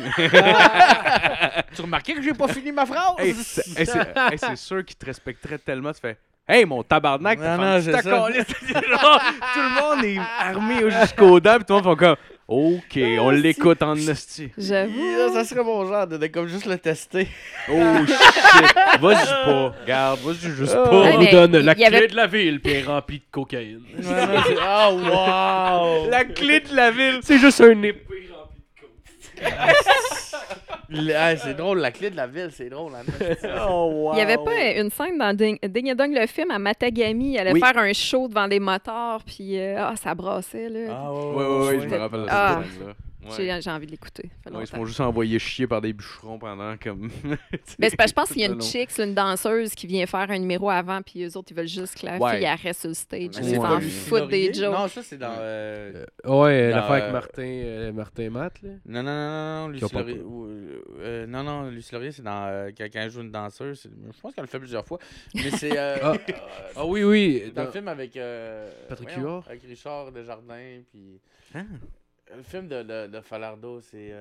S5: Tu remarquais que j'ai pas fini ma phrase?
S4: Hey, c'est sûr qu'ils te respecteraient tellement. Tu fais Hey, mon tabarnak,
S5: Non,
S4: t'as
S5: non,
S4: fait
S5: c'est
S4: ta
S5: ça.
S4: calisse. Genre, tout le monde est armé jusqu'aux dents, puis tout le monde fait comme OK, on l'écoute en esti.
S2: J'avoue.
S5: Yeah, ça serait mon genre de comme juste le tester.
S4: Oh shit, vas-y pas. Regarde, vas-y juste
S5: Oh.
S4: pas.
S3: On
S2: Ouais,
S3: nous
S2: mais
S3: donne la
S2: il y avait-
S3: clé de la ville, puis elle est remplie de cocaïne.
S5: Oh, wow!
S4: La clé de la ville.
S3: C'est juste un épée remplie de cocaïne.
S5: C'est drôle, la clé de la ville, c'est drôle. Hein.
S4: Oh wow.
S2: Il n'y avait pas une scène dans Ding et Dong le film à Matagami. Il allait
S4: Oui.
S2: faire un show devant des motards, puis ça brassait. Là.
S4: Ouais, je me rappelle de
S2: Ah.
S4: cette scène-là.
S2: J'ai envie de l'écouter. Ça fait
S4: Ouais, ils se
S2: longtemps.
S4: font juste envoyer chier par des bûcherons pendant comme.
S2: Ben, c'est parce que je pense qu'il y a
S4: tout
S2: une
S4: le long.
S2: chick, c'est une danseuse qui vient faire un numéro avant, puis eux autres, ils veulent juste que la
S4: Ouais.
S2: fille arrête sur le stage.
S5: Mais
S2: Ils
S5: c'est
S2: s'en
S5: pas
S2: foutent des jokes.
S5: Non, ça, c'est dans.
S3: Ouais,
S5: Dans,
S3: l'affaire avec Martin et Matt, là.
S5: Non,
S3: Qui
S5: Lucie
S3: a pas
S5: Laurier. Non, Lucie Laurier, c'est dans. Quand elle joue une danseuse. Je pense qu'elle le fait plusieurs fois. Mais c'est.
S3: Ah oui, oui.
S5: Dans le film avec.
S3: Patrick
S5: voyons,
S3: Huard?
S5: Avec Richard Desjardins. Puis.
S4: Hein?
S5: Le film de Falardo, c'est.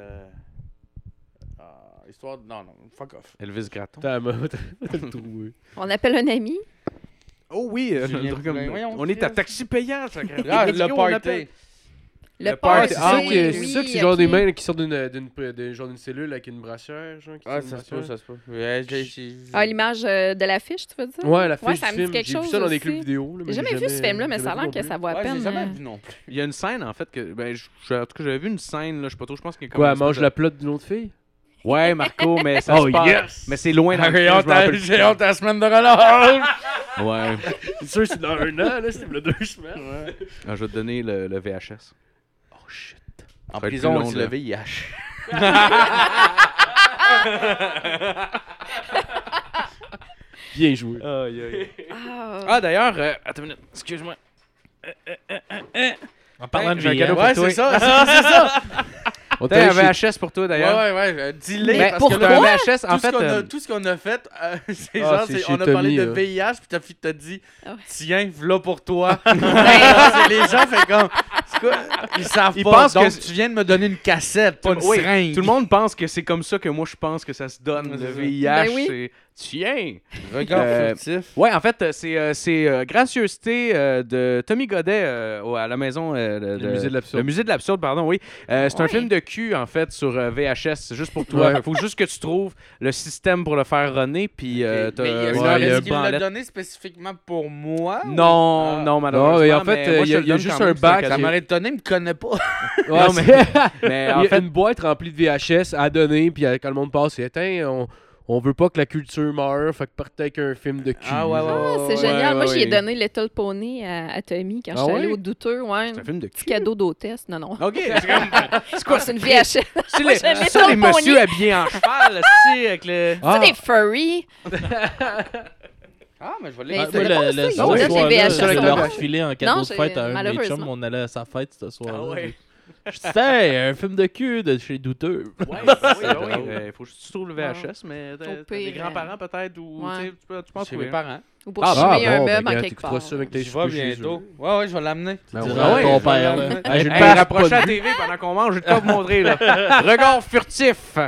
S5: Histoire de. Non, fuck off.
S4: Elvis Gratton.
S3: T'as le trouvé.
S2: On appelle un ami.
S4: Oh oui,
S5: Julien
S4: un truc comme-
S5: Poulain. Voyons,
S4: on est à
S5: Chris.
S4: taxi payant, ça.
S5: Ah,
S4: Let's
S5: le
S4: go, on appelle.
S5: party.
S2: Le
S5: party.
S2: party.
S3: Ah, ok, c'est
S2: oui,
S3: ça que c'est genre
S2: ok.
S3: des mains là, qui sortent d'une cellule avec une brassière, genre. Qui
S5: Ah,
S3: tire une
S5: ça se peut,
S3: brassière.
S5: ça se peut. Ouais,
S2: Ah, l'image de l'affiche, tu veux dire?
S3: Ouais, la fiche
S2: Ouais,
S3: du
S2: ça me dit
S3: film.
S2: quelque
S3: J'ai vu
S2: chose
S3: ça dans des
S2: aussi.
S3: clubs vidéo. là, mais
S2: J'ai jamais vu ce film-là, mais ça a l'air que ça vaut à
S5: Ouais, j'ai
S2: peine.
S5: jamais vu non plus.
S4: Il y a une scène, en fait, que. Ben, en tout cas, j'avais vu une scène, là, je sais pas trop, je pense qu'il y a comme
S3: Quoi,
S4: une
S3: elle mange
S4: espèce
S3: la plotte d'une autre fille?
S4: de- Ouais, Marco, mais ça
S3: Oh,
S4: se passe.
S3: yes!
S4: Mais c'est loin dans le
S5: J'ai
S4: film, je me rappelle
S5: j'ai hâte à la semaine de relâche.
S4: plus. Ouais.
S3: C'est sûr, c'est dans un an, là, c'est 2 semaines.
S4: Ah, je vais te donner le VHS.
S3: Oh shit.
S5: En
S4: Ça va être
S5: prison,
S4: plus
S5: on
S4: long,
S5: dit
S4: là.
S5: le VIH.
S3: Bien joué.
S4: Aïe, aïe.
S2: Ah.
S4: Ah, d'ailleurs, attends une minute, excuse-moi.
S6: En parlant de
S4: J'ai un cadeau
S6: VIH,
S4: pour
S5: Ouais,
S4: toi.
S5: c'est ça, c'est ça.
S3: On
S4: T'as un
S3: t'a
S4: VHS pour toi, d'ailleurs.
S5: Ouais, dis-le.
S2: Mais
S5: Parce que
S2: pourquoi?
S5: là,
S4: Un VHS, en
S5: tout, ce
S4: fait.
S5: qu'on a, tout ce qu'on a fait, c'est
S3: Ah,
S5: genre,
S3: c'est chez
S5: on a parlé
S3: Tommy,
S5: de
S3: là.
S5: VIH, puis ta fille t'a dit,
S2: Ah ouais.
S5: tiens, voilà pour toi.
S2: Ben,
S5: Les gens font comme, c'est quoi? Ils savent
S4: Ils
S5: pas.
S4: pensent
S5: Donc,
S4: que-
S5: tu viens de me donner une cassette, pas une
S4: Oui,
S5: seringue.
S4: tout le monde pense que c'est comme ça que moi je pense que ça se donne,
S5: Ouais,
S4: le
S5: c'est ça.
S4: VIH.
S2: Ben oui.
S4: C'est tiens.
S5: Regarde
S4: Euh,
S5: furtif.
S4: Ouais, en fait, c'est gracieuseté de Tommy Godet à la maison.
S3: Le musée de l'absurde.
S4: Le musée de l'absurde, pardon, oui. C'est un
S2: Ouais.
S4: film de cul, en fait, sur VHS. C'est juste pour toi.
S3: Ouais.
S4: Il faut juste que tu trouves le système pour le faire runner. Puis, t'as
S5: Mais
S4: une
S3: ouais,
S4: heure
S3: il y a
S4: et
S5: est-ce
S3: un
S4: demie
S5: qu'il l'a
S4: branlette.
S5: donné spécifiquement pour moi?
S4: Non,
S5: Ah.
S4: non, malheureusement.
S3: Non, mais en fait,
S4: moi,
S3: il y
S4: je
S3: a
S4: te le donne
S3: juste
S4: quand
S3: un
S4: même, c'est
S3: bac.
S5: Ça
S4: cadeau.
S5: m'aurait étonné, il me connaît pas.
S3: Ouais,
S4: Non, mais en
S3: il y a
S4: fait,
S3: une boîte remplie de VHS à donner, puis quand le monde passe, c'est éteint, on veut pas que la culture meure, fait que partez avec un film de cul.
S5: Ah, ouais,
S3: genre.
S2: c'est
S5: ouais,
S2: génial. Moi,
S4: ouais,
S2: j'y ai
S4: ouais.
S2: donné Little Pony à Tommy quand
S3: Ah
S2: j'étais allée
S3: ouais?
S2: au douteux. Ouais.
S4: c'est un film de
S2: Petit
S4: cul.
S2: cadeau d'hôtesse. Non, non.
S4: Ok, c'est comme.
S2: C'est quoi? C'est une VHS.
S4: C'est
S2: Moi,
S4: les,
S2: j'aime
S4: ça, les
S2: Little
S4: messieurs
S2: Pony.
S4: habillés en cheval, tu sais, avec le.
S3: Ah,
S2: C'est des furries.
S5: Ah, mais je vais
S2: Mais
S5: les
S2: c'est
S6: Moi,
S2: pas
S6: le
S2: ça, ils
S3: ont des
S6: soir-là,
S2: VHS
S6: je
S3: au
S6: leur
S3: monde.
S6: filé un cadeau
S2: Non,
S6: de fête à un de mes
S2: malheureusement.
S6: chums. On allait à sa fête ce soir-là.
S4: Ah ouais.
S6: Je disais, hey, un film de cul de chez Douteux.
S4: Ouais, il faut juste que tu trouves le VHS, mais t'as
S2: Au
S4: t'as des
S2: pire,
S4: grands-parents peut-être, ou
S2: ouais.
S4: tu sais, tu penses
S5: Chez mes
S4: trouver.
S5: parents.
S2: Ou pour
S3: Ah,
S2: chimer un
S3: bon,
S2: meuble
S3: ben,
S2: en
S3: gars,
S2: quelque part.
S3: t'écouteras ça avec tes
S5: Je vais
S3: souper chez
S5: bientôt.
S3: eux.
S5: Ouais, je vais l'amener.
S3: Ben
S6: Tu
S3: ouais.
S6: diras à
S4: ouais,
S6: ton
S5: je
S6: père.
S5: vais
S6: là.
S5: l'amener.
S6: Hey, j'ai une
S4: Hey,
S6: passe
S4: rapproche
S6: pas
S4: à
S6: de-
S4: la TV pendant qu'on mange, je vais pas vous montrer, là. Regard furtif.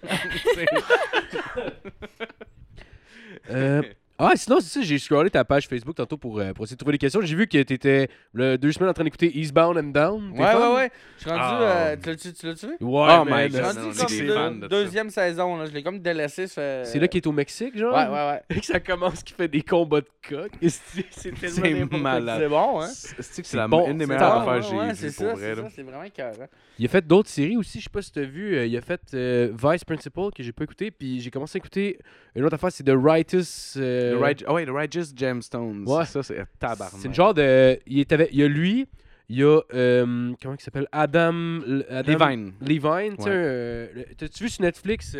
S3: Ah, sinon, c'est ça, j'ai scrollé ta page Facebook tantôt pour essayer de trouver des questions. J'ai vu que t'étais 2 semaines en train d'écouter Eastbound and Down. T'es fan?
S5: Ouais. Je suis rendu.
S4: Ah.
S5: Tu l'as-tu vu?
S3: Ouais,
S4: Oh
S3: man.
S4: my
S5: Je suis
S4: God.
S5: rendu
S4: on est
S5: comme
S4: des fans de ça.
S5: deuxième saison. Là. Je l'ai comme délaissé.
S3: C'est là qu'il est au Mexique, genre?
S5: Ouais.
S3: Et que ça commence qu'il fait des combats de coq. C'est tellement
S4: C'est
S3: n'importe quoi.
S4: malade.
S5: C'est bon, hein?
S4: C'est
S3: la- une des
S4: meilleures
S5: bon,
S4: affaires que j'ai
S5: ouais,
S4: vues
S5: c'est
S4: pour
S5: ça,
S4: vrai. là.
S5: c'est vraiment écœurant.
S3: Il a fait d'autres séries aussi, je sais pas si t'as vu. Il a fait Vice Principal que j'ai pas écouté, puis j'ai commencé à écouter une autre affaire, c'est The Righteous.
S4: The Righteous Gemstones.
S3: Ouais.
S4: Ça, c'est tabarnak.
S3: C'est une genre de. Il y a lui, il y a. Comment il s'appelle Adam.
S4: Levine.
S3: Levine, tu sais.
S4: Ouais.
S3: T'as-tu vu sur Netflix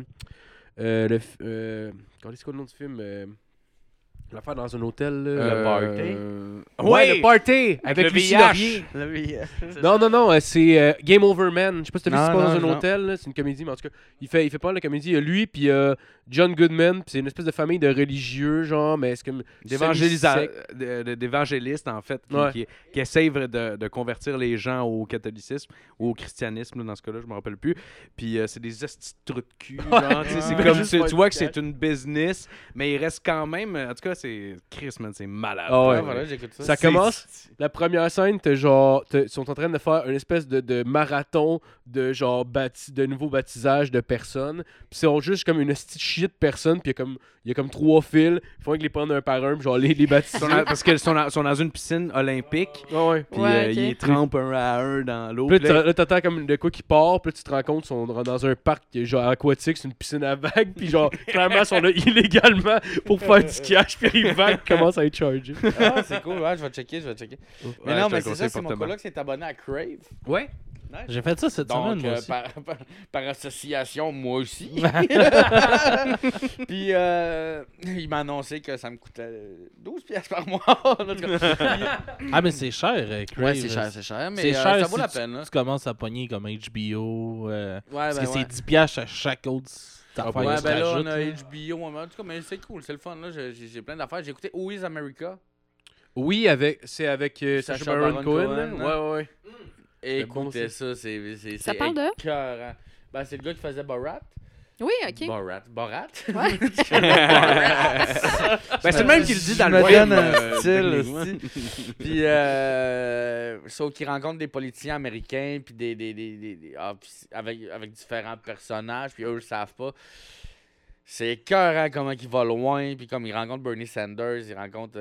S3: le. C'est quoi le nom du film L'affaire dans un hôtel. Là.
S5: Le Party?
S3: Ouais,
S4: Oui!
S3: le Party Avec
S4: le
S3: Lucie
S4: VIH.
S3: Laurier. Non, c'est Game Over Man. Je sais pas si t'as vu
S5: Non,
S3: ce qui se passe
S5: non,
S3: dans un
S5: non.
S3: hôtel, là, c'est une comédie, mais en tout cas, il fait pas mal de comédie. Il y a lui, puis John Goodman, puis c'est une espèce de famille de religieux, genre, mais c'est comme.
S4: D'évangélistes, en fait,
S3: Ouais.
S4: qui essayent de convertir les gens au catholicisme ou au christianisme, là, dans ce cas-là, je me rappelle plus. Puis c'est des hosties de trous de cul. Genre, tu sais, c'est
S3: Ouais.
S4: comme,
S3: Juste
S4: tu
S3: pour
S4: vois
S3: être
S4: que c'est
S3: cash.
S4: une business, mais il reste quand même. En tout cas, c'est Chris, man, c'est malade.
S3: Ah ouais.
S5: Ah, voilà, j'écoute ça.
S3: Ça commence. La première scène, ils sont en train de faire une espèce de marathon de genre de nouveau baptisage de personnes. Puis c'est juste comme une petite shit de personnes. Puis il y a comme 3 fils. Ils font que les prendre un par un. Puis genre les baptiser.
S4: Parce qu'ils sont dans une piscine olympique,
S3: Ah ouais.
S4: puis
S2: Ouais, ok.
S4: ils trempent un à un dans l'eau.
S3: Puis
S4: puis là,
S3: là, t'entends comme de quoi qui part. Puis là, tu te rends compte qu'ils sont dans un parc qui est genre aquatique. C'est une piscine à vagues. Puis genre, clairement, ils sont là illégalement pour faire du cash. Puis les vagues commencent à être chargées.
S5: Ah, c'est cool, ouais, je vais checker. Mais
S4: Ouais,
S5: non,
S4: je te
S5: mais
S4: le
S5: c'est ça,
S4: conseille
S5: c'est mon
S4: fortement.
S5: coloc qui s'est abonné à Crave.
S3: Ouais.
S6: J'ai fait ça cette
S5: Donc,
S6: semaine, moi aussi.
S5: par association, moi aussi. Puis, il m'a annoncé que ça me coûtait 12 pièces par mois. En tout cas.
S6: Ah, mais c'est cher, Crave.
S5: Ouais, c'est cher, mais
S6: C'est cher
S5: ça vaut
S6: si
S5: la
S6: tu-
S5: peine. Là.
S6: Tu commences à pogner comme HBO.
S5: Ouais,
S6: Parce
S5: ben,
S6: que
S5: ouais.
S6: c'est 10 piastres à chaque autre affaire
S5: Ouais,
S6: que tu
S5: ben là, on
S6: rajoutes,
S5: a
S6: là.
S5: HBO. En tout cas, mais c'est cool, c'est le fun. Là. J'ai plein d'affaires. J'ai écouté Who is America.
S3: Oui, c'est avec
S5: Sacha
S3: Sacha Baron
S5: Baron
S3: Cohen.
S5: Cohen,
S3: là. Ouais.
S5: Et
S3: C'est bon,
S5: écoutez ça, c'est
S2: Ça parle de?
S5: écœurant. Ben, c'est le gars qui faisait Borat.
S2: Oui, OK.
S5: Borat?
S2: Ouais.
S4: Ben, c'est le même qui le dit dans le
S5: me
S4: film.
S5: donne un style
S4: techniquement.
S5: aussi. Puis, sauf qu'il rencontre des politiciens américains, puis puis avec différents personnages, puis eux le savent pas. C'est écœurant comment il va loin, puis comme il rencontre Bernie Sanders, il rencontre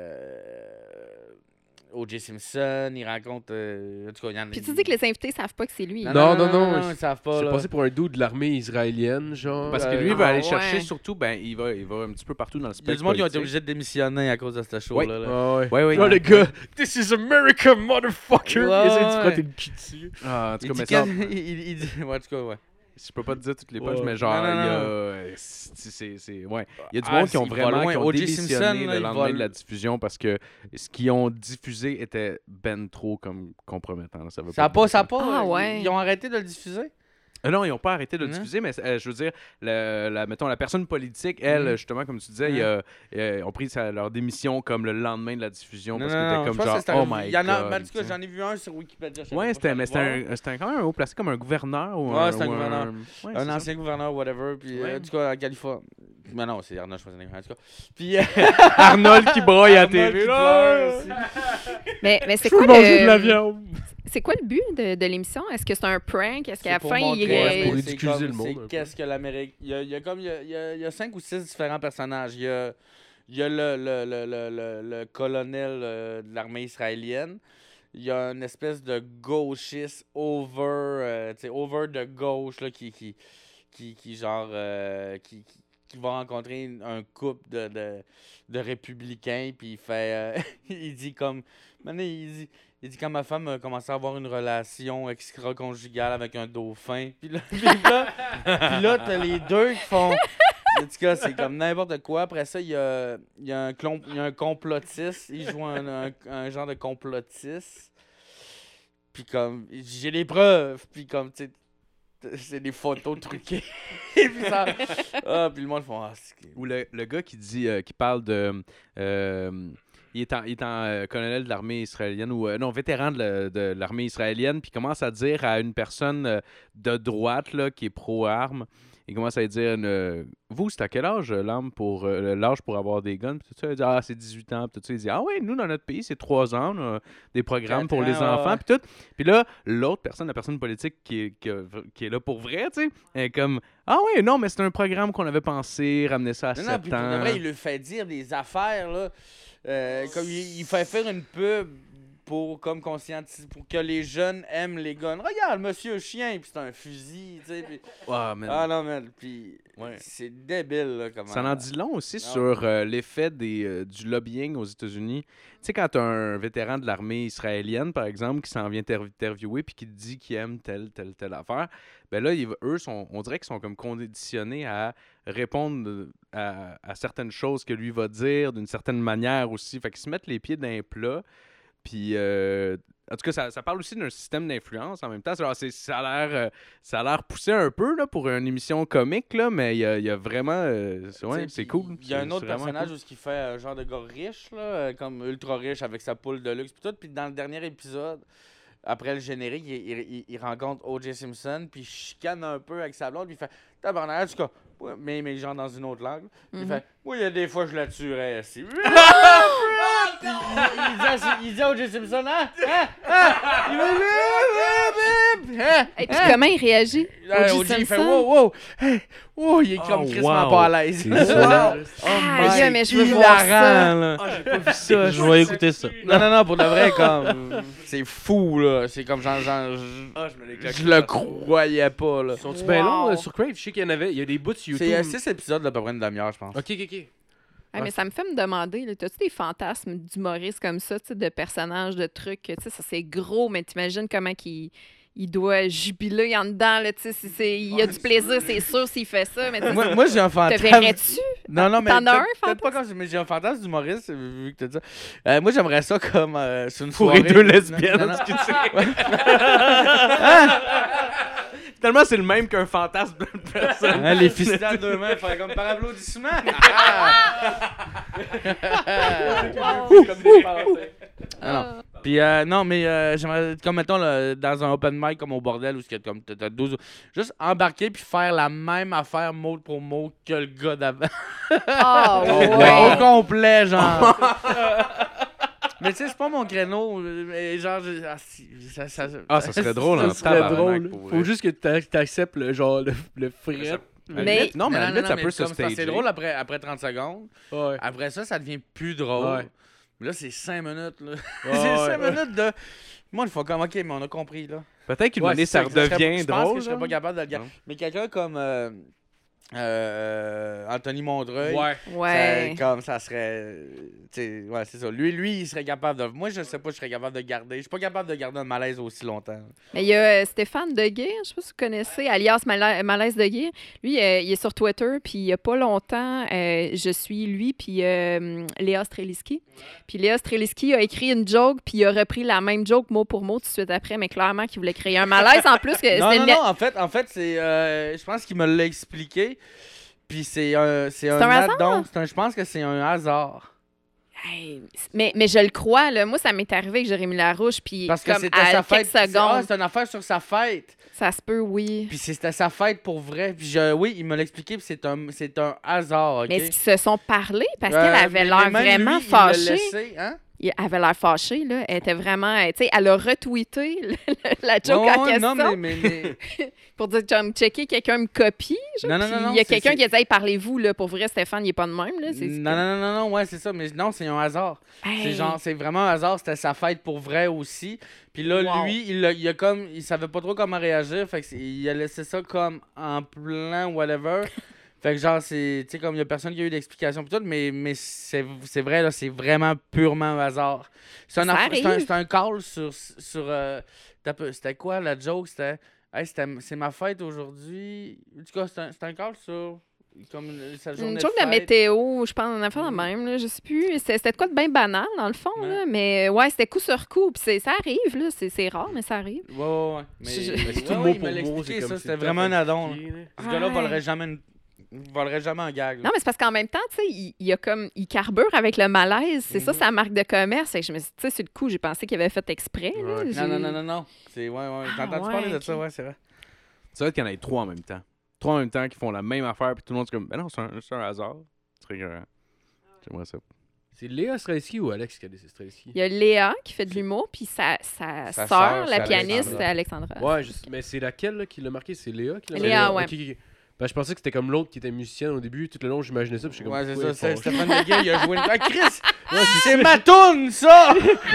S5: O.J. Simpson, il rencontre... en tout cas, il y en a...
S2: Puis tu dis que les invités savent pas que c'est lui.
S3: Non,
S5: ils savent pas,
S3: C'est
S5: là.
S3: passé pour un dude de l'armée israélienne, genre.
S4: Parce que lui, il va aller
S2: ouais.
S4: chercher surtout, ben, il va un petit peu partout dans le
S5: Il y a
S4: spectre
S5: du monde qui ont été
S4: politique.
S5: obligés de démissionner à cause de ce show-là. là.
S3: Ah ouais.
S4: Ouais, ouais.
S3: Genre, le gars, this is America, motherfucker!
S5: Ouais,
S3: Il essaie de se
S5: ouais.
S3: frotter le cul dessus.
S4: Ah, en tout
S5: Il
S4: cas,
S5: dit
S4: mais ça,
S5: il dit... Ouais, en tout cas, ouais.
S4: je peux pas te dire toutes les punches,
S3: Ouais.
S4: mais genre,
S5: Non, non,
S4: il y
S5: non.
S4: a... c'est... Ouais. Il y a du
S5: Ah,
S4: monde qui ont
S5: il va
S4: vraiment
S5: loin.
S4: qui ont
S5: O.J.
S4: démissionné
S5: Simpson, là,
S4: le
S5: il
S4: lendemain
S5: va-
S4: de la diffusion parce que ce qu'ils ont diffusé était ben trop comme compromettant. Ça va
S5: Ça a pas...
S2: Ah, ouais.
S5: Ils ont arrêté de le diffuser?
S4: Non, ils n'ont pas arrêté de le
S5: Non.
S4: diffuser, mais je veux dire, mettons, la personne politique, elle, justement, comme tu disais, ils ont pris leur démission comme le lendemain de la diffusion parce qu'ils étaient
S5: je
S4: comme
S5: pense
S4: genre,
S5: que c'était
S4: oh
S5: un-
S4: my
S5: il y en a,
S4: god.
S5: mais en tout cas,
S4: tu sais.
S5: j'en ai vu un sur Wikipédia. je sais
S4: Ouais,
S5: pas,
S4: c'était
S5: je suis allé voir.
S4: c'était quand même un haut placé comme un gouverneur ou
S5: Ouais, c'était un
S4: ou
S5: gouverneur.
S4: ouais,
S5: Un
S4: c'est
S5: ancien gouverneur, whatever. Puis,
S4: Ouais.
S5: en tout cas, en Californie. Mais non, c'est Arnold Schwarzenegger, en tout cas. Puis,
S4: ça. Arnold qui broye à
S5: Arnold
S4: TV.
S5: qui
S4: là.
S5: pleure aussi.
S2: Mais c'est
S3: Je veux
S2: quoi
S3: manger de la
S2: le...
S3: viande.
S2: C'est quoi le but de l'émission? Est-ce que c'est un prank? Est-ce qu'à la
S5: C'est pour
S2: fin,
S5: montrer-
S2: il
S3: Ouais,
S2: est...
S3: pour
S5: c'est
S3: ridiculiser
S5: comme-
S3: le monde,
S5: c'est
S3: un peu.
S5: qu'est-ce que l'Amérique... Il y a 5 ou 6 différents personnages. Il y a le colonel de l'armée israélienne. Il y a une espèce de gauchiste over de gauche là, qui va rencontrer un couple de républicains, puis il fait il dit comme maintenant, il dit quand ma femme a commencé à avoir une relation extra-conjugale avec un dauphin, puis là t'as les deux qui font en tout cas, c'est comme n'importe quoi. Après ça, il y a un complotiste. Il joue un genre de complotiste. Puis comme, j'ai les preuves. Puis comme, tu sais, c'est des photos truquées. Puis ça... Ah, puis le monde font... Ah,
S4: Ou le gars qui dit, qui parle de... il est en colonel de l'armée israélienne ou non, vétéran de l'armée israélienne, puis commence à dire à une personne de droite là, qui est pro-armes, il commence à lui dire vous, c'est à quel âge l'âge pour avoir des guns? Puis tout ça, il dit ah, c'est 18 ans. Puis tout ça, il dit ah ouais, nous dans notre pays, c'est 3 ans, on a des programmes pour les
S5: 4 ans,
S4: enfants.
S5: ouais.
S4: Puis tout. Puis là, l'autre personne, la personne politique qui est là pour vrai, tu sais, elle est comme ah ouais, non, mais c'est un programme qu'on avait pensé, ramener ça à 7
S5: Non, puis pour de
S4: ans.
S5: vrai, il lui fait dire des affaires, là. Comme il fait faire une pub pour que les jeunes aiment les guns. Regarde, monsieur chien, puis c'est un fusil, tu sais. Puis...
S4: Ouais, man.
S5: Ah non, man, puis
S4: Ouais.
S5: c'est débile, là, comment...
S4: Ça en dit long aussi
S5: Ah.
S4: sur l'effet du lobbying aux États-Unis. Tu sais, quand tu as un vétéran de l'armée israélienne, par exemple, qui s'en vient t'interviewer puis qui te dit qu'il aime telle affaire, ben là, on dirait qu'ils sont comme conditionnés à répondre à certaines choses que lui va dire d'une certaine manière aussi. Fait qu'ils se mettent les pieds dans les plats. Puis, en tout cas, ça parle aussi d'un système d'influence en même temps. Alors, ça a l'air poussé un peu là, pour une émission comique, là, mais il y a vraiment... c'est cool.
S5: Il y a un
S4: C'est
S5: autre
S4: vraiment
S5: personnage
S4: cool.
S5: où il fait un genre de gars riche, là, comme ultra riche avec sa poule de luxe. Puis tout. Puis dans le dernier épisode, après le générique, il rencontre O.J. Simpson, puis il chicane un peu avec sa blonde, puis il fait tabarnak, en tout cas, ouais, mais genre dans une autre langue. Puis il fait moi, il y a des fois, je la tuerais. Puis il dit à O.J. Simpson,
S2: Et puis comment il réagit? O.J.
S5: O.J. il fait
S2: Simpson?
S5: wow, hey, wow, il est comme crissement
S4: wow.
S5: pas à l'aise.
S3: C'est ça.
S2: Ah, yeah, mais je veux voir ça.
S5: Là.
S6: Je vais écouter ça.
S5: Non, pour de vrai, comme. C'est fou, là. C'est comme genre. Je le croyais pas, là.
S3: Sont-tu bien longs sur Crave? Je sais qu'il y en avait. Il y a des bouts sur YouTube.
S5: C'est 6 épisodes d'à peu près une demi-heure, je pense.
S3: Ok.
S2: Ah, mais ça me fait me demander, là, t'as-tu des fantasmes d'humoristes comme ça, tu sais, de personnages, de trucs, tu sais, ça c'est gros, mais t'imagines comment il doit jubiler en dedans, là, tu sais, il y a du plaisir, c'est sûr, s'il fait ça, mais tu sais,
S5: Moi j'ai un
S2: te
S5: fantasme.
S2: verrais-tu?
S5: Non, mais.
S2: T'en as un
S5: peut-être pas comme ça, mais j'ai un fantasme d'humoriste, vu que t'as dit ça. Moi, j'aimerais ça comme. Sur une
S4: Fourrer
S5: soirée.
S4: deux lesbiennes,
S5: Non, non.
S4: ce que tu Finalement, c'est le même qu'un fantasme d'une personne.
S5: Hein, les fistins à deux mains, faire comme par applaudissement.
S2: Oh.
S5: Ah non.
S2: Ah.
S5: Puis non, mais j'aimerais, comme mettons, là, dans un open mic comme au bordel, où comme t'as 12... Juste embarquer puis faire la même affaire mot pour mot que le gars d'avant.
S2: Ah,
S5: Au
S2: ouais.
S5: complet, genre. Mais tu sais, c'est pas mon créneau. Mais genre, ça
S4: serait drôle, hein.
S3: Ça serait
S4: tabarnak,
S3: drôle.
S4: pour
S3: Faut
S4: vrai.
S3: juste que t'acceptes le genre, le fret.
S2: Mais-
S4: Non, mais à la limite, ça
S5: mais
S4: peut
S5: c'est
S4: se
S5: comme ça,
S4: stager.
S5: c'est drôle après 30 secondes.
S3: Ouais.
S5: Après ça devient plus drôle.
S3: Ouais.
S5: Mais là, c'est 5 minutes. Là.
S3: Ouais,
S5: c'est
S3: ouais.
S5: 5 minutes de... Moi, il faut comme, OK, mais on a compris, là.
S4: Peut-être qu'une
S3: Ouais,
S4: année,
S3: c'est
S4: ça
S3: ça,
S4: redevient
S5: Je pense
S4: drôle.
S5: que je serais pas
S4: genre.
S5: capable de le garder.
S4: Non.
S5: Mais quelqu'un comme Anthony Montreuil...
S3: Ouais.
S2: Ouais.
S5: Comme ça serait. Ouais, c'est ça. Lui, il serait capable de. Moi, je sais pas, je serais capable de garder. Je suis pas capable de garder un malaise aussi longtemps.
S2: Mais il y a Stéphane Deguire, je sais pas si vous connaissez, alias Malaise Deguire. Lui, il est sur Twitter, puis il y a pas longtemps, je suis lui, puis Léa Streliski. Puis Léa Streliski a écrit une joke, puis il a repris la même joke mot pour mot tout de suite après, mais clairement qu'il voulait créer un malaise. En plus, que
S5: Non,
S2: c'était
S5: non,
S2: une-
S5: non, en fait, c'est. Je pense qu'il me l'a expliqué. Puis c'est un
S2: un hasard?
S5: addon. Je pense que c'est un hasard.
S2: Hey, mais je le crois, là. Moi, ça m'est arrivé avec Jérémy Larouche, puis
S5: Parce que
S2: comme
S5: c'était
S2: à
S5: sa fête.
S2: quelques secondes,
S5: C'est une affaire sur sa fête.
S2: ça se peut, oui.
S5: Puis c'était sa fête pour vrai. Puis oui, il me l'a expliqué. Puis c'est un hasard. OK?
S2: Mais est-ce qu'ils se sont parlé? Parce qu'elle avait
S5: mais
S2: l'air
S5: même
S2: vraiment
S5: lui, il l'a
S2: fâchée.
S5: laissé, hein?
S2: Elle avait l'air fâchée, là. Elle était vraiment... Tu sais, elle a retweeté la joke
S5: Ouais,
S2: en
S5: ouais,
S2: question
S5: non, mais...
S2: pour dire, comme, checker, quelqu'un me copie.
S5: Non, non,
S2: Puis
S5: non, non,
S2: il y a
S5: c'est-
S2: quelqu'un
S5: c'est-
S2: qui a dit, hey, parlez-vous, là. Pour vrai, Stéphane, il est pas de même, là.
S5: Non, ouais, c'est ça. Mais non, c'est un hasard.
S2: Hey.
S5: C'est vraiment un hasard. C'était sa fête pour vrai aussi. Puis là,
S2: Wow.
S5: lui, il a comme... Il savait pas trop comment réagir. Fait que il a laissé ça comme en plan, whatever. Fait que genre, c'est... Tu sais, comme il y a personne qui a eu d'explication pis tout, mais c'est vrai, là, c'est vraiment purement un hasard. C'est
S2: Ça arrive.
S5: c'est un call sur c'était quoi la joke? C'était... Hey, c'est ma fête aujourd'hui. En tout cas, c'est un call sur... Comme sa journée
S2: Une joke de
S5: fête.
S2: météo, je pense, on a fait la même, là. Je sais plus. C'était de quoi de bien banal, dans le fond,
S5: Ouais.
S2: là. Mais ouais, c'était coup sur coup. Puis ça arrive, là. C'est rare, mais ça arrive.
S5: Ouais. Mais
S2: C'est
S3: tout
S5: ouais,
S3: mot
S5: ouais, il
S3: pour
S5: me l'a
S3: mot,
S5: expliqué,
S3: c'est
S5: ça.
S3: comme
S5: C'était
S3: c'est
S5: vraiment un addon. là.
S3: compliqué, là.
S5: Ce gars-là
S2: Ouais.
S5: volerait jamais un gag. là.
S2: Non, mais c'est parce qu'en même temps, tu sais, il carbure avec le malaise. C'est ça, sa marque de commerce. Et je me suis dit, tu sais, sur le coup, j'ai pensé qu'il avait fait exprès. là.
S3: Ouais.
S2: J'ai-
S5: Non. C'est, ouais. J'ai
S2: Ah,
S5: entendu
S2: ouais,
S5: parler de
S2: ok.
S5: ça, ouais, c'est vrai.
S4: Ça va être qu'il y en ait 3 en même temps. 3 en même temps qui font la même affaire, puis tout le monde est comme, ben non, c'est un hasard. C'est rigolo. J'aimerais ça.
S3: C'est Léa Strelski ou Alex qui a dit c'est Strelski?
S2: Il y a Léa qui fait de l'humour, puis sa
S5: Sa
S2: sœur,
S5: sœur,
S2: la
S5: c'est
S2: pianiste,
S5: Alexandra.
S2: Alexandra.
S3: Ouais, mais c'est laquelle là, qui l'a marqué? C'est Léa qui l'a
S2: Léa,
S3: marqué?
S2: ouais.
S3: Ok. Ben, je pensais que c'était comme l'autre qui était musicienne au début. Tout le long, j'imaginais ça. Puis j'étais comme,
S5: Ouais, c'est
S3: pourquoi
S5: ça.
S3: il est fâché?
S5: Stéphane Leguet, il a joué une. Ah, Chris! C'est ma toune, ça!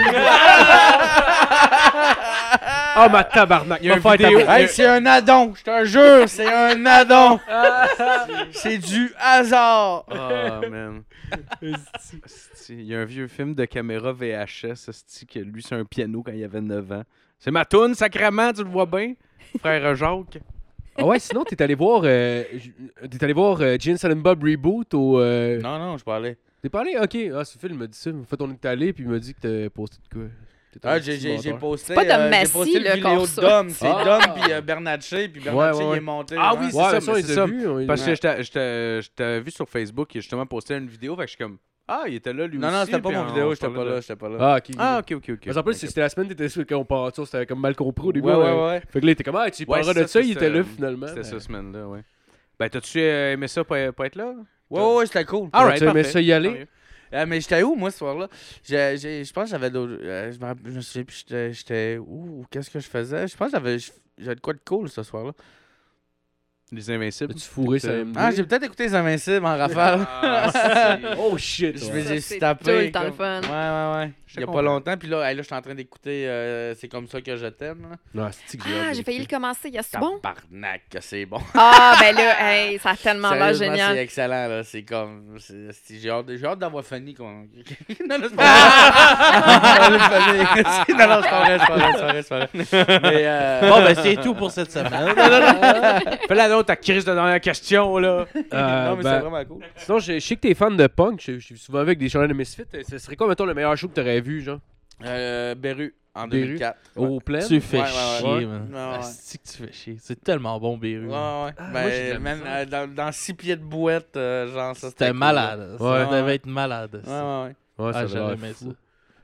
S3: Ah, ma tabarnak!
S4: Il y a
S3: Va faire
S4: une
S3: ta-
S4: vidéo.
S5: Hey, c'est un addon, je te jure, c'est un addon! C'est du hasard!
S4: Ah, man. Asti, il y a un vieux film de caméra VHS, asti, que lui, c'est un piano quand il avait 9 ans. C'est ma toune, sacrément, tu le vois bien? Frère Jacques.
S3: Ah ouais, sinon, t'es allé voir Jane Silent Bob Reboot au...
S5: Non, je peux aller.
S3: T'es pas allé? Ok. Ah, ce film m'a dit ça. En fait, on est allé, puis il m'a dit que t'avais posté de quoi. T'étais un
S5: Ah,
S3: petit
S5: j'ai
S3: menteur.
S5: posté.
S2: pas de
S5: j'ai
S2: Massy,
S5: posté
S2: là,
S5: le vidéo
S2: qu'on
S5: de
S2: reçoit.
S5: Dom. C'est
S3: Ah.
S5: Dom puis Bernatchez. Puis Bernatchez,
S3: Ouais.
S5: il est monté.
S4: Ah
S5: hein.
S4: oui, c'est
S3: Ouais,
S4: ça,
S3: ça, on
S4: mais
S3: les
S4: c'est
S3: a
S4: ça.
S3: vus.
S4: Parce que je t'avais vu sur Facebook, il a justement posté une vidéo, fait que je suis comme, ah, il était là lui
S5: Non,
S4: aussi.
S5: non, c'était pas
S4: puis
S5: mon
S4: on
S5: vidéo, j'étais
S4: parlait
S5: pas
S4: de-
S5: là.
S3: Ah, ok.
S4: Ah, ok.
S3: Parce qu'en plus, c'était la semaine, t'étais sûr qu'on parlait de ça, c'était comme mal compris au début.
S5: Ouais.
S3: Fait que là, il était comme, ah, tu
S4: Ouais,
S3: parleras
S4: c'est
S3: de ça, il
S4: ça,
S3: était là
S4: c'était-
S3: finalement.
S4: C'était ça, semaine-là, ouais. Ben, t'as-tu aimé ça pour être là?
S5: Ouais, c'était cool.
S3: Ah,
S4: Alright,
S3: tu aimais
S4: parfait.
S3: ça y aller?
S4: Tant mieux.
S5: Mais j'étais où, moi, ce soir-là? Je pense que j'avais d'autres. Je me souviens plus, j'étais où? Qu'est-ce que je faisais? Je pense que j'avais de quoi de cool ce soir-là.
S4: Les Invincibles.
S3: Tu fourré ça MD?
S5: Ah, j'ai peut-être écouté les Invincibles en rafale.
S3: Oh shit!
S5: Je
S3: ouais.
S5: me
S2: Ça,
S5: ai
S2: c'est
S5: tapé.
S2: tout le temps le
S5: comme-
S2: fun.
S5: Ouais. Il y a pas
S4: comprends.
S5: longtemps. Puis là, je suis en train d'écouter C'est comme ça que je t'aime. là.
S3: Non, c'est que
S2: Ah, j'ai failli le commencer. C'est bon?
S5: Tabarnak, que c'est bon.
S2: Ah, ben là, hey, ça a tellement l'air
S5: Sérieusement, c'est
S2: génial.
S5: excellent. Là. C'est comme. J'ai hâte d'avoir Fanny. Non, non, c'est pas vrai. Non, c'est pas vrai. Mais,
S6: Bon, ben, c'est tout pour cette semaine.
S4: Fais-la donc ta crise de dernière question, là.
S5: non, mais c'est vraiment cool.
S3: Sinon, je sais que t'es fan de punk. Je suis souvent avec des chandails de Misfits. Ce serait quoi, mettons, le meilleur show que t'aurais vu, genre?
S5: Beru, en
S3: Beru.
S5: 2004.
S3: Au plein?
S6: Tu fais
S5: Ouais.
S6: chier, man.
S5: Ouais.
S6: Asti que tu fais chier. C'est tellement bon, Beru.
S5: Ouais.
S3: moi, j'ai de
S5: Ben,
S3: la
S5: man,
S3: misère.
S5: dans 6 pieds de bouette, genre, ça
S6: C'était
S5: cool,
S6: malade.
S5: là.
S6: Ça
S3: Ouais.
S6: devait être malade.
S5: Ouais.
S3: Ouais,
S6: Ah,
S3: ça
S6: j'aurais
S3: va
S6: aimé ça.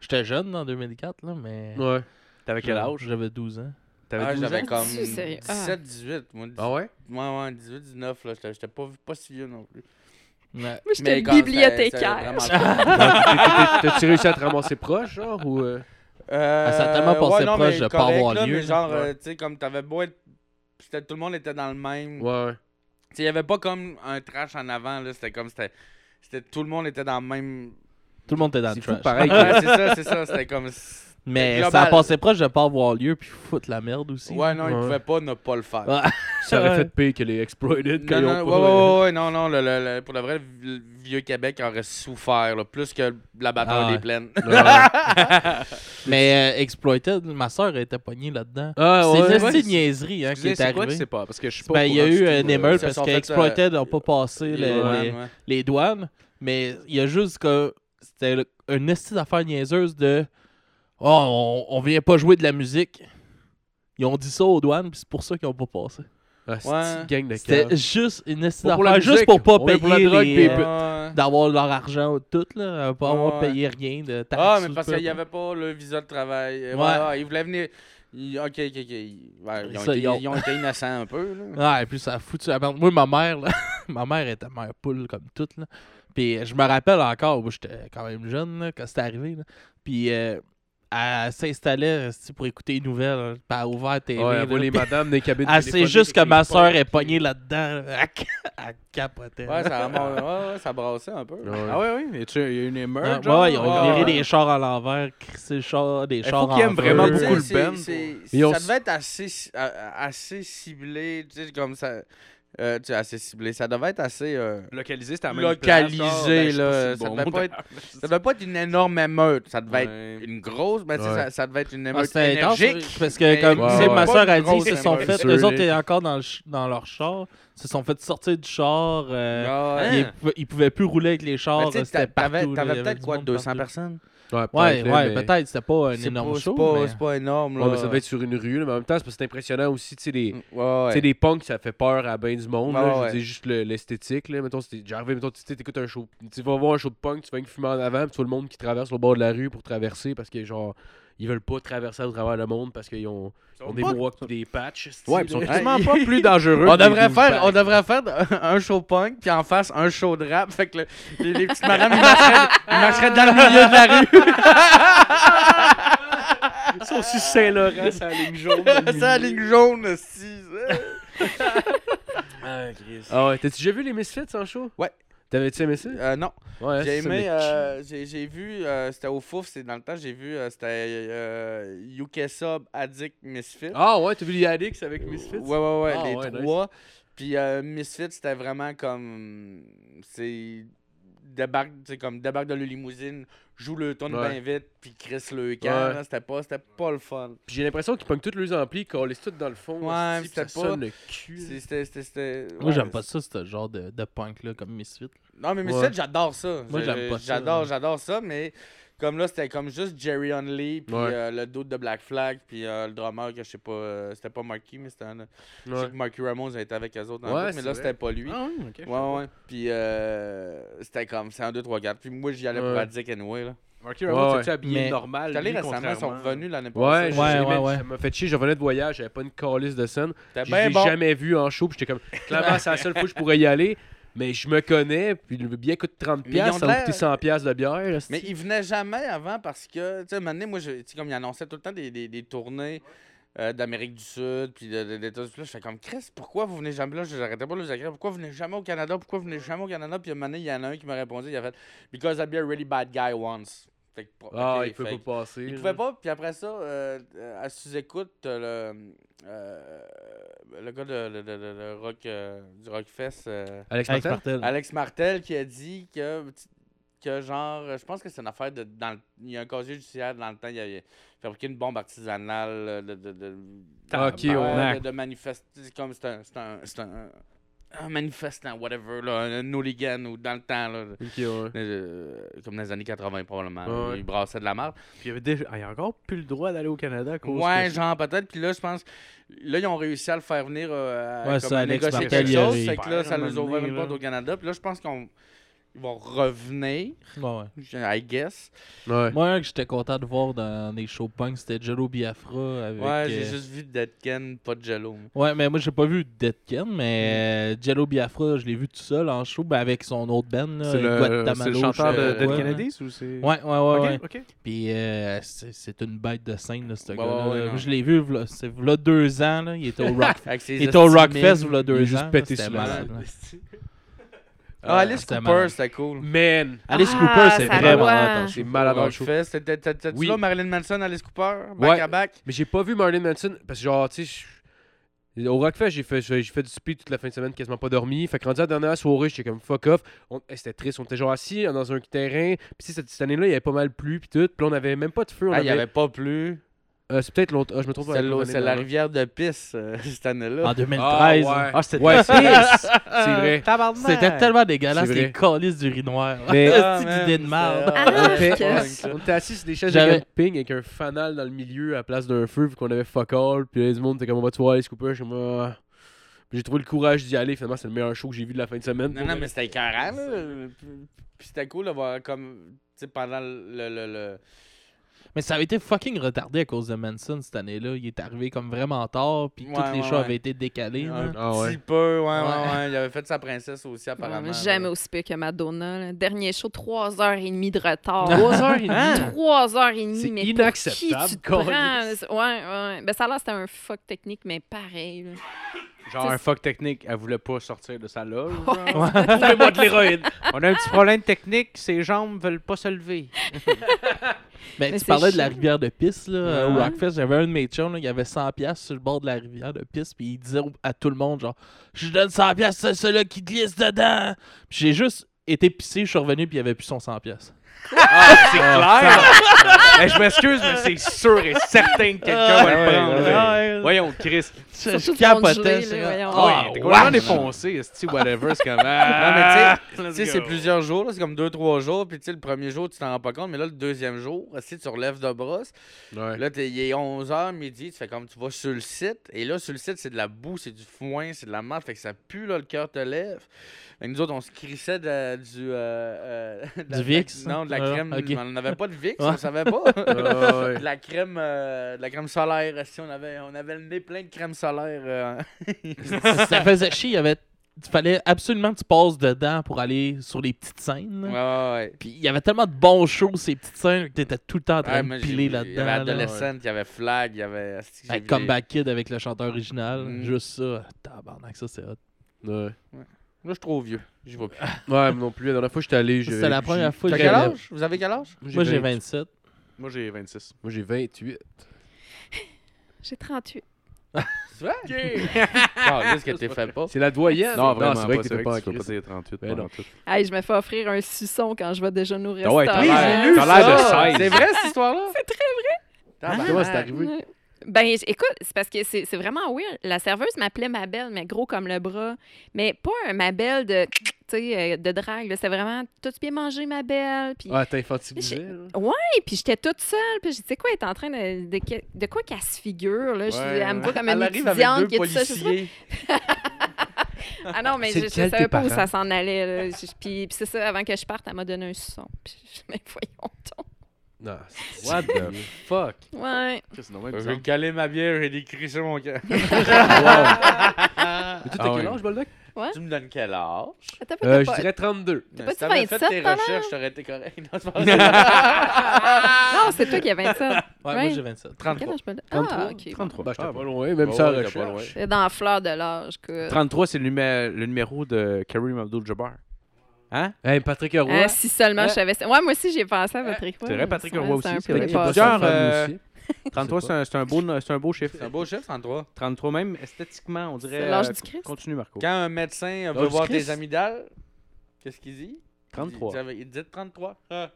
S6: J'étais jeune en 2004, là, mais.
S3: Ouais.
S4: T'avais quel âge?
S6: J'avais 12 ans.
S4: T'avais 12
S5: j'avais
S4: ans?
S5: comme
S2: C'est sérieux?
S5: 17-18. Moi,
S3: Ah ouais?
S5: ouais, 18-19, là. J'étais pas si vieux non plus.
S6: Ouais.
S2: Moi, j'étais
S5: Mais quand c'était
S2: bibliothécaire.
S5: vraiment le fun.
S3: T'as-tu réussi à te ramasser proche, genre, ou...
S6: ça a tellement passé
S5: non,
S6: proche
S5: mais
S6: de pas
S5: correct,
S6: avoir
S5: là,
S6: lieu,
S5: Mais
S6: là.
S5: genre,
S3: Ouais.
S5: tu sais, comme t'avais beau être. Tout le monde était dans le même.
S3: Ouais.
S5: Tu sais, il y avait pas comme un trash en avant, là. C'était comme. Tout le monde était dans le même.
S6: Tout le monde était dans le
S3: C'est fou,
S6: trash.
S3: pareil.
S5: Ouais, c'est ça. C'était comme.
S6: Mais
S5: global.
S6: ça a passé proche de pas avoir lieu puis foutre la merde aussi.
S5: Ouais, non, ils
S3: Ouais.
S5: pouvaient pas ne pas le faire.
S6: Ouais.
S3: Ça aurait fait pire que les Exploited quand
S5: Non,
S3: ils
S5: non,
S3: ont pas...
S5: ouais, non, pour le vrai, le vieux Québec aurait souffert, là, plus que la bataille
S6: Ah ouais.
S5: des plaines.
S6: Mais Exploited, ma soeur était pognée là-dedans.
S3: Ah
S6: C'est
S3: ouais?
S6: une
S4: ouais,
S6: petite niaiserie qui
S4: Excusez,
S6: est
S4: c'est quoi que
S6: arrivée.
S4: c'est pas? Parce que je suis pas
S6: Ben, il y a eu
S4: un
S6: une émeute
S5: Ils se
S6: parce
S5: sont
S6: que
S5: fait,
S6: Exploited n'a pas passé les douanes. Mais il y a juste que c'était une esti d'affaire niaiseuse de on vient pas jouer de la musique. Ils ont dit ça aux douanes, puis c'est pour ça qu'ils ont pas passé.
S3: Ah, c'est
S5: Ouais.
S3: une gang de
S6: C'était
S3: cave.
S6: juste une esti
S3: Pas pour la
S6: d'affaire, juste
S3: musique,
S6: pour pas
S3: on vient pour la
S6: payer
S3: drogue,
S6: les,
S3: puis-
S6: d'avoir leur argent ou tout, là, pas avoir
S5: Ouais.
S6: payé rien de taxes.
S5: Ah, mais
S6: ou
S5: parce
S6: peu
S5: qu'il n'y
S6: importe.
S5: avait pas le visa de travail.
S6: Ouais.
S5: Ils voulaient venir. Ok. Ouais, ils, ont
S6: Ça,
S5: été,
S6: ils ont-
S5: ils ont été innocents un peu. Là.
S6: Ouais, et puis ça a foutu la merde. Moi, ma mère, là, ma mère était mère poule comme toute, là. Puis je me rappelle encore, moi, j'étais quand même jeune, là, quand c'était arrivé, là. Puis elle s'installait pour écouter les nouvelles, là. Puis elle a ouvert la TV.
S3: Ouais,
S6: là,
S3: elle voit les
S6: puis
S3: madames des cabines
S6: elle sait
S3: téléphoniques
S6: juste que
S3: avec
S6: ma
S3: les
S6: soeur
S3: potes,
S6: est
S3: puis-
S6: pognée là-dedans. là. Elle capotait.
S5: Ouais, ça brassait un peu.
S3: Ouais.
S4: Ah ouais, oui. Il y a une
S6: Ouais,
S4: émeute,
S6: ouais, ils ont
S5: Ouais,
S6: viré
S5: ouais.
S6: des chars à l'envers, crissé des chars
S4: Il
S6: en
S4: faut qu'ils aiment
S6: feu.
S4: vraiment
S5: Mais tu sais,
S4: beaucoup le band.
S3: Ils ont-
S5: Ça devait être assez ciblé, tu sais, comme ça. Tu sais, assez ciblé. Ça devait être assez.
S4: Localisé, c'était à la même
S5: Localisé,
S4: place, genre, ben, je sais pas
S5: là,
S4: si c'est
S5: ça
S4: le
S5: devait
S4: bon
S5: pas
S4: mot
S5: être- Ça devait pas être une énorme émeute. Ça devait
S4: Ouais.
S5: être une grosse. Mais tu sais,
S3: Ouais.
S5: ça devait être une
S6: Ah,
S5: émeute
S6: c'était intense,
S5: énergique.
S6: parce que
S5: mais
S6: comme
S3: Ouais,
S6: tu sais,
S3: ouais.
S6: ma
S5: pas
S6: soeur
S5: une
S6: a dit, ils
S5: grosse
S6: se sont
S5: émeute.
S6: fait,
S3: Sûr,
S6: eux autres
S3: là.
S6: étaient encore dans leur char, se sont fait sortir du char.
S5: Ah ouais.
S6: Ils pouvaient plus rouler avec les
S5: Mais
S6: chars,
S5: tu sais,
S6: c'était partout. là, il y
S5: t'avais
S6: avait
S5: peut-être
S6: du
S5: quoi,
S6: monde
S5: 200
S6: partout.
S5: personnes?
S3: Ouais,
S6: Ouais,
S3: peut-être, mais-
S6: peut-être, c'était pas un
S5: C'est
S6: énorme
S5: pas-
S6: show.
S5: c'est
S6: mais-
S5: pas énorme, là.
S3: Ouais, mais ça devait être sur une rue, là, mais en même temps, c'est parce que c'est impressionnant aussi, tu sais, des...
S5: Ouais,
S3: Tu sais, des punks, ça fait peur à bien du monde.
S5: Ouais,
S3: là. Je
S5: ouais.
S3: veux dire, juste l'esthétique. Là. Mettons, j'arrive, mettons, tu sais, t'écoutes un show. Tu vas voir un show de punk, tu vas fumer en avant, puis tu vois le monde qui traverse le bord de la rue pour traverser parce que, genre, ils veulent pas traverser au travers le monde parce qu'ils ont des mohawks pis des patchs.
S4: Ouais, ils sont
S3: là.
S4: quasiment pas plus dangereux.
S5: On
S4: que les
S5: devrait, faire, on
S4: douchebags.
S5: devrait faire un show punk, puis en face, un show de rap. Fait que les petites madames, ils marcheraient dans le milieu de la rue.
S3: Ils sont sur Saint-Laurent, c'est la ligne jaune.
S5: C'est la ligne jaune, aussi.
S3: Ah ouais, t'as-tu déjà vu les Misfits en show?
S5: Ouais.
S3: T'avais-tu aimé ça?
S5: Non,
S3: Ouais,
S5: j'ai
S3: c'est ça,
S5: aimé,
S3: mais-
S5: j'ai vu, c'était au Fouf, c'est dans le temps, j'ai vu, c'était UK Sub, Addict, Misfit.
S3: Ah ouais, t'as vu les Addicts avec Misfits?
S5: Ouais,
S3: Ah,
S5: les
S3: ouais,
S5: trois. Puis Misfits, c'était vraiment comme, c'est débarque de la limousine, joue le ton
S3: Ouais.
S5: bien vite, puis crisse le camp,
S3: Ouais.
S5: là, c'était pas le fun.
S3: Puis j'ai l'impression qu'ils pognent tous leurs amplis, qu'ils laissent tout dans le fond.
S5: Ouais,
S3: hostie, puis
S5: c'était
S3: ça
S5: pas-
S3: sonne le cul.
S5: C'était.
S6: Moi,
S5: ouais,
S6: j'aime pas ça, ce genre de punk-là, comme Misfit.
S5: Non, mais Misfits,
S3: Ouais.
S5: j'adore ça.
S6: Moi, j'aime pas ça.
S5: J'adore ça, mais comme là, c'était comme juste Jerry Only, puis
S3: Ouais.
S5: le dude de Black Flag, puis le drummer que je sais pas, c'était pas Marky, mais c'était un. Je sais
S3: Ouais.
S5: que Marky Ramones a été avec eux autres,
S3: Ouais,
S5: mais
S3: c'est
S5: là,
S3: vrai.
S5: c'était pas lui.
S4: Ah oui, ok.
S5: Ouais. Puis c'était comme, c'est 1, 2, 3, 4. Puis moi, j'y allais pour
S3: Ouais.
S5: Addict anyway, là.
S4: Marky Ramones,
S3: Ouais.
S4: c'est-tu habillé
S6: Mais-
S4: normal?
S5: J'étais allé
S4: lui,
S5: récemment, ils sont
S4: contrairement-
S5: revenus l'année
S3: Ouais,
S5: passée.
S6: Ouais.
S3: ça m'a fait chier. Je revenais de voyage, j'avais pas une calice de scène.
S5: C'était
S3: Je
S5: bien
S3: l'ai
S5: bon.
S3: jamais vu en show, puis j'étais comme, clairement, c'est la seule fois que je pourrais y aller. Mais je me connais, puis le billet coûte 30$,
S5: Mais ils ont
S3: ça va
S5: de
S3: coûter 100$ de bière. là,
S5: Mais
S3: c'est-
S5: ils venaient jamais avant parce que, tu sais, maintenant, moi, tu sais, comme ils annonçaient tout le temps des tournées d'Amérique du Sud, puis d'États-Unis, je fais comme, Chris, pourquoi vous venez jamais là? J'arrêtais pas de les écrire, pourquoi vous venez jamais au Canada? Pourquoi vous venez jamais au Canada? Puis un il y en a un qui m'a répondu, il a fait, Because I'd be a really bad guy once. Fait que,
S3: Ah,
S5: ok,
S3: il peut
S5: fait
S3: pas passer.
S5: Il
S3: là.
S5: pouvait pas, puis après ça, à sous-écoute, t'as le gars de rock, du Rockfest,
S3: Alex
S6: Alex
S3: Martel?
S6: Martel.
S5: Alex Martel, qui a dit que genre, je pense que c'est une affaire de. Il y a un casier judiciaire dans le temps, il a fabriqué une bombe artisanale
S3: Ah, ok, ouais.
S5: de manifester. C'est comme c'est un manifestant, whatever, là, un hooligan ou dans le temps, là,
S3: Ok, ouais.
S5: comme dans les années 80 probablement.
S3: Ouais.
S5: Il brassait de la merde.
S4: Puis il y avait déjà... il y a encore plus le droit d'aller au Canada à cause
S5: Ouais,
S4: que-
S5: genre peut-être. Puis là, je pense. Là, ils ont réussi à le faire venir
S6: Ouais,
S5: comme
S6: ça,
S5: à
S6: Alex
S5: négocier
S6: Martel,
S5: quelque
S6: il a
S5: chose.
S6: réussi.
S5: Fait que là, ça
S4: Super,
S5: nous a ouvert une
S4: là.
S5: porte au Canada. Puis là, je pense ils vont revenir,
S6: Ouais.
S5: I guess.
S3: Ouais.
S6: Moi, un que j'étais content de voir dans les shows punk, c'était Jello Biafra avec...
S5: Ouais, j'ai juste vu Deadken, pas de Jello.
S6: Ouais, mais moi, j'ai pas vu Deadken, mais Jello Biafra, je l'ai vu tout seul en show, ben, avec son autre band, là,
S4: C'est le
S6: Guatemala,
S4: chanteur
S6: je sais
S4: de
S6: pas
S4: Dead
S6: quoi,
S4: Kennedys ou c'est.
S6: Ouais.
S4: Ok.
S6: Puis c'est une bête de scène, là, ce
S5: Ouais,
S6: gars-là.
S5: ouais,
S6: là.
S5: non.
S6: Moi, je l'ai vu, c'est v'là 2 ans, là. Il était au Rock.
S5: Avec ses
S6: Il était au
S5: hosties
S6: Rockfest,
S5: mimes.
S6: v'là 2 ans.
S3: Il est juste
S6: là,
S3: pété
S6: c'était
S3: sur la
S6: malade.
S3: main.
S6: là.
S5: Ah, Alice
S6: C'était
S5: Cooper,
S6: malade.
S5: c'était cool.
S3: Man!
S6: Alice
S2: Ah,
S6: Cooper, c'est
S2: ça
S6: vraiment
S2: doit.
S6: hot en show.
S3: C'est malade en show.
S5: Rockfest, t'étais-tu
S3: Oui.
S5: là, Marilyn Manson, Alice Cooper,
S3: Ouais.
S5: back à back?
S3: Mais j'ai pas vu Marilyn Manson parce que, genre, tu sais, au Rockfest, j'ai fait du speed toute la fin de semaine, quasiment pas dormi. Fait que rendu à la dernière soirée, j'étais comme fuck off. C'était triste, on était genre assis dans un terrain. Puis cette année-là, il y avait pas mal plu, puis tout. Puis là, on avait même pas de feu.
S5: Ah, il n'y avait pas plu.
S3: C'est peut-être l'autre. Je me trompe pas.
S5: C'est la rivière de Pisse, cette année-là.
S6: En 2013.
S3: Ah, ouais.
S4: Ah, c'était
S3: Ouais,
S4: de
S3: c'est
S4: la pisse.
S3: c'est vrai.
S4: Tabarnak.
S6: C'était tellement dégueulasse,
S3: C'est vrai.
S6: les calices d'urinoir.
S3: Mais-
S6: C'est une idée de merde.
S3: On était assis sur des chaises
S6: J'avais-
S3: de camping avec un fanal dans le milieu à la place d'un feu vu qu'on avait fuck all. Puis là, du monde était comme on va te voir Alice Cooper. Je suis comme ah. Puis j'ai trouvé le courage d'y aller. Finalement, c'est le meilleur show que j'ai vu de la fin de semaine.
S5: Non, non, mais c'était écœurant, là. Puis c'était cool de voir comme, tu sais, pendant le...
S6: Mais ça avait été fucking retardé à cause de Manson cette année-là. Il est arrivé comme vraiment tard, puis
S5: Ouais,
S6: tous les
S5: ouais,
S6: shows
S5: ouais.
S6: avaient été décalés. là.
S5: Un
S3: Ah ouais.
S5: petit peu, ouais.
S6: Ouais.
S5: Il avait fait sa princesse aussi,
S2: Ouais,
S5: apparemment.
S2: mais jamais
S5: là.
S2: aussi pire que Madonna. Là. Dernier show, 3h30 de retard.
S3: 3h30.
S6: Hein?
S2: 3h30,
S3: C'est
S2: mais
S3: inacceptable,
S2: pour qui tu te
S3: câlisse.
S2: prends? Ouais. Ben, ça a l'air que c'était un fuck technique, mais pareil. Là.
S4: Genre un fuck technique, elle voulait pas sortir de sa loge.
S2: Ouais.
S4: genre. Trouvez-moi de l'héroïne. On a un petit problème technique, ses jambes veulent pas se lever.
S6: Mais
S2: Mais
S6: tu
S2: c'est
S6: parlais de la
S2: chiant.
S6: rivière de Pisse là, au
S5: Ouais.
S6: Rockfest. J'avais un de mes chums, là, il avait 100$ sur le bord de la rivière de Pisse, puis il disait à tout le monde, genre, je donne 100$ à celui qui glisse dedans. Puis j'ai juste été pissé, je suis revenu, puis il avait plus son 100$.
S4: Ah, c'est clair! Mais je m'excuse, mais c'est sûr et certain que quelqu'un va le prendre. là. Voyons, Chris.
S6: Je
S2: Surtout
S6: capotais.
S2: du monde gelé,
S6: j'étais
S2: là,
S6: comme,
S2: voyons.
S6: ah,
S4: Ouais, t'es
S6: ouais.
S4: complètement défoncé, esti, whatever. C'est comme.
S5: Non, mais tu
S4: let's
S5: sais,
S4: go.
S5: c'est plusieurs jours, là, c'est comme 2-3 jours. Puis tu sais, le premier jour, tu t'en rends pas compte. Mais là, le deuxième jour, si tu relèves de brosse,
S3: Ouais.
S5: là, il est 11h, midi, tu fais comme tu vas sur le site. Et là, sur le site, c'est de la boue, c'est du foin, c'est de la merde. Fait que ça pue, là, le cœur te lève. Fait que nous autres, on se crissait
S6: Du Vicks?
S5: Non, de la
S6: Ah,
S5: crème.
S6: ok.
S5: On n'avait pas de Vicks,
S6: Ouais.
S5: on savait pas.
S3: Ouais.
S5: De la crème solaire. Si on avait le nez plein de crème solaire.
S6: Ça faisait chier, il fallait absolument que tu passes dedans pour aller sur les petites scènes. là.
S5: Ouais.
S6: Puis il y avait tellement de bons shows, ces petites scènes, que t'étais tout le temps en train
S5: Ouais,
S6: de
S5: moi,
S6: piler
S5: Il y
S6: là-dedans.
S5: avait
S6: là.
S5: Adolescent, il y avait Flag, il y avait.
S6: Avec Comeback Kid avec le chanteur original.
S5: Mm.
S6: Juste ça. Tabarnak, ça c'est hot.
S3: Ouais.
S5: Là, je suis trop vieux. J'y vais plus.
S3: Ouais, moi non plus. La dernière fois que j'étais allé,
S6: C'était la première fois que
S5: T'as quel
S6: j'allais.
S5: âge? Vous avez quel âge?
S6: Moi j'ai 27.
S4: Moi, j'ai 26.
S3: Moi j'ai 28.
S2: J'ai 38.
S5: C'est vrai? Ah, qu'est-ce que t'es fait pas?
S3: C'est la doyenne.
S4: Non, vraiment,
S3: c'est vrai que
S4: c'est
S3: t'es
S4: vrai
S3: pas en
S4: que tu peux pas
S3: crise.
S4: dire 38.
S3: Ben
S4: pas
S3: non.
S4: en tout.
S2: Hey, je me fais offrir un suçon quand je vais déjeuner au
S4: Ah ouais,
S2: restaurant.
S4: t'as l'air-
S5: j'ai lu
S4: t'as l'air de
S5: ça.
S4: 16.
S5: C'est vrai, cette histoire-là?
S2: C'est très
S5: Tabarnak.
S3: Comment c'est arrivé?
S2: Ouais. Ben, écoute, c'est parce que c'est vraiment weird. La serveuse m'appelait ma belle, mais gros comme le bras. Mais pas un ma belle de, tu sais, de drague. là. C'était vraiment, t'as-tu bien mangé, ma belle? Puis,
S3: Ah, t'es infantilisé. là.
S2: puis j'étais toute seule. Puis j'ai dit, c'est quoi, elle est en train de quoi qu'elle se figure? Là? Elle me voit comme une
S5: Elle arrive avec
S2: étudiante
S5: deux
S2: qui est tout ça. je sais pas.
S5: policiers.
S2: Ah non, mais
S3: C'est
S2: je
S3: lequel
S2: savais
S3: tes
S2: pas où
S3: parents?
S2: ça s'en allait. Là. Puis c'est ça, avant que je parte, elle m'a donné un suçon. Puis mais voyons donc.
S3: Non,
S4: What the fuck?
S2: Ouais.
S4: Chris, c'est normal
S5: Je
S4: bizarre.
S5: vais caler ma bière, j'ai décrit sur mon cœur.
S3: Mais toi,
S4: Ah
S3: t'as quel
S4: ouais.
S3: âge, Boldoc?
S5: Tu me donnes quel âge?
S2: Attends, t'as
S3: Je
S2: pas-
S3: dirais 32.
S2: T'as pas
S5: Si
S2: dit
S5: t'avais fait
S2: 27
S5: tes
S2: tout à l'heure?
S5: recherches, t'aurais été correct. Non, c'est pas vrai.
S2: Non, c'est toi qui as 27.
S6: Ouais, moi
S2: Right.
S6: j'ai 27.
S2: Quel
S5: 33.
S2: âge je peux dire?
S3: 33?
S2: Ah, OK.
S4: 33.
S3: Bah, j'étais
S4: Ah,
S3: pas
S4: bon.
S3: loin, même
S5: Ouais,
S3: ça
S5: ouais, t'es pas
S3: recherche.
S2: C'est dans la fleur de l'âge. Que...
S4: 33, c'est le numéro de Kareem Abdul-Jabbar. Hein?
S3: Hey, Patrick Roy.
S2: Si seulement je savais ça. Ouais, moi aussi, j'ai pensé à Patrick Roy.
S4: C'est vrai, Patrick
S2: Ouais,
S4: Roy
S2: c'est
S4: aussi,
S2: un
S4: c'est
S2: peu
S4: vrai qu'il
S2: dépassé.
S4: Plusieurs,
S3: Plusieurs,
S4: 33,
S3: Je sais
S4: c'est un beau chiffre.
S5: C'est un beau chiffre, 33.
S4: 33, même esthétiquement, on dirait.
S2: C'est l'âge du Christ.
S4: Continue, Marco.
S5: Quand un médecin veut
S3: du
S5: voir
S3: Christ.
S5: tes amygdales, qu'est-ce qu'il dit?
S4: 33.
S5: Il dit 33.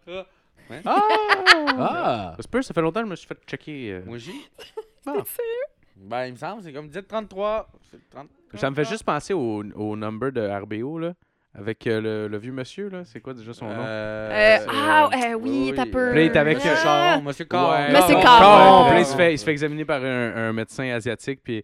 S3: Ah!
S4: Ça se peut, ça fait longtemps que je me suis fait checker.
S5: Moi, j'ai.
S4: Ah.
S5: Ben, il me semble, c'est comme 33. C'est 30.
S4: Ça me fait juste penser au number de RBO, là. Avec le vieux monsieur, là. C'est quoi déjà son nom?
S2: Oui, t'as peur.
S4: Puis là, il est avec,
S5: Caron, Monsieur Caron.
S4: Ouais.
S2: Mais c'est
S4: Caron.
S2: Caron.
S4: Puis là, il se fait examiner par un médecin asiatique. Puis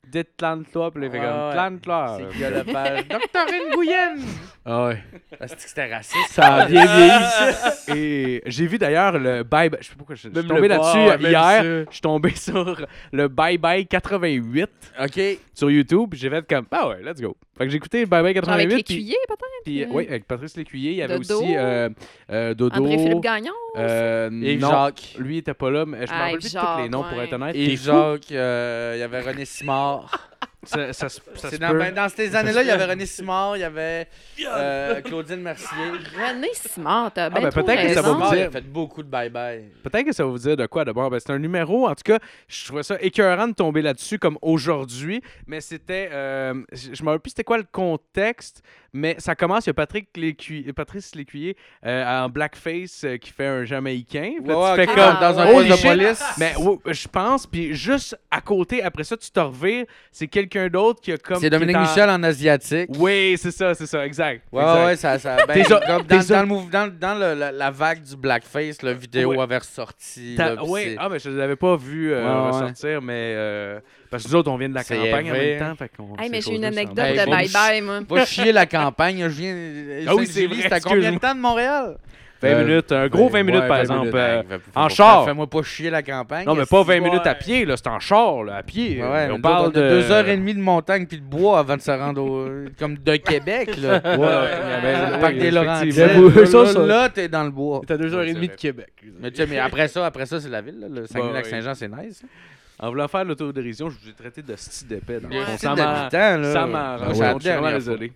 S4: Détente-toi, puis il fait
S5: Ouais,
S4: comme
S5: ouais.
S4: plante-toi.
S5: C'est Guy Lepage. Docteur Nguyen!
S3: Ah ouais.
S5: Est-ce que c'était raciste?
S3: Ça a bien vieilli.
S4: Et j'ai vu d'ailleurs le bye-bye. Je sais pas pourquoi je suis
S3: Même
S4: tombé
S3: le
S4: là-dessus
S3: bar, même
S4: hier.
S3: ça.
S4: Je suis tombé sur le Bye Bye 88
S5: OK.
S4: sur YouTube. Puis j'ai fait comme, ah ouais, let's go. Fait que j'ai écouté le Bye Bye
S2: Genre avec
S4: 88.
S2: l'écuyer, peut-être?
S4: Puis, oui, avec Patrice Lécuyer. Il y avait
S2: Dodo.
S4: aussi Dodo.
S2: André-Philippe Gagnon?
S5: Yves
S4: non,
S5: Jacques.
S4: lui, il était pas là. Mais je me
S2: Ah,
S4: rappelle plus de
S2: Yves
S4: tous les noms,
S2: Jacques,
S4: pour être
S2: ouais.
S4: honnête.
S5: Yves Jacques, il y avait René Simard.
S4: Ça se
S5: C'est
S4: peut.
S5: dans ces années-là, il y avait René Simard, il y avait Claudine Mercier.
S2: René Simard, t'as
S4: ben,
S2: bien trop
S4: peut-être que ça va
S2: raison.
S4: vous
S5: Simard, il
S4: dire-
S5: a fait beaucoup de bye-bye.
S4: Peut-être que ça va vous dire de quoi d'abord. Ben, c'est un numéro, en tout cas, je trouvais ça écœurant de tomber là-dessus comme aujourd'hui, mais c'était, je me rappelle plus c'était quoi le contexte, mais ça commence, il y a Patrice Lécuyer en blackface qui fait un Jamaïcain. Puis là, tu fais
S5: ok,
S4: comme,
S5: dans un
S2: ouais.
S5: poste de
S4: shit.
S5: police.
S4: Mais je pense, puis juste à côté, après ça, tu te revires, c'est quelqu'un d'autre qui a comme...
S5: C'est Dominique
S4: qui est en-
S5: Michel en asiatique.
S4: Oui, c'est ça, exact.
S5: Ouais,
S4: exact.
S5: ouais, ça ben,
S4: Déjà-
S5: comme
S4: déjà-
S5: dans la vague du blackface, la vidéo
S4: Ouais.
S5: avait ressorti. là, puis
S4: Oui,
S5: c'est-
S4: mais je ne l'avais pas vu
S5: Ouais,
S4: ressortir, mais parce que nous autres, on vient de la
S5: C'est
S4: campagne en
S5: vrai.
S4: même temps. Fait qu'on
S2: Hey,
S4: ces
S2: mais j'ai une
S4: choses-là
S2: anecdote
S4: s'en
S5: Hey,
S2: de
S5: bon,
S2: bye-bye, moi.
S5: Va chier la campagne. Je viens.
S4: Ah oui, c'est
S5: Saint-Julie,
S4: vrai,
S5: c'était à combien de
S4: excuse-moi.
S5: temps de Montréal?
S4: 20 minutes, un gros 20 minutes
S3: ouais,
S4: par
S3: 20
S4: exemple.
S3: minutes.
S4: En char.
S5: Fais-moi pas chier la campagne.
S4: Non, mais pas 20 minutes à pied, là, c'est en char, là, à pied.
S5: Ouais, ouais,
S4: on
S5: nous
S4: parle
S5: autres, on a
S4: de
S5: 2h30 de montagne puis de bois avant de se rendre comme de Québec. Là.
S4: ben,
S5: Le parc
S4: oui,
S5: des Laurentides.
S3: effectivement.
S5: Là,
S3: Ça, ça.
S5: là, t'es dans le bois.
S3: T'es à 2h30
S4: vrai.
S3: de Québec.
S5: Mais, tu sais, mais après ça, c'est la ville. Là. Le Saguenay-Lac-Saint-Jean,
S4: ouais.
S5: c'est nice.
S4: En voulant faire l'autodérision, je vous ai traité de style d'épais. dans le
S5: Il y a
S4: fond.
S5: un
S4: Ça
S5: site
S4: m'a
S5: d'habitants, là.
S4: ça m'arrange.
S5: Ouais,
S4: Je suis vraiment
S5: dernière fois.
S4: désolé.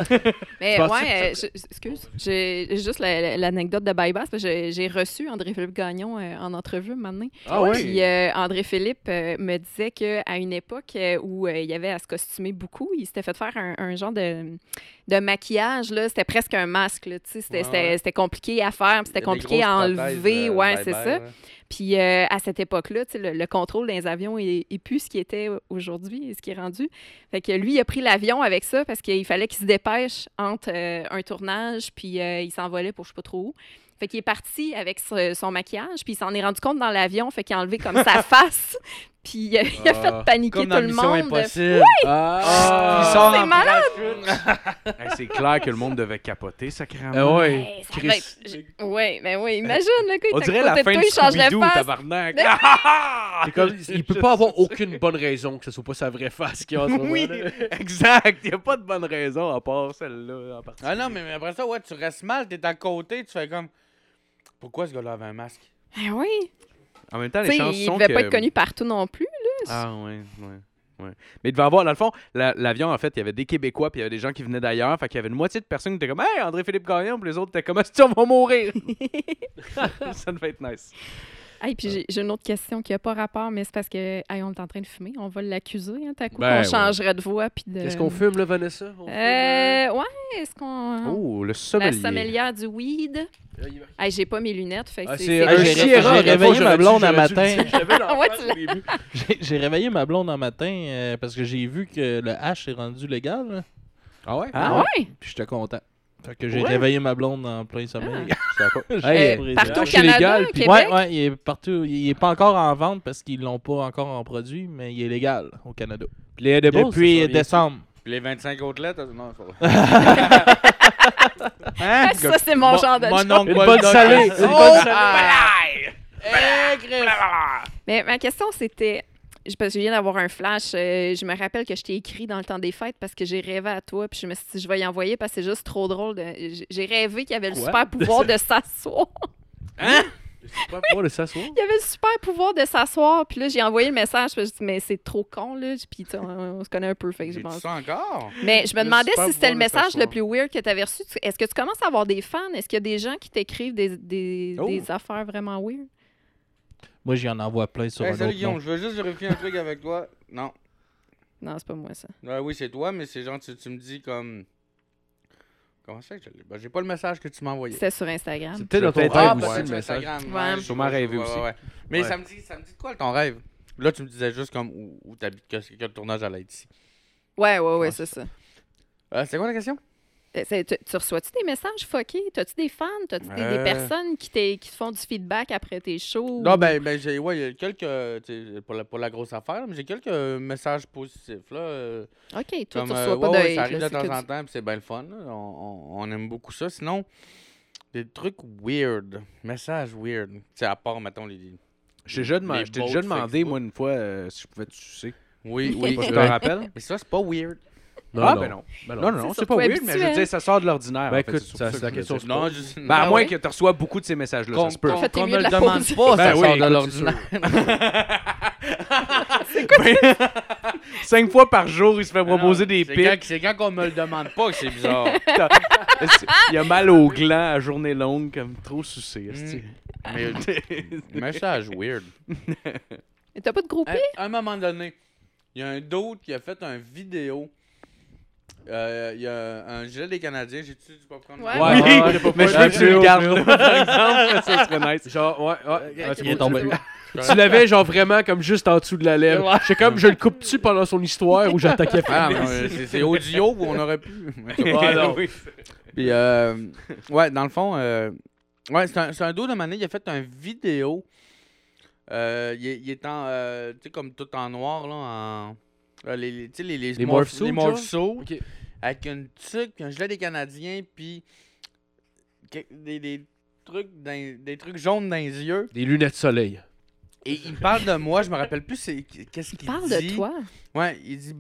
S2: Mais
S3: Penses-tu
S2: ouais, excuse, j'ai juste l'anecdote de bye-bye, parce que j'ai reçu André-Philippe Gagnon en entrevue maintenant.
S3: Ah ouais?
S2: Puis André-Philippe me disait qu'à une époque où il y avait à se costumer beaucoup, il s'était fait faire un genre de maquillage, là. C'était presque un masque, là, tu sais. C'était compliqué à faire, puis c'était compliqué à enlever. Ouais, c'est ça. Puis à cette époque-là, tu sais, le contrôle des avions est plus ce qui était aujourd'hui et ce qui est rendu. Fait que lui, il a pris l'avion avec ça parce qu'il fallait qu'il se dépêche entre un tournage, puis il s'envolait pour je sais pas trop où. Fait qu'il est parti avec son maquillage, puis il s'en est rendu compte dans l'avion, fait qu'il a enlevé comme sa face, puis il a fait paniquer
S5: Comme
S2: tout
S5: dans
S2: le
S5: Mission
S2: monde.
S5: Impossible.
S3: Ah!
S5: Il sort
S2: c'est
S5: en
S2: malade!
S4: Hey, c'est clair que le monde devait capoter, sacrément.
S3: ouais.
S2: Hey, ça
S3: Chris.
S2: va être- Ouais, mais oui, imagine, le gars, il
S4: On
S2: est à
S4: dirait
S2: côté
S4: la
S2: de
S4: fin
S2: toi,
S4: de
S2: il change de
S4: Scooby-Doo,
S2: face.
S4: tabarnak.
S3: C'est comme, il peut pas avoir aucune bonne raison que ce soit pas sa vraie face qu'il a en ce moment.
S4: Oui, exact. Il n'y a pas de bonne raison à part celle-là en particulier.
S5: Ah non, mais après ça, ouais, tu restes mal, t'es à côté, tu fais comme. Pourquoi ce gars-là avait un masque?
S2: Ah oui,
S4: En même temps,
S2: tu
S4: les
S2: sais,
S4: chances
S2: il
S4: sont
S2: devait
S4: que...
S2: pas être connu partout non plus.
S4: Ah, ouais. Mais il devait avoir, dans le fond, l'avion, en fait, il y avait des Québécois, puis il y avait des gens qui venaient d'ailleurs. Fait qu'il y avait une moitié de personnes qui étaient comme, hey, André-Philippe Gagnon, puis les autres étaient comme, est-ce qu'on va mourir? Ça devait être nice.
S2: Hey, puis j'ai une autre question qui n'a pas rapport, mais c'est parce que hey, on est en train de fumer. On va l'accuser, hein, t'as coup
S3: Ben,
S2: qu'on changerait de voix. Puis de...
S3: Qu'est-ce qu'on fume, là, Vanessa? On fume,
S2: Ouais, est-ce qu'on...
S4: Oh, le
S2: La
S4: sommelier.
S2: sommelière du weed. Hey, j'ai pas mes lunettes, fait que
S3: Ah,
S2: c'est...
S3: c'est
S2: c'est-
S3: un
S6: j'ai
S3: Sierra,
S6: j'ai
S3: dans le fond,
S6: réveillé ma
S3: j'aurais dû-
S6: blonde un
S3: j'aurais dû le
S6: matin.
S3: dire. J'avais
S2: Ah ouais,
S3: l'enfant
S2: tu l'as-
S3: au début.
S6: J'ai réveillé ma blonde un matin parce que j'ai vu que le hash est rendu légal. Là.
S3: Ah ouais?
S2: Ah ouais?
S6: Puis j'étais content. Fait que j'ai
S4: Ouais.
S6: réveillé ma blonde en plein sommeil.
S3: Hey,
S6: J'ai
S2: Partout au
S6: pris-
S3: c'est
S2: Canada,
S3: légal,
S2: au
S3: puis-
S2: Québec?
S6: Ouais, il est partout. Il est pas encore en vente parce qu'ils l'ont pas encore en produit, mais il est légal au Canada.
S3: Les edibles,
S6: Depuis
S3: ça s'en vient.
S6: décembre.
S5: Puis les 25 autres lettres, non, c'est pas vrai. Hein?
S2: Ça, c'est mon genre de
S5: Mon
S2: joke.
S5: oncle
S3: Une bonne
S5: Bulldog.
S3: salée.
S5: Oh!
S3: Une bonne salée.
S2: Mais ma question, c'était... Parce que je viens d'avoir un flash. Je me rappelle que je t'ai écrit dans le temps des fêtes parce que j'ai rêvé à toi. Puis je me suis dit, je vais y envoyer parce que c'est juste trop drôle. J'ai rêvé qu'il y avait le
S3: Quoi?
S2: super pouvoir de s'asseoir.
S3: C'est pas pour le s'asseoir.
S2: Il y avait le super pouvoir de s'asseoir. Puis là, j'ai envoyé le message. Puis je dit, mais c'est trop con, là. Puis tu sais, on se connaît un peu. Fait que je
S5: J'ai-tu
S2: pense.
S5: ça encore?
S2: Mais je me
S5: Le
S2: demandais
S5: super
S2: si c'était le
S5: pouvoir de
S2: message le
S5: s'asseoir.
S2: plus weird que tu avais reçu. Est-ce que tu commences à avoir des fans? Est-ce qu'il y a des gens qui t'écrivent des
S3: Oh.
S2: affaires vraiment weird?
S6: Moi, j'y en envoie plein sur
S5: Hey,
S6: un
S5: salut
S6: autre
S5: Guillaume,
S6: nom.
S5: je veux juste vérifier un truc avec toi. Non.
S2: Non, c'est pas moi, ça.
S5: Oui, c'est toi, mais c'est genre, tu me dis comme. Comment ça que je l'ai? Ben, j'ai pas le message que tu m'as envoyé.
S2: C'était sur Instagram.
S3: C'est peut-être dans ton
S4: Peut-être
S3: rêve
S5: Ah,
S3: aussi,
S5: peut-être
S3: le
S5: sur
S3: message.
S5: Instagram.
S2: Ouais.
S5: je
S4: Sûrement
S5: vois,
S4: rêvé
S5: ouais,
S4: aussi.
S5: ouais. Mais
S3: Ouais.
S5: ça me dit de quoi ton rêve? Là, tu me disais juste comme où t'habites, que le tournage allait être ici.
S2: Ouais,
S5: Ouais,
S2: c'est ça.
S5: C'est quoi la question?
S2: Tu reçois-tu des messages fuckés? T'as-tu des fans? T'as-tu des personnes qui te font du feedback après tes shows?
S5: Non, ben j'ai il y a quelques. Pour la grosse affaire, mais j'ai quelques messages positifs. Là,
S2: OK, toi,
S5: comme,
S2: tu reçois pas
S5: ouais,
S2: de hate.
S5: ça arrive
S2: là,
S5: de
S2: c'est que
S5: temps en temps, puis c'est bien le fun. Là. On aime beaucoup ça. Sinon, des trucs weird. Messages weird. C'est à part, mettons, les.
S4: Je t'ai déjà demandé,
S5: Facebook.
S4: moi, une fois, si je pouvais te sucer.
S5: Oui,
S4: Je sais pas si tu
S3: Ouais.
S4: t'en rappelles?
S5: Mais ça, c'est pas weird.
S4: Ben non.
S3: Ben
S4: Non, non,
S2: C'est
S4: c'est pas
S2: surtout
S4: weird, mais je veux
S2: habituel.
S4: dire, ça sort de l'ordinaire.
S3: Ben
S4: en fait,
S3: écoute,
S4: c'est
S3: ça,
S4: surtout
S3: c'est la
S4: que
S3: question.
S4: je veux dire.
S5: Non,
S3: je...
S4: Ben, à
S2: Ah
S4: moins
S2: ouais?
S4: que tu reçois beaucoup de ces messages-là, ça se peut.
S2: En fait, t'es
S5: qu'on
S2: mieux
S5: me
S2: de
S5: le
S2: la
S5: demande
S2: poser.
S5: pas, ça
S3: Ben oui,
S5: sort de
S3: écoute, c'est
S5: l'ordinaire.
S4: 5 fois par jour, il se fait proposer des pics.
S5: C'est quand on me le demande pas que c'est bizarre.
S4: Il a mal au gland à journée longue, comme trop sucé. esti.
S5: Mais message weird.
S2: Et t'as pas de groupie?
S5: À un moment donné, il y a un d'autre qui a fait une vidéo. Il y a un gilet des Canadiens. J'ai-tu du popcorn?
S2: Ouais.
S4: Oui,
S3: Ouais,
S4: mais je veux que tu le gardes là, par exemple, ça serait nice.
S3: Genre, ouais.
S2: Ok,
S3: C'est
S6: il est
S3: bon,
S6: tombé.
S3: tu- Tu l'avais genre vraiment comme juste en dessous de la lèvre. Je sais comme, je le coupe-tu pendant son histoire ou j'attaquais
S5: Ah,
S3: pas.
S5: non, c'est audio où on aurait pu.
S3: Ah, non.
S4: Oui.
S5: Puis, ouais, dans le fond, ouais, c'est un dos de manée. Il a fait une vidéo. Il est en, tu sais, comme tout en noir, là, en. Tu sais,
S3: Les morph suits,
S5: les
S3: genre?
S5: morph suits,
S3: Ok.
S5: avec une tuque, puis un gilet des Canadiens, puis des trucs jaunes dans les yeux.
S3: Des lunettes soleil.
S5: Et il me parle de moi, je me rappelle plus qu'est-ce qu'il
S2: Parle
S5: dit.
S2: de toi.
S5: Ouais, il dit.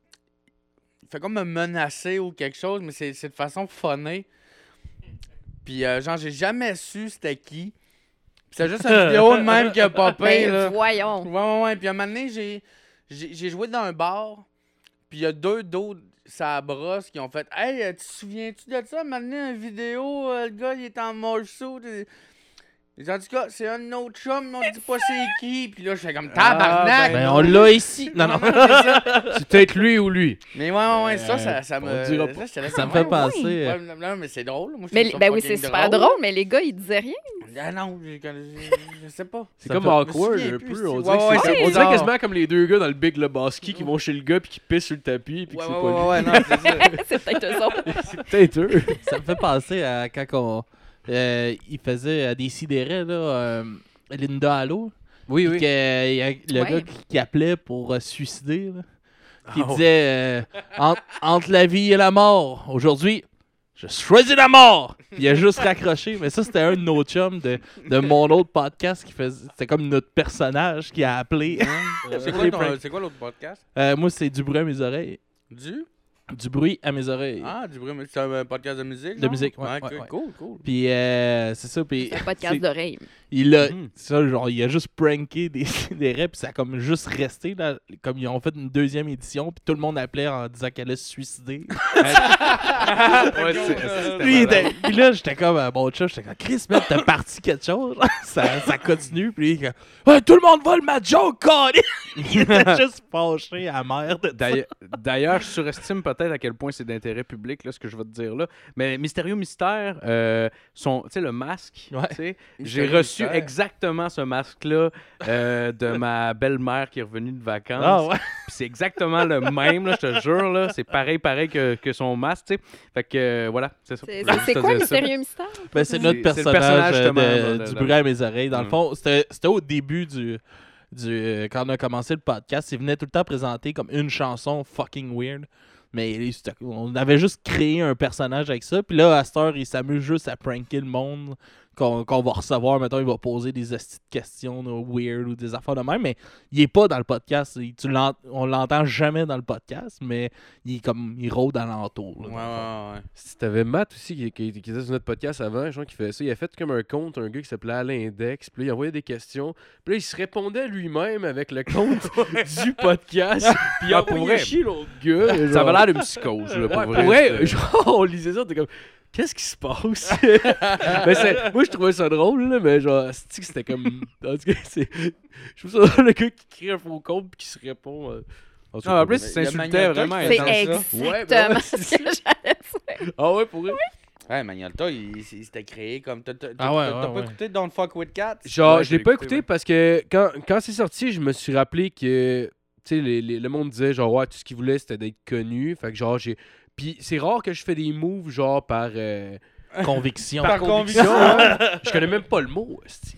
S5: Il fait comme me menacer ou quelque chose, mais c'est de façon funnée. Puis, genre, j'ai jamais su c'était qui. Puis c'est juste une vidéo de même qui a popé,
S2: Ben,
S5: là.
S2: voyons.
S5: Ouais. Puis, à un moment donné, j'ai joué dans un bar. Puis, il y a deux d'autres, ça brosse, qui ont fait Hey, tu te souviens-tu de ça? À un moment donné, une vidéo, le gars, il est en morph suit. En tout cas, c'est un de nos chums, mais on dit pas c'est qui. Puis là, je fais comme tabarnak.
S6: Ben, on l'a ici. Non, non.
S5: c'est ça.
S3: C'est peut-être lui ou lui.
S5: Mais ouais, ça
S3: on
S5: me.
S3: dira pas.
S5: j'étais là,
S6: Ça me
S5: ouais,
S6: fait penser.
S5: ouais, non, mais c'est drôle. Moi, je
S2: Mais,
S5: trouve ça
S2: ben oui,
S5: fucking
S2: c'est super drôle, mais les gars, ils disaient rien.
S5: Ah non, je sais pas.
S3: C'est
S6: Ça
S3: comme
S6: fait-
S3: awkward
S5: je me
S3: un
S5: souviens plus,
S3: peu. On
S5: c'est-
S3: dirait, que
S5: ouais,
S3: c'est
S5: c'est
S3: comme- on dirait
S5: bizarre.
S3: quasiment comme les deux gars dans le Big Lebowski qui vont chez le gars puis qui pissent sur le tapis puis que
S5: Ouais,
S3: c'est pas lui.
S5: ouais, non, c'est ça.
S2: C'est peut-être eux autres.
S3: C'est peut-être eux.
S6: Ça me fait penser à quand il faisait des sidérés, là, Linda Allo.
S3: Oui,
S6: Puis qu'il y a le
S2: Ouais.
S6: gars qui appelait pour se suicider. Là, qui
S3: Ah ouais.
S6: disait entre la vie et la mort, aujourd'hui, je choisis la mort. Puis il a juste raccroché. Mais ça, c'était un de nos chums de mon autre podcast qui faisait. C'était comme notre personnage qui a appelé.
S5: C'est quoi l'autre podcast?
S6: Moi, c'est Du bruit à mes oreilles. Du bruit à mes oreilles.
S5: Ah, du bruit, mais c'est un podcast de musique?
S6: De
S5: genre?
S6: musique, ouais,
S5: cool,
S6: ouais.
S5: cool.
S6: Puis c'est ça. Puis
S2: C'est un podcast
S6: c'est-
S2: d'oreilles.
S6: Il a,
S4: Mhm.
S6: ça, genre, il a juste pranké des raies, puis ça a comme juste resté, là, comme ils ont fait une deuxième édition, puis tout le monde appelait en disant qu'elle allait se suicider.
S4: Ouais, c'était
S6: Lui,
S4: malade.
S6: puis là, j'étais comme un bon chat, j'étais comme, Chris, man, t'as parti quelque chose, ça continue, puis lui, ouais, tout le monde vole ma joke, Colin! Il était juste fâché, amer de ça.
S4: D'ailleurs, je surestime peut-être à quel point c'est d'intérêt public, là, ce que je vais te dire là. Mais Mystérieux Mystère, tu sais, le masque,
S6: Ouais.
S4: tu sais, j'ai
S5: Mystérieux
S4: reçu
S5: Mystère.
S4: exactement ce masque-là de ma belle-mère qui est revenue de vacances.
S6: Ah ouais.
S4: Puis c'est exactement le même, là, je te jure, là. C'est pareil que son masque, tu sais. Fait que voilà, c'est ça.
S2: C'est
S4: Je voulais juste
S2: c'est
S4: te
S2: quoi,
S4: dire ça.
S2: Mystérieux Mystère?
S6: Ben, c'est notre
S4: C'est le personnage,
S6: personnage
S4: justement,
S6: du
S4: de-
S6: bruit à mes oreilles. Dans le
S4: Mm.
S6: fond, c'était au début quand on a commencé le podcast, il venait tout le temps présenter comme une chanson fucking weird. Mais on avait juste créé un personnage avec ça. Puis là, à cette heure, il s'amuse juste à pranker le monde qu'on va recevoir. Mettons, il va poser des hosties de questions là, weird ou des affaires de même. Mais il est pas dans le podcast. On l'entend jamais dans le podcast, mais il rôde alentour. là, dans le fond.
S5: Ouais.
S3: Si t'avais Matt aussi qui était sur notre podcast avant, je crois qu'il fait ça. Il a fait comme un compte, un gars qui s'appelait Alain Index. Puis là, il envoyait des questions. Puis là, il se répondait lui-même avec le compte du podcast. Puis il
S4: Ah, pour
S3: envoyait
S4: vrai.
S3: chier l'autre gars.
S4: Ça
S3: genre.
S4: avait l'air d'une psychose, là, pour
S3: Ouais,
S4: vrai.
S3: pour vrai,
S4: c'était-
S3: genre, on lisait ça, t'es comme, qu'est-ce qui se passe? Mais moi, je trouvais ça drôle, là, mais genre, c'est-tu que c'était comme. En tout cas, je trouve ça drôle, le gars qui crée un faux compte puis qui se répond. En tout cas,
S4: Non, en plus,
S3: pour
S4: il
S3: vrai.
S5: Il y a
S4: s'insultait
S5: Magnotta
S4: vraiment
S5: qui
S2: C'est
S5: fait
S4: intense,
S5: ça.
S4: ça.
S3: Ouais,
S2: exactement
S3: ben ouais,
S2: ce que j'allais dire.
S3: Ah ouais, pour vrai?
S5: Ouais, Magnolta, il s'était créé comme. T'as
S6: Ah ouais,
S5: pas
S6: ouais.
S5: écouté Don't Fuck With Cats?
S3: Genre,
S4: Ouais,
S3: je l'ai
S4: j'ai
S3: pas
S4: écouté,
S3: écouté
S4: ouais.
S3: parce que quand c'est sorti, je me suis rappelé que, tu sais, le monde disait, genre, ouais, tout ce qu'il voulait, c'était d'être connu. Fait que, genre, j'ai. Puis c'est rare que je fais des moves genre par
S6: Conviction.
S5: Par
S3: conviction.
S5: conviction.
S3: Je connais même pas le mot. esti.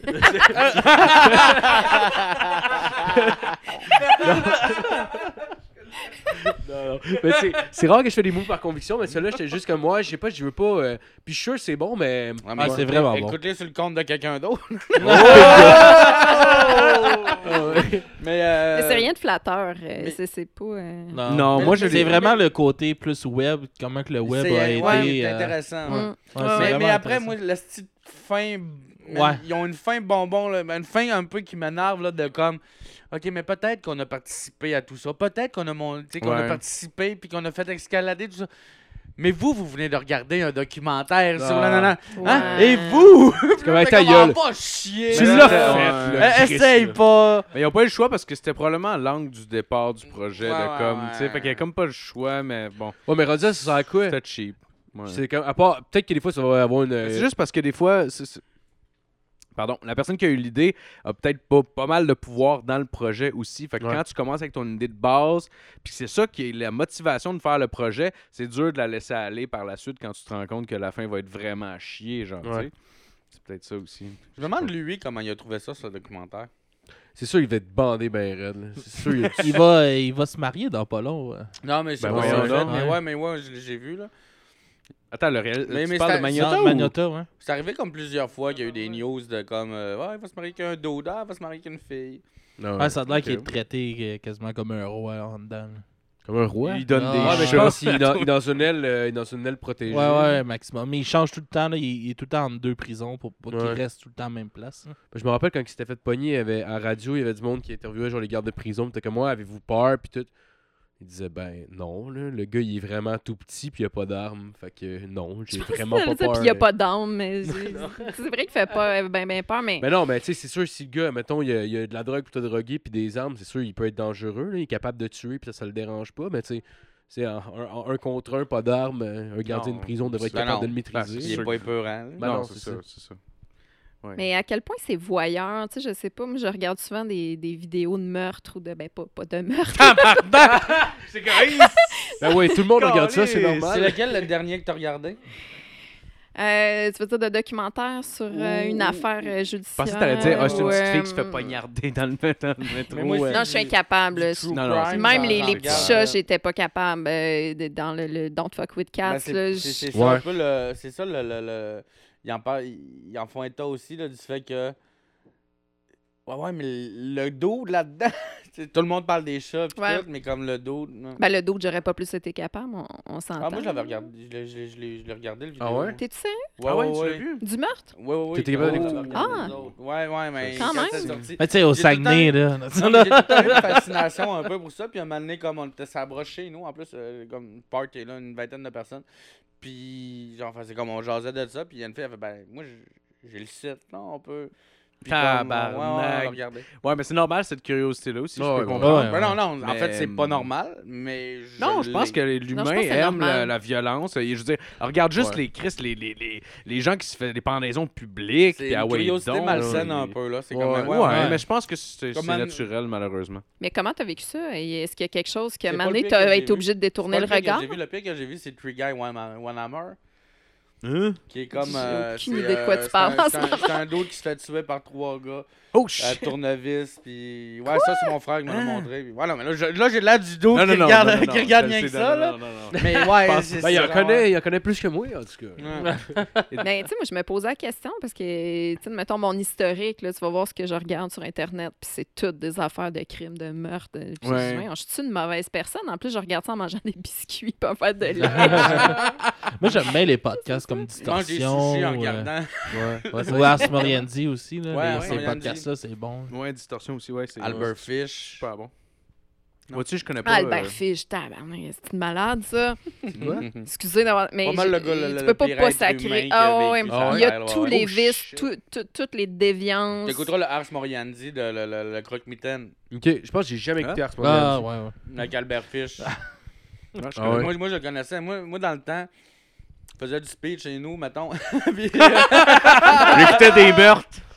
S3: Non. Mais c'est rare que je fais des moves par conviction, mais celui-là, j'étais juste comme moi, je sais pas, je veux pas. Puis je suis sûr que c'est bon, mais.
S5: Ah,
S6: Ah, c'est vraiment bon.
S5: Écoute-les sur le compte de quelqu'un d'autre. Mais
S2: Mais c'est rien de flatteur.
S5: mais-
S2: C'est pas.
S4: Non, moi, je
S6: c'est
S4: l'ai-
S6: vraiment le côté plus web, comment que le web a
S5: c'est
S6: aidé.
S5: intéressant. ouais.
S2: Mm.
S6: Ouais, c'est
S5: Mais
S6: vraiment
S5: après,
S6: intéressant.
S5: moi, la petite fin.
S6: Ouais.
S5: Ils ont une fin bonbon, là, une fin un peu qui m'énerve, là, de comme. Ok, mais peut-être qu'on a participé à tout ça. Peut-être qu'on a, qu'on a
S4: Ouais.
S5: participé puis qu'on a fait escalader tout ça. Mais vous venez de regarder un documentaire sur la
S3: Ah.
S5: nana. Hein?
S2: Ouais.
S5: Et vous?
S3: C'est comme ta gueule.
S5: Va chier.
S3: Tu
S5: là.
S3: l'as
S4: fait,
S3: là, Chris,
S5: Essaye
S3: là.
S5: pas.
S4: Mais ils ont pas eu le choix parce que c'était probablement l'angle du départ du projet.
S5: Ouais,
S4: de comme,
S5: ouais,
S4: tu sais,
S5: ouais.
S4: fait qu'il y a comme pas le choix, mais bon,
S3: Ouais, mais rendu là, ça sert à quoi?
S4: c'était cheap. Ouais.
S3: C'est comme, à part, peut-être que des fois, ça va avoir une.
S4: C'est juste parce que des fois, pardon, la personne qui a eu l'idée a peut-être pas mal de pouvoir dans le projet aussi. Fait que
S3: Ouais.
S4: quand tu commences avec ton idée de base, puis c'est ça qui est la motivation de faire le projet, c'est dur de la laisser aller par la suite quand tu te rends compte que la fin va être vraiment à chier, genre,
S3: Ouais.
S4: tu sais. C'est peut-être ça aussi.
S5: Je me demande, lui, comment il a trouvé ça, ce documentaire.
S3: C'est sûr, il va être bandé ben raide. là. C'est sûr, il
S6: Il va se marier dans pas long.
S5: Non, mais c'est
S3: Ben
S5: pas
S3: voyons
S5: ça.
S3: donc.
S5: Mais ouais, j'ai vu, là.
S4: Attends, le
S5: Mais
S4: tu parles de
S5: c'est-
S4: Magnota ou...
S6: Magnota, ouais.
S5: C'est arrivé comme plusieurs fois qu'il y a eu des news de comme ouais, il va se marier avec un doda, il va se marier avec une fille.
S3: Non,
S6: Ouais, ça a l'air
S3: ok.
S6: qu'il est traité quasiment comme un roi en dedans.
S3: Comme un roi.
S4: Il donne
S6: Ah,
S4: des
S6: ouais,
S3: Ouais, mais je
S4: chats.
S3: pense qu'il est dans une aile, protégée.
S6: Ouais, maximum. Mais il change tout le temps. Là. Il est tout le temps en 2 prisons pour pas qu'il
S3: Ouais.
S6: reste tout le temps à la même place. là.
S3: Je me rappelle quand il s'était fait pogner, il y avait, à radio, il y avait du monde qui interviewait genre les gardes de prison. Puis t'es comme moi, avez-vous peur? Puis tout. Il disait, ben non, là, le gars il est vraiment tout petit, puis il a pas d'armes. Fait que non, j'ai vraiment pas peur.
S2: Puis il n'y a pas d'âme, mais c'est vrai qu'il fait pas ben peur, mais.
S3: Mais non, mais tu sais, c'est sûr, si le gars, mettons, il y a de la drogue pour te droguer, puis des armes, c'est sûr, il peut être dangereux. Là, il est capable de tuer, puis ça le dérange pas. Mais tu sais, c'est un contre un, pas d'armes, un gardien
S4: Non,
S3: de prison devrait être
S5: ben
S3: capable
S5: non.
S3: de le maîtriser.
S5: Il est pas épeurant. là.
S3: Ben non,
S4: c'est
S3: c'est
S4: ça,
S3: ça.
S4: c'est ça. Ouais.
S2: Mais à quel point c'est voyeur, tu sais, je sais pas, moi je regarde souvent des vidéos de meurtre ou de, ben pas de meurtre.
S4: C'est correct.
S3: Ben ouais, tout le monde regarde ça, c'est
S5: C'est
S3: normal.
S5: lequel le dernier que t'as regardé?
S2: Tu veux dire de documentaire sur une affaire
S4: Je
S2: judiciaire?
S4: pensais que t'allais dire, ah, c'est une petite fille qui se fait
S2: ou,
S4: poignarder dans le métro.
S5: Mais moi,
S2: Non, je suis incapable. là.
S4: Non, non,
S5: crime,
S2: Même
S5: j'en
S2: les petits
S5: regarde.
S2: chats, j'étais pas capable dans le Don't Fuck With Cats.
S5: Ben, c'est
S2: là,
S5: c'est ça
S3: Ouais.
S5: un peu le. C'est ça le. Ils en font état aussi là, du fait que. Ouais, mais le dos là-dedans. Tout le monde parle des chats pis
S2: Ouais.
S5: tout, mais comme le dos. non.
S2: Ben, le dos, j'aurais pas plus été capable, on s'entend.
S5: Ah, moi, je l'avais regardé. Je l'ai regardé, le vidéo.
S3: Ah ouais?
S2: T'es-tu sérieux?
S5: Ouais,
S4: tu l'as vu?
S2: Du meurtre?
S5: Ouais.
S3: T'étais capable
S5: Oh,
S3: d'écouter?
S2: Ah!
S5: Ouais, mais.
S2: Quand même.
S5: c'est sorti.
S6: Mais tu sais, au
S5: J'ai tout le
S6: Saguenay,
S5: temps-
S6: là.
S5: Non, mais j'ai tout le temps eu une fascination un peu pour ça. Puis un moment donné, comme on était sa broche chez nous, en plus, comme une party, là, une vingtaine de personnes. Puis, genre, c'est comme on jasait de ça. Puis il y a une fille, elle fait, ben, moi, j'ai le site, là, on peut. Puis comme,
S4: Tabarnak.
S5: on l'a regardé.
S4: Ouais, mais c'est normal cette curiosité-là aussi,
S3: Ouais,
S4: je peux
S3: ouais,
S4: comprendre.
S5: Ben non, en
S4: Mais,
S5: fait, c'est pas normal, mais.
S4: Non, je pense que
S2: Non,
S4: l'humain
S2: je pense que c'est
S4: aime
S2: normal.
S4: la violence. Et je veux dire, regarde juste
S3: Ouais.
S4: les Christ, les gens qui se font des pendaisons publiques.
S5: C'est
S4: puis ah
S5: une
S4: ouais,
S5: curiosité
S4: donc,
S5: malsaine
S4: là,
S5: un peu, là. C'est
S3: Ouais,
S5: comme.
S4: Ouais, mais je pense que c'est
S5: Comme un-
S4: naturel, malheureusement.
S2: Mais comment t'as vécu ça? Et est-ce qu'il y a quelque chose que,
S5: C'est
S2: à un
S5: pas
S2: moment
S5: le
S2: donné,
S5: pire que
S2: t'as
S5: j'ai
S2: été
S5: vu.
S2: obligé de détourner le regard?
S5: Le pire que j'ai vu, c'est Three Guy One Hammer.
S4: Hein?
S5: Qui est comme.
S2: J'ai aucune
S5: c'est,
S2: idée de quoi tu parles en ce moment.
S5: C'est un dude qui se fait tuer par 3 gars.
S4: Oh
S5: À
S4: shit!
S5: tournevis, puis ouais, ça c'est mon frère qui me l'a montré. Puis voilà, mais là j'ai l'air du dos
S4: Non,
S5: qui
S4: non,
S5: regarde,
S4: non, non,
S5: qui
S4: non,
S5: regarde
S4: je
S5: bien
S4: le
S5: que
S4: sais,
S5: ça
S4: non,
S5: là.
S4: non, non, non.
S5: Mais ouais,
S3: Ben,
S5: c'est
S3: il en
S5: ça,
S3: connaît,
S5: ouais.
S3: il en connaît plus que moi, en tout cas.
S5: Ouais.
S2: Ben, tu sais, moi, je me posais la question parce que, tu sais, mettons mon historique, là, tu vas voir ce que je regarde sur Internet, puis c'est toutes des affaires de crimes, de meurtres. Puis
S4: Ouais.
S2: je me dis, je suis une mauvaise personne. En plus, je regarde ça en mangeant des biscuits, pas en faire de lait.
S6: Moi, j'aime bien les podcasts comme
S5: Je mange des
S6: Distorsion.
S5: sushis en regardant.
S6: Ou Ars Moriendi aussi. Là,
S5: Ouais,
S6: ces
S5: Moriendi.
S6: podcasts-là, c'est bon.
S4: Ouais, distorsion aussi, ouais. C'est
S5: Albert
S4: c'est
S5: Fish.
S4: super bon.
S5: Non.
S4: Vois-tu, je connais pas.
S2: Ah, Albert Fish, tabarnak, c'est une malade, ça.
S5: Mhm.
S2: Excusez d'avoir. Mais
S5: Pas mal le
S2: je-
S5: gars,
S2: tu
S5: le
S2: peux pas
S5: pire
S2: pas
S5: être
S2: sacrer.
S5: humain qui
S2: Ah
S5: a
S2: ouais,
S5: vécu
S3: sur
S2: il y a
S5: Terre,
S2: tous
S5: ouais.
S2: les
S4: Oh,
S2: vices,
S4: shit.
S2: toutes les déviances.
S5: T'écouteras le Ars Moriendi de le croque-mitaine
S3: Ok, je pense que j'ai jamais écouté Ars
S6: Ah,
S3: Moriendi.
S6: ouais.
S5: avec Albert Fish.
S4: Non, je
S3: Ah
S4: connais
S3: ouais.
S5: Moi, je le connaissais. Moi, dans le temps, je faisais du speech chez nous, mettons. Puis,
S4: pas. J'écoutais des meurtres.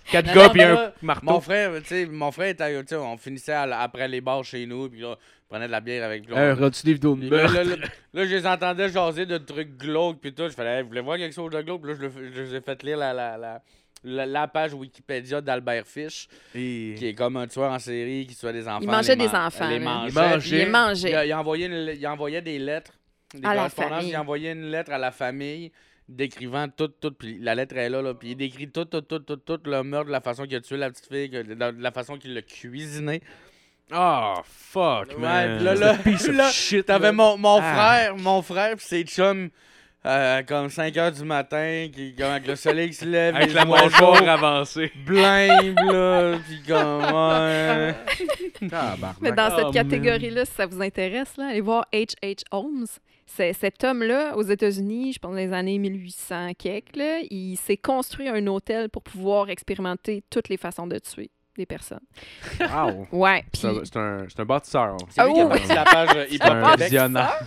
S4: 4
S5: Non,
S4: gars
S5: non,
S4: puis
S5: mais
S4: un
S5: là,
S4: marteau.
S5: Mon frère, était, tu sais, on finissait après les bars chez nous, puis là, on prenait de la bière avec.
S3: Un rendu des vidéos de
S5: Puis là,
S3: meurtre.
S5: là, je les entendais jaser de trucs glauques, puis tout. Je fallait, vous voulez voir quelque chose de glauque? Puis là, je les ai fait lire la page Wikipédia d'Albert Fish,
S4: Et...
S5: qui est comme un tueur en série qui tuait des enfants.
S2: Il mangeait
S5: les
S2: des enfants,
S5: Les
S2: là.
S5: mangeait.
S3: Il
S2: Il mangeait.
S5: Il envoyait des lettres, des
S2: À la
S5: correspondances.
S2: famille.
S5: Il envoyait une lettre à la famille décrivant tout, puis la lettre est là, puis il décrit tout le meurtre, de la façon qu'il a tué la petite fille, de la façon qu'il l'a cuisiné.
S4: Oh, fuck,
S5: Ouais,
S4: man.
S5: là,
S4: Piece of
S5: là,
S4: shit,
S5: T'avais
S4: man.
S5: mon frère pis ses chums, comme 5 h du matin, comme avec le soleil qui se lève,
S4: Avec
S5: les
S4: la
S5: oiseaux
S4: mâchoire avancée.
S5: blimbles, là, pis comme, ouais.
S2: Mais dans
S6: Oh,
S2: cette
S6: man.
S2: catégorie-là, si ça vous intéresse, là, allez voir H.H. Holmes. Cet homme-là, aux États-Unis, je pense dans les années 1800 quelques, là, il s'est construit un hôtel pour pouvoir expérimenter toutes les façons de tuer des personnes.
S4: Wow.
S2: Ouais, puis...
S4: C'est un bâtisseur.
S5: C'est lui qui a
S2: Ah,
S5: bâti la page
S4: C'est
S5: Hip
S4: un
S5: Hop Québec.
S4: visionnaire.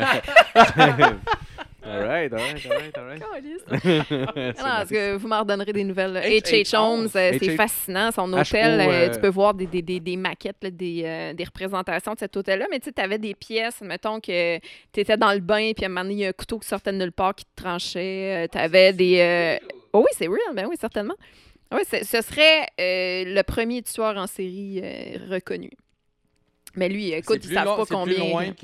S4: Alright.
S2: Caliste. Non, parce que vous m'en redonnerez des nouvelles.
S5: H.H.
S2: H.H. Holmes, c'est
S4: H.H.
S2: fascinant. Son
S4: H.O.,
S2: hôtel, tu peux voir des maquettes, là, des représentations de cet hôtel-là. Mais tu sais, avais des pièces, mettons que tu étais dans le bain, puis à un moment donné, il y a un couteau qui sortait de nulle part qui te tranchait. Tu avais des... Oh oui, c'est real, ben oui, certainement. Oui, ce serait le premier tueur en série reconnu. Mais lui, écoute, ils savent pas combien...
S5: C'est plus loin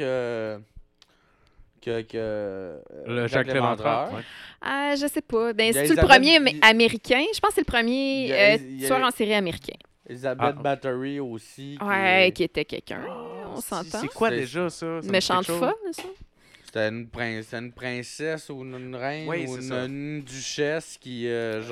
S5: que
S4: Le Jacques Léventreur. Ouais.
S2: Ah, je sais pas. Ben,
S5: Il y a
S2: c'est-tu le
S5: Isabelle-
S2: premier mais
S5: il-
S2: américain? Je pense que c'est le premier
S5: il y a-
S2: tueur en série américain.
S5: Elizabeth
S4: Ah.
S5: Bathory aussi.
S2: Ouais, qui était quelqu'un. On s'entend.
S4: C'est quoi
S5: C'est-
S4: déjà ça? Ça me dit
S2: Méchante
S4: quelque chose?
S2: folle, ça?
S5: C'était une princesse ou une reine
S4: Oui,
S5: ou
S4: c'est ça.
S5: une duchesse qui,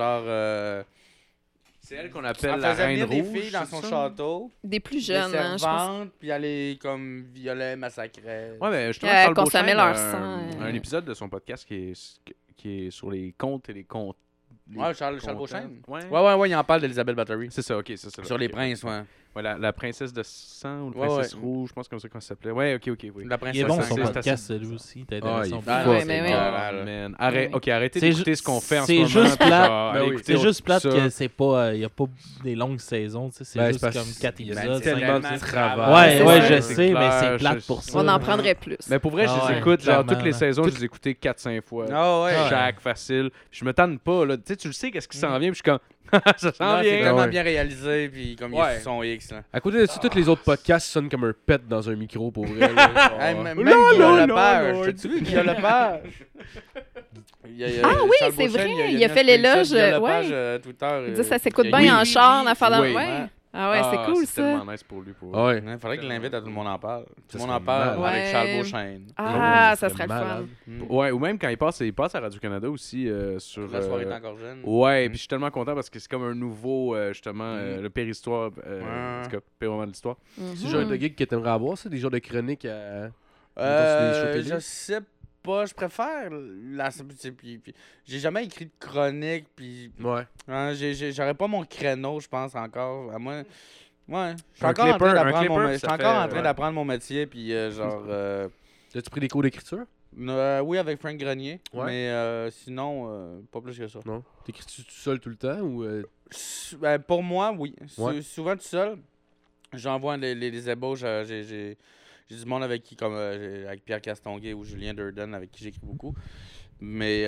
S4: C'est elle qu'on
S5: elle
S4: appelle la
S5: faisait
S4: Reine
S5: venir
S4: Rouge.
S5: des filles dans
S4: c'est
S5: son
S4: ça?
S5: château,
S2: Des plus
S5: des
S2: jeunes, hein, je pense.
S5: servantes, puis elle les comme violait, massacrait.
S4: Ouais, mais justement,
S2: Elle
S4: Charles
S2: consommait
S4: Beauchesne
S2: leur
S4: a
S2: sang,
S4: un épisode de son podcast qui est sur les contes et les contes.
S5: Ouais, Charles
S4: contents.
S5: Beauchesne.
S4: Ouais.
S5: Ouais, il en parle d'Elizabeth Bathory.
S4: C'est ça, ok, c'est ça.
S5: Sur les
S4: ok.
S5: princes, ouais.
S4: Ouais, la princesse de sang ou la
S5: Ouais,
S4: princesse
S5: ouais.
S4: rouge, je pense comme ça qu'on s'appelait. Ouais, ok, oui.
S5: La princesse.
S6: Il est bon
S4: ça,
S6: son
S4: c'est
S6: podcast,
S4: assez-
S6: lui aussi. T'as
S3: Ah,
S6: intéressant.
S5: Ah,
S2: Ouais,
S5: c'est
S2: mais oui.
S5: écœurant,
S4: Oh,
S5: là.
S4: man.
S2: Ouais.
S4: Arrêtez
S6: C'est
S4: d'écouter
S6: ju-
S4: ce qu'on fait en ce
S6: c'est
S4: moment.
S6: juste
S4: puis
S6: plate.
S4: genre,
S3: Ben
S4: allez
S3: oui.
S4: écouter
S6: C'est juste
S4: tout
S6: plate
S4: ça.
S6: que c'est pas. Il n'y a pas des longues saisons, tu sais. C'est
S3: Ben,
S6: juste
S3: c'est parce
S6: comme
S3: que
S6: 4
S3: c'est
S6: épisodes.
S3: tellement
S6: cinq-
S3: de travail.
S6: Ouais,
S2: c'est
S6: ouais,
S2: ça.
S6: je
S4: C'est
S6: sais, mais
S4: clair,
S6: c'est plate
S4: je-
S6: pour ça.
S2: On en prendrait plus.
S4: Mais pour vrai, je
S6: Ah
S4: les
S6: ouais,
S4: écoute, genre
S6: clairement,
S4: toutes les
S6: là.
S4: saisons, je les ai écoutées 4-5 fois.
S5: Ah ouais.
S4: Chaque facile. Je me tanne pas, là. Tu sais, tu le sais, qu'est-ce qui s'en vient, puis je suis comme, ça s'en
S5: Non, c'est
S4: vient.
S5: tellement
S3: Ouais.
S5: bien réalisé, puis comme il
S4: Ouais.
S5: est son X, là.
S3: À côté de ça, tous les autres podcasts sonnent comme un pet dans un micro pour vrai. là.
S5: Hey,
S3: Genre,
S5: même
S4: là,
S5: Guillaume
S4: là,
S5: Lepage.
S4: là,
S5: T'as-tu vu Guillaume Lepage?
S2: Ah oui, c'est vrai, il a fait l'éloge, ouais.
S5: Twitter.
S2: Il dit ça s'écoute
S5: il y
S2: bien
S5: a- oui,
S2: en char,
S4: oui,
S2: en faire
S4: oui.
S2: ouais. Ah ouais, c'est cool ça.
S4: tellement nice pour lui. Pour...
S3: Ouais.
S5: Il faudrait qu'il l'invite à Tout le monde en parle. Tout
S3: Ça
S5: le monde
S3: serait
S5: en parle
S2: malade.
S5: avec
S2: Ouais.
S5: Charles Beauchesne.
S2: Ah,
S3: Oh,
S2: ça serait le fun.
S3: malade.
S4: Ouais, ou même quand il passe à Radio-Canada aussi sur.
S5: La soirée est encore jeune.
S4: Ouais, puis je suis tellement content parce que c'est comme un nouveau, justement, le périhistoire,
S5: Ouais.
S4: en tout cas, périroman de l'histoire.
S3: C'est le genre de gig que t'aimerais avoir, ça? Des genres de chroniques à...
S5: Je
S3: télé?
S5: sais pas, je préfère puis j'ai jamais écrit de chronique, puis
S3: Ouais.
S5: hein, j'aurais pas mon créneau, je pense, encore. À moi, ouais, je suis
S4: Un
S5: encore en
S4: clipper,
S5: train
S4: un
S5: d'apprendre mon
S4: clipper,
S5: je suis
S4: ça
S5: encore
S4: fait-
S5: en train
S4: ouais.
S5: d'apprendre mon métier, puis
S3: As-tu pris des cours d'écriture?
S5: oui, avec Frank Grenier,
S3: Ouais.
S5: mais sinon, pas plus que ça.
S3: Non. T'écris-tu tout seul tout le temps ou...
S5: Ben, pour moi, oui.
S3: Ouais.
S5: Souvent tout seul. J'envoie les ébauches. J'ai du monde avec qui, comme avec Pierre Castonguay ou Julien Durden, avec qui j'écris beaucoup. Mais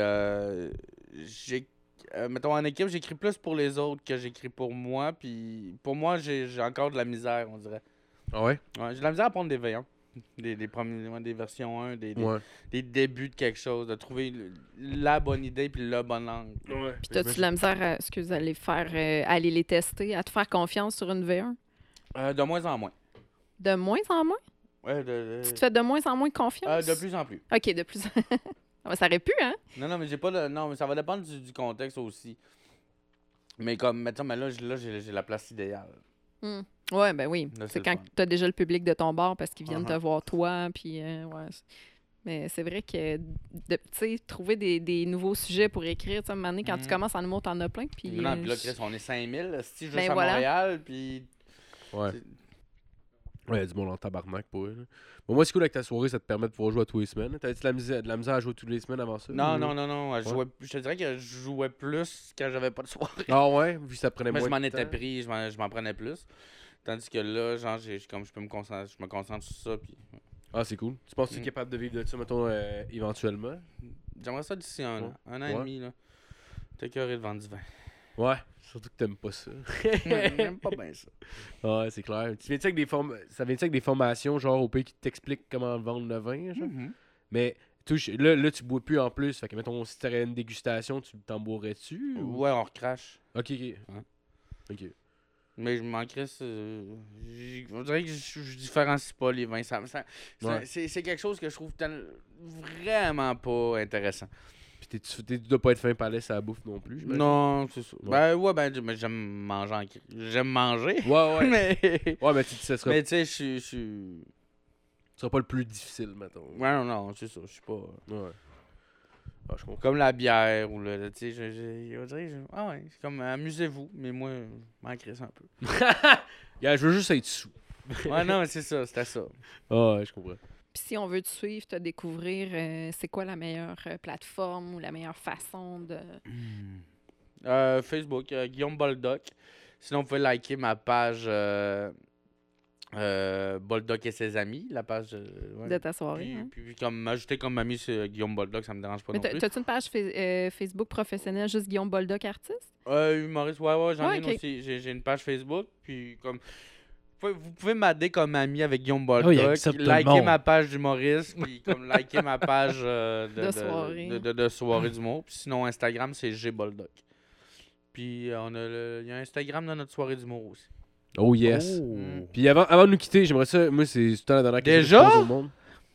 S5: mettons en équipe, j'écris plus pour les autres que j'écris pour moi. Puis pour moi, j'ai encore de la misère, on dirait.
S3: Ah ouais?
S5: Ouais, j'ai de la misère à prendre des V1. Des versions 1,
S3: Ouais.
S5: des débuts de quelque chose, de trouver la bonne idée puis le bon angle.
S3: Ouais.
S2: Puis t'as-tu de la misère à ce que vous allez faire, aller les tester, à te faire confiance sur une V1?
S5: De moins en moins.
S2: De moins en moins?
S5: Ouais,
S2: Tu te fais de moins en moins confiance?
S5: de plus en plus.
S2: OK, de plus en Ah, mais ça aurait pu, hein?
S5: Non, mais j'ai pas le. Non, mais ça va dépendre du contexte aussi. Mais comme, mettons, mais là, j'ai la place idéale.
S2: Ouais, ben oui.
S5: Là, c'est
S2: C'est
S5: le
S2: quand
S5: fun.
S2: tu as déjà le public de ton bar parce qu'ils viennent te
S5: Uh-huh.
S2: voir toi, puis ouais. Mais c'est vrai que, tu sais, trouver des nouveaux sujets pour écrire, tu sais, à un moment donné, quand tu commences en humour, t'en as plein, puis...
S5: Non, puis là, Chris, on est 5000, si juste
S2: ben
S5: à
S2: voilà.
S5: Montréal, puis.
S3: Ouais. Ouais, il y a du monde en tabarnak pour eux. Bon, moi, c'est cool avec ta soirée, ça te permet de pouvoir jouer à tous les semaines. T'avais-tu de la misère à jouer toutes les semaines avant ça?
S5: Non,
S3: ou-
S5: non, non, non. Je te dirais que je jouais plus quand j'avais pas de soirée.
S3: Ah ouais, vu que ça prenait
S5: Moi,
S3: moins
S5: je m'en
S3: de
S5: étais
S3: temps.
S5: pris, je m'en prenais plus. Tandis que là, genre, comme je me concentre sur ça. Puis
S3: Ah, c'est cool. Tu penses que tu es
S5: Mm.
S3: capable de vivre de ça, mettons, éventuellement?
S5: j'aimerais ça d'ici un an. Un an et
S3: Ouais.
S5: demi, là. T'es écœuré de vendre du vin.
S3: Ouais, surtout que t'aimes pas ça.
S5: J'aime pas bien ça.
S3: Ouais, c'est clair. Tu viens-tu avec ça vient-tu avec des formations, genre, au pays qui t'expliquent comment vendre le vin, genre?
S5: Mhm.
S3: Mais là, tu bois plus en plus. Fait que, mettons, si t'aurais une dégustation, tu t'en boirais-tu? ou-
S5: Ouais, on recrache.
S3: Ok, ok. Ok.
S5: Mais je manquerais ça. On dirait que je différencie pas les vins.
S3: Ouais.
S5: C'est quelque chose que je trouve vraiment pas intéressant.
S3: Puis tu dois pas être fin palais à la bouffe non plus, j'imagine?
S5: Non, c'est ça.
S3: Ouais.
S5: Mais j'aime manger J'aime manger.
S3: Ouais, ouais.
S5: mais
S3: Ouais, mais ça sera,
S5: mais tu sais, je suis.
S3: ça sera pas le plus difficile, mettons.
S5: Ouais, non, c'est ça. Je suis pas.
S3: Ouais. Ah, je comprends.
S5: Comme la bière ou le. Tu sais, on dirait. Ah ouais, c'est comme amusez-vous. Mais moi, je manquerais ça un peu.
S3: Yeah, je veux juste être sous.
S5: Ouais, non, mais c'est ça. C'était ça.
S3: Ah, ouais, je comprends.
S2: Puis si on veut te suivre, te découvrir, c'est quoi la meilleure plateforme ou la meilleure façon de...
S5: Facebook, Guillaume Boldoc. Sinon, vous pouvez liker ma page Boldoc et ses amis, la page ouais.
S2: de ta soirée.
S5: Puis,
S2: hein?
S5: puis comme m'ajouter comme ami sur Guillaume Boldoc, ça me dérange pas
S2: Mais
S5: non plus.
S2: t'as-tu une page Facebook professionnelle, juste Guillaume Boldoc artiste?
S5: Humoriste, ouais, j'en ai
S2: Ouais,
S5: une
S2: ok.
S5: aussi. J'ai une page Facebook, puis comme... Vous pouvez m'aider comme ami avec Guillaume
S6: Oh, il
S5: Boldoc,
S6: accepte tout le
S5: liker
S6: monde.
S5: ma page d'humoriste, puis comme liker ma page
S2: De soirée.
S5: de soirée d'humour. Puis sinon, Instagram, c'est Gboldoc. Puis il y a un Instagram de notre soirée d'humour aussi.
S3: Oh yes.
S6: Oh.
S3: Puis avant de nous quitter, j'aimerais ça. Moi, c'est tout le temps la dernière question
S5: Déjà?
S3: que je pose au monde.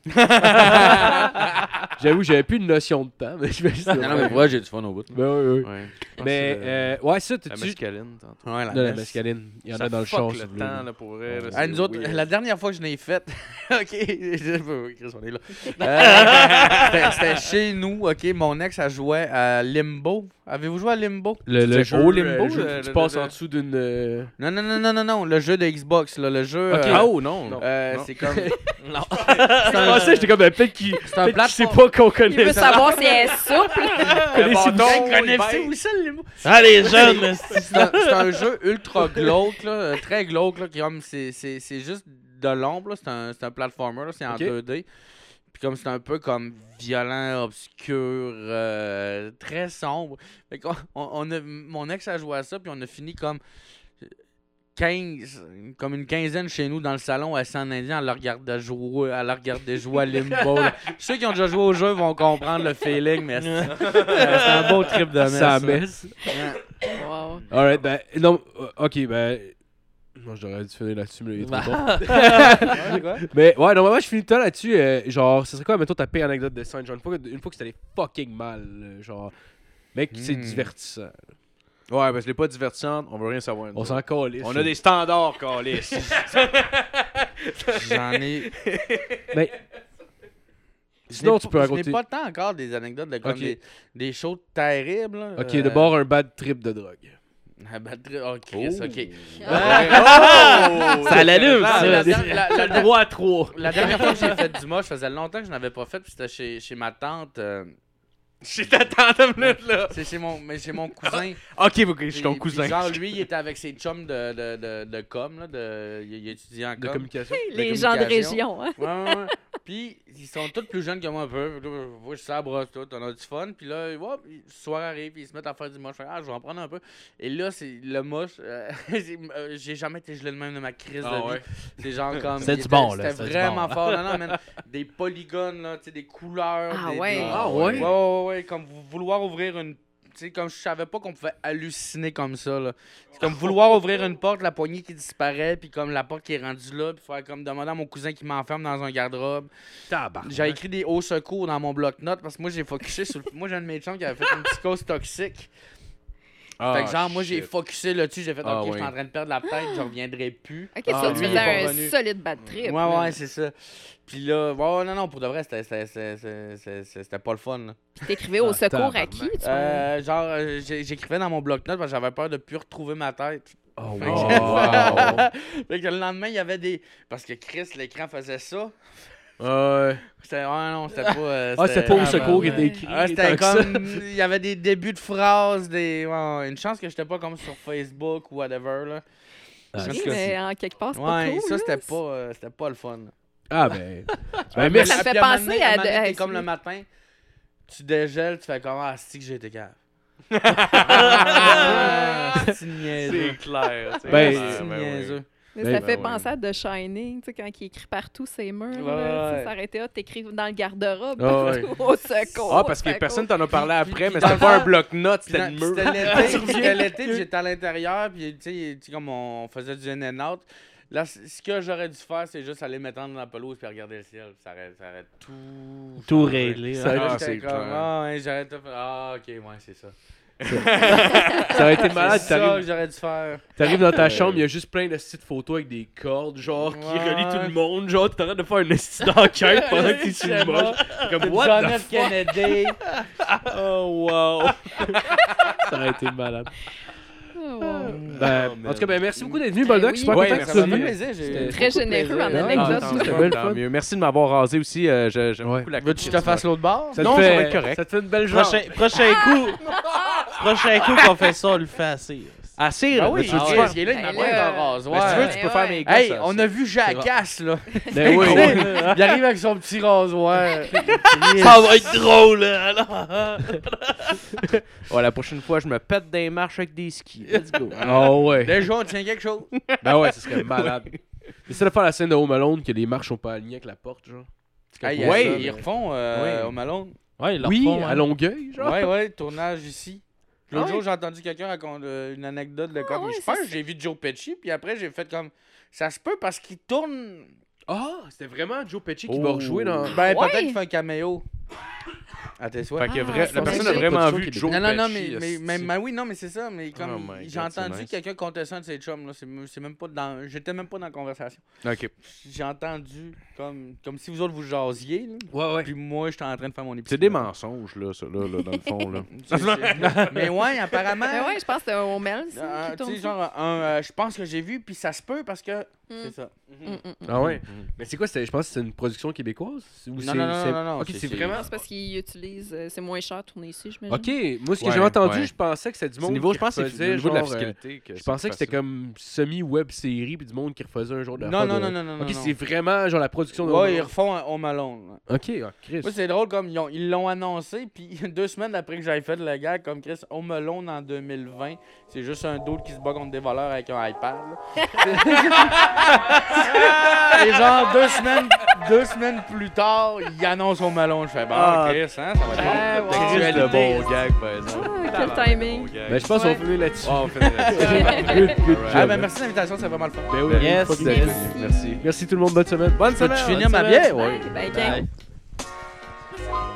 S3: J'avoue, j'avais plus de notion de temps, mais je vais juste.
S5: moi, j'ai du fun au bout.
S3: Ben oui, oui.
S4: Ouais. Je pense
S3: Mais,
S4: que c'est
S3: ouais, ça,
S4: la
S3: t'as-tu.
S4: mescaline, tantôt.
S5: Ouais,
S3: De la
S5: messe.
S3: mescaline. Il y en
S4: Ça
S3: a dans le
S4: fuck
S3: char.
S4: le
S3: si vous voulez.
S4: temps, là, pour vrai. là,
S5: Ah,
S4: c'est
S5: nous autres,
S4: weird.
S5: la dernière fois que je l'ai faite, ok, Chris, on est là. C'était chez nous, ok, mon ex a joué à Limbo. Avez-vous joué à Limbo?
S3: Le
S4: C'est
S3: jeu,
S4: beau,
S3: le
S4: Limbo,
S3: jeu,
S4: le-
S3: tu
S4: le-
S3: passes
S4: le-
S3: en dessous d'une.
S5: Non, le jeu de Xbox, là, le jeu.
S3: Ok.
S4: Ah, oh non!
S3: Non.
S4: Non.
S5: C'est comme.
S6: Non.
S3: Je pensais, j'étais comme, peut-être qu'il
S5: C'est un
S3: sait
S5: plateforme.
S3: pas qu'on
S2: Il
S3: connaît
S2: veut
S3: ça.
S2: savoir si elle est souple.
S5: Connaissez-vous ça, Limbo?
S6: Ah, les jeunes!
S5: C'est un jeu ultra glauque, là, très glauque, là, qui comme c'est juste de l'ombre, là, c'est un platformer, là, c'est en
S3: Ok.
S5: 2D. Puis comme c'est un peu comme violent, obscur, très sombre. Fait qu'on- mon ex a joué à ça, puis on a fini comme 15, comme une quinzaine chez nous dans le salon, assis en indien, à la regarder jouer à Limbo. Là. Ceux qui ont déjà joué au jeu vont comprendre le feeling, mais c'est un beau trip de messe.
S3: Ça
S5: ça.
S3: messe.
S5: Ouais.
S2: Wow.
S3: Alright, ben, non, ok, ben. Moi, j'aurais dû finir là-dessus, mais là, il est trop tard.
S5: Ouais, quoi?
S3: Mais ouais, normalement, je finis le temps là-dessus. Genre, ce serait quoi, mettons, ta pire anecdote de scène? Genre, une fois que c'était allé fucking mal. Genre, mec, c'est divertissant.
S4: Ouais, ben je l'ai pas divertissante, on veut rien savoir.
S3: On s'en calisse.
S4: On a des standards, Calis.
S5: J'en ai.
S3: Mais. Sinon, tu peux
S5: Je
S3: raconter.
S5: n'ai pas tant encore des anecdotes de comme
S3: Ok.
S5: des shows terribles. là.
S3: Ok, de bord, un bad trip de drogue.
S5: Oh, Chris, ok.
S6: Ça l'allume, ça.
S5: La
S6: Droit à 3.
S5: la dernière fois que j'ai fait du moche, ça faisait longtemps que je n'avais pas fait, puis c'était chez ma tante.
S4: J'ai t'attends une minute, là.
S5: C'est chez mon cousin.
S4: Ok, ok, je suis ton
S5: Puis
S4: cousin.
S5: genre, lui, il était avec ses chums de com, là, il étudiait en
S3: De
S5: com.
S3: communication.
S2: Les gens de
S5: communication.
S2: région, hein?
S5: Ouais. Puis, ils sont tous plus jeunes que moi un peu. Puis là, je suis à la brosse, tout. On a du fun. Puis là, hop, le soir arrive, puis ils se mettent à faire du moche. Je fais, je vais en prendre un peu. Et là, c'est le moche. J'ai jamais été gelé de même de ma crise de vie. C'est genre comme.
S6: C'était
S5: il
S6: du
S5: était-
S6: bon, là,
S5: C'était
S6: c'était du
S5: vraiment
S6: bon.
S5: fort. Non, man. Des polygones, là, tu sais, des couleurs.
S2: Ah
S5: des-
S2: ouais.
S5: des-
S3: Ah ouais?
S5: Ouais. Comme vouloir ouvrir une. Tu sais, comme je savais pas qu'on pouvait halluciner comme ça, là. C'est comme vouloir ouvrir une porte, la poignée qui disparaît, puis comme la porte qui est rendue là, puis faire comme demander à mon cousin qui m'enferme dans un garde-robe. J'ai écrit des hauts secours dans mon bloc-notes parce que moi, j'ai focusé sur le. Moi, j'ai un de mes chums qui avait fait une psychose toxique. Fait que genre, moi, j'ai focusé là-dessus, j'ai fait,
S4: Ah,
S5: ok, je suis
S4: oui.
S5: en train de perdre la tête, je reviendrai plus.
S2: Ok,
S3: Ah,
S2: ça,
S3: lui,
S2: tu
S3: il
S2: faisais
S5: est pas
S2: un
S5: revenu.
S2: solide bad trip.
S5: Ouais,
S2: là.
S5: ouais, c'est ça. Puis là, non, pour de vrai, c'était pas le fun, là.
S2: Puis t'écrivais au secours à
S3: tabarnak.
S2: qui? Tu
S5: Genre, j'écrivais dans mon bloc-notes parce que j'avais peur de plus retrouver ma tête.
S3: Oh,
S5: Fait
S3: wow.
S5: que, fait que le lendemain, il y avait des... Parce que Chris, l'écran faisait ça.
S3: Ouais.
S5: C'était... Ouais, non, c'était pas...
S3: Ah, c'était pas au
S5: ah,
S3: secours
S5: ben,
S3: qui était écrit.
S5: Ah, c'était
S3: tant que ça.
S5: comme... Il y avait des débuts de phrases, des... Ouais, une chance que j'étais pas comme sur Facebook ou whatever, là.
S3: Ah,
S2: Oui,
S5: c'est-
S2: mais en quelque part, c'est pas
S5: Ouais,
S2: cool.
S5: ça,
S2: là.
S5: c'était pas le fun.
S3: Ah, ben.
S5: Mais
S3: merci.
S2: Ça me fait
S5: puis, un moment
S2: penser
S5: donné,
S2: à-
S5: un moment donné,
S2: à-
S5: t'es comme le matin, tu dégèles, tu fais comme ah, c'est que j'ai été cave. C'est niaiseux.
S4: C'est clair. C'est
S3: Ben,
S4: clair,
S5: C'est
S4: ben oui.
S5: niaiseux.
S2: Mais
S3: Ben,
S2: ça
S4: ben
S2: fait
S4: oui.
S2: penser à The Shining, tu sais, quand il écrit partout ses murs.
S5: Ouais,
S2: là, tu sais,
S5: ouais.
S2: ça aurait été hot, t'écrives dans le garde-robe,
S3: Ah,
S2: partout, au secours.
S4: Ah, parce que
S2: au secours.
S4: personne t'en a parlé après, mais
S5: dans
S4: c'était
S5: le
S4: pas un
S5: fond-
S4: bloc-notes,
S5: Puis
S4: c'était le mur.
S5: C'était l'été, puis j'étais à l'intérieur, puis tu sais, comme on faisait du in and out. Là, ce que j'aurais dû faire, c'est juste aller m'étendre dans la pelouse puis regarder le ciel. Ça aurait tout...
S6: Tout
S5: changé.
S6: réglé.
S3: Ça
S6: hein.
S3: aurait-
S4: Ah,
S5: J'étais
S4: c'est
S5: comme,
S4: clair.
S5: ah, ouais, j'aurais tout fait. Ah, ok, ouais, c'est ça.
S3: Ça aurait été malade.
S5: C'est ça que
S3: T'arrives
S5: j'aurais dû faire.
S3: t'arrives dans ta chambre, il y a juste plein de petites photos avec des cordes, genre, qui
S5: Ouais.
S3: relient tout le monde. Genre, t'es en train de faire une esti d'enquête pendant que t'es sur le moche. Comme, what
S5: John
S3: the
S5: F.
S3: fuck?
S5: Kennedy.
S3: Oh, wow. Ça aurait été malade.
S2: Oh, wow.
S3: Ben,
S4: Oh,
S3: en tout cas, ben, merci beaucoup d'être venu,
S2: Ben
S3: Boldock.
S2: oui.
S3: Super
S4: Ouais,
S3: content que
S4: merci.
S3: tu sois
S5: Ça m'a fait
S3: venu.
S5: plaisir.
S3: C'était
S5: J'ai
S2: très
S5: beaucoup de
S2: généreux
S5: plaisir.
S2: en
S3: Ah,
S2: anecdote.
S3: tant
S2: là.
S3: mieux.
S4: Tant mieux. Merci de m'avoir rasé aussi. J'aime
S3: Ouais.
S4: beaucoup la
S5: Veux-tu que je te fasse l'autre bord?
S3: Ça te
S4: Non,
S3: fait-
S4: ça va être correct.
S3: Ça te fait une belle jambe.
S6: Prochain coup qu'on fait ça, on le fait assez.
S4: Assez,
S5: Ah
S4: là.
S5: oui,
S4: Tu veux-tu
S5: ah
S4: faire-
S5: ouais, il est là, il m'a
S2: Ben
S5: pas
S2: là,
S5: un rasoir.
S4: Ben, si tu veux,
S2: Ouais.
S4: tu peux faire mes gars.
S5: Hey,
S4: ça,
S5: on
S4: ça.
S5: a vu Jackass, là.
S3: Ben oui.
S5: Il arrive avec son petit rasoir.
S6: Ça va être drôle, alors.
S4: Ouais, la prochaine fois, je me pète des marches avec des skis. Let's go.
S3: Oh, ouais.
S5: Déjà, on tient quelque chose.
S3: Ben ouais, ça serait malade. J'essaie de faire la scène de Home Alone que les marches sont pas alignées avec la porte, genre. C'est
S5: Hey,
S3: comme
S4: Ouais.
S3: ça,
S5: ils
S3: mais-
S5: refont
S4: Oui.
S5: au Malone.
S6: Ouais, ils leur
S3: Oui,
S6: font,
S3: à
S6: hein.
S3: Longueuil, genre.
S5: Ouais, tournage ici. L'autre
S3: Ah
S5: jour, j'ai entendu quelqu'un raconter une anecdote de comme.
S2: ouais,
S5: Je
S2: c'est
S5: pense
S2: ça.
S5: que j'ai vu Joe Pesci, puis après, j'ai fait comme. Ça se peut parce qu'il tourne.
S3: Ah, c'était vraiment Joe Pesci qui va rejouer dans.
S5: Ben,
S2: Ouais.
S5: peut-être qu'il fait un caméo. À tes souhaits.
S4: Fait que
S2: Ah,
S4: la
S2: c'est
S4: personne
S2: vrai.
S4: a vraiment
S3: Production
S4: vu
S3: québécoise.
S4: Joe
S5: Non, non, non,
S4: Pesci,
S5: mais
S4: esti.
S5: oui, non, mais c'est ça. Mais comme
S4: Oh my
S5: j'ai
S4: God, c'est
S5: entendu
S4: nice.
S5: quelqu'un compter ça un de ses chums, là. C'est même pas dans. J'étais même pas dans la conversation.
S4: Ok.
S5: J'ai entendu comme si vous autres vous jasiez, là.
S3: Ouais,
S5: Puis moi, j'étais en train de faire mon épisode.
S4: C'est des mensonges, là, ça, là, dans le fond, là.
S5: Mais ouais, apparemment.
S2: Ben ouais, je pense que c'est au Mel, ça,
S5: Ah,
S2: qui
S5: tu
S2: tourne
S5: sais,
S2: ça.
S5: genre, je pense que j'ai vu, puis ça se peut parce que. C'est ça.
S3: Ah ouais.
S4: Mhm.
S3: Mais c'est quoi, je pense que c'est une production québécoise? Ou
S5: Non,
S3: c'est-
S5: non, non,
S3: c'est-
S5: non, non,
S3: Ok,
S5: c'est-
S3: c'est
S5: c'est-
S3: vraiment.
S2: C'est parce qu'ils utilisent... c'est moins cher de tourner ici, j'imagine.
S3: Ok, moi, ce que
S4: Ouais,
S3: j'avais entendu,
S4: ouais.
S3: je pensais que c'était du
S4: C'est
S3: monde
S4: niveau,
S3: qui
S4: je pense que c'est
S3: refaisait,
S4: au niveau de la
S3: genre,
S4: fiscalité.
S3: je pensais que c'était comme semi-web série, puis du monde qui refaisait un jour de.
S5: Non, non, non, non, non.
S3: Ok,
S5: non.
S3: c'est vraiment genre la production de.
S5: Ouais, ils refont un Home Alone.
S3: Ok, ah, Chris.
S5: Moi, c'est drôle, comme ils l'ont annoncé, puis 2 semaines après que j'avais fait le gag, comme Chris, Home Alone en 2020, c'est juste un dude qui se bat contre des voleurs avec un iPad. là. Et genre, 2 semaines plus tard, ils annoncent Home Alone. Je fais,
S4: Ah.
S5: Chris, hein, ça va être
S2: Ah,
S5: bon.
S2: wow.
S4: Chris, le bon gag, par exemple.
S2: Ah, quel timing.
S3: Ben, je pense qu'on
S2: Ouais.
S3: va finir là-dessus.
S4: Oh, on fait là-dessus.
S3: Good, good
S5: Ah,
S3: job.
S5: ben merci de l'invitation, c'est vraiment le fun.
S3: Ben oui,
S6: Yes,
S3: fucking
S6: yes.
S3: good.
S4: Merci.
S3: Merci tout le monde, bonne semaine.
S4: Bonne
S5: Peux-tu
S4: semaine.
S5: finir ma bière?
S2: Bye, bye, gang.
S6: Bye.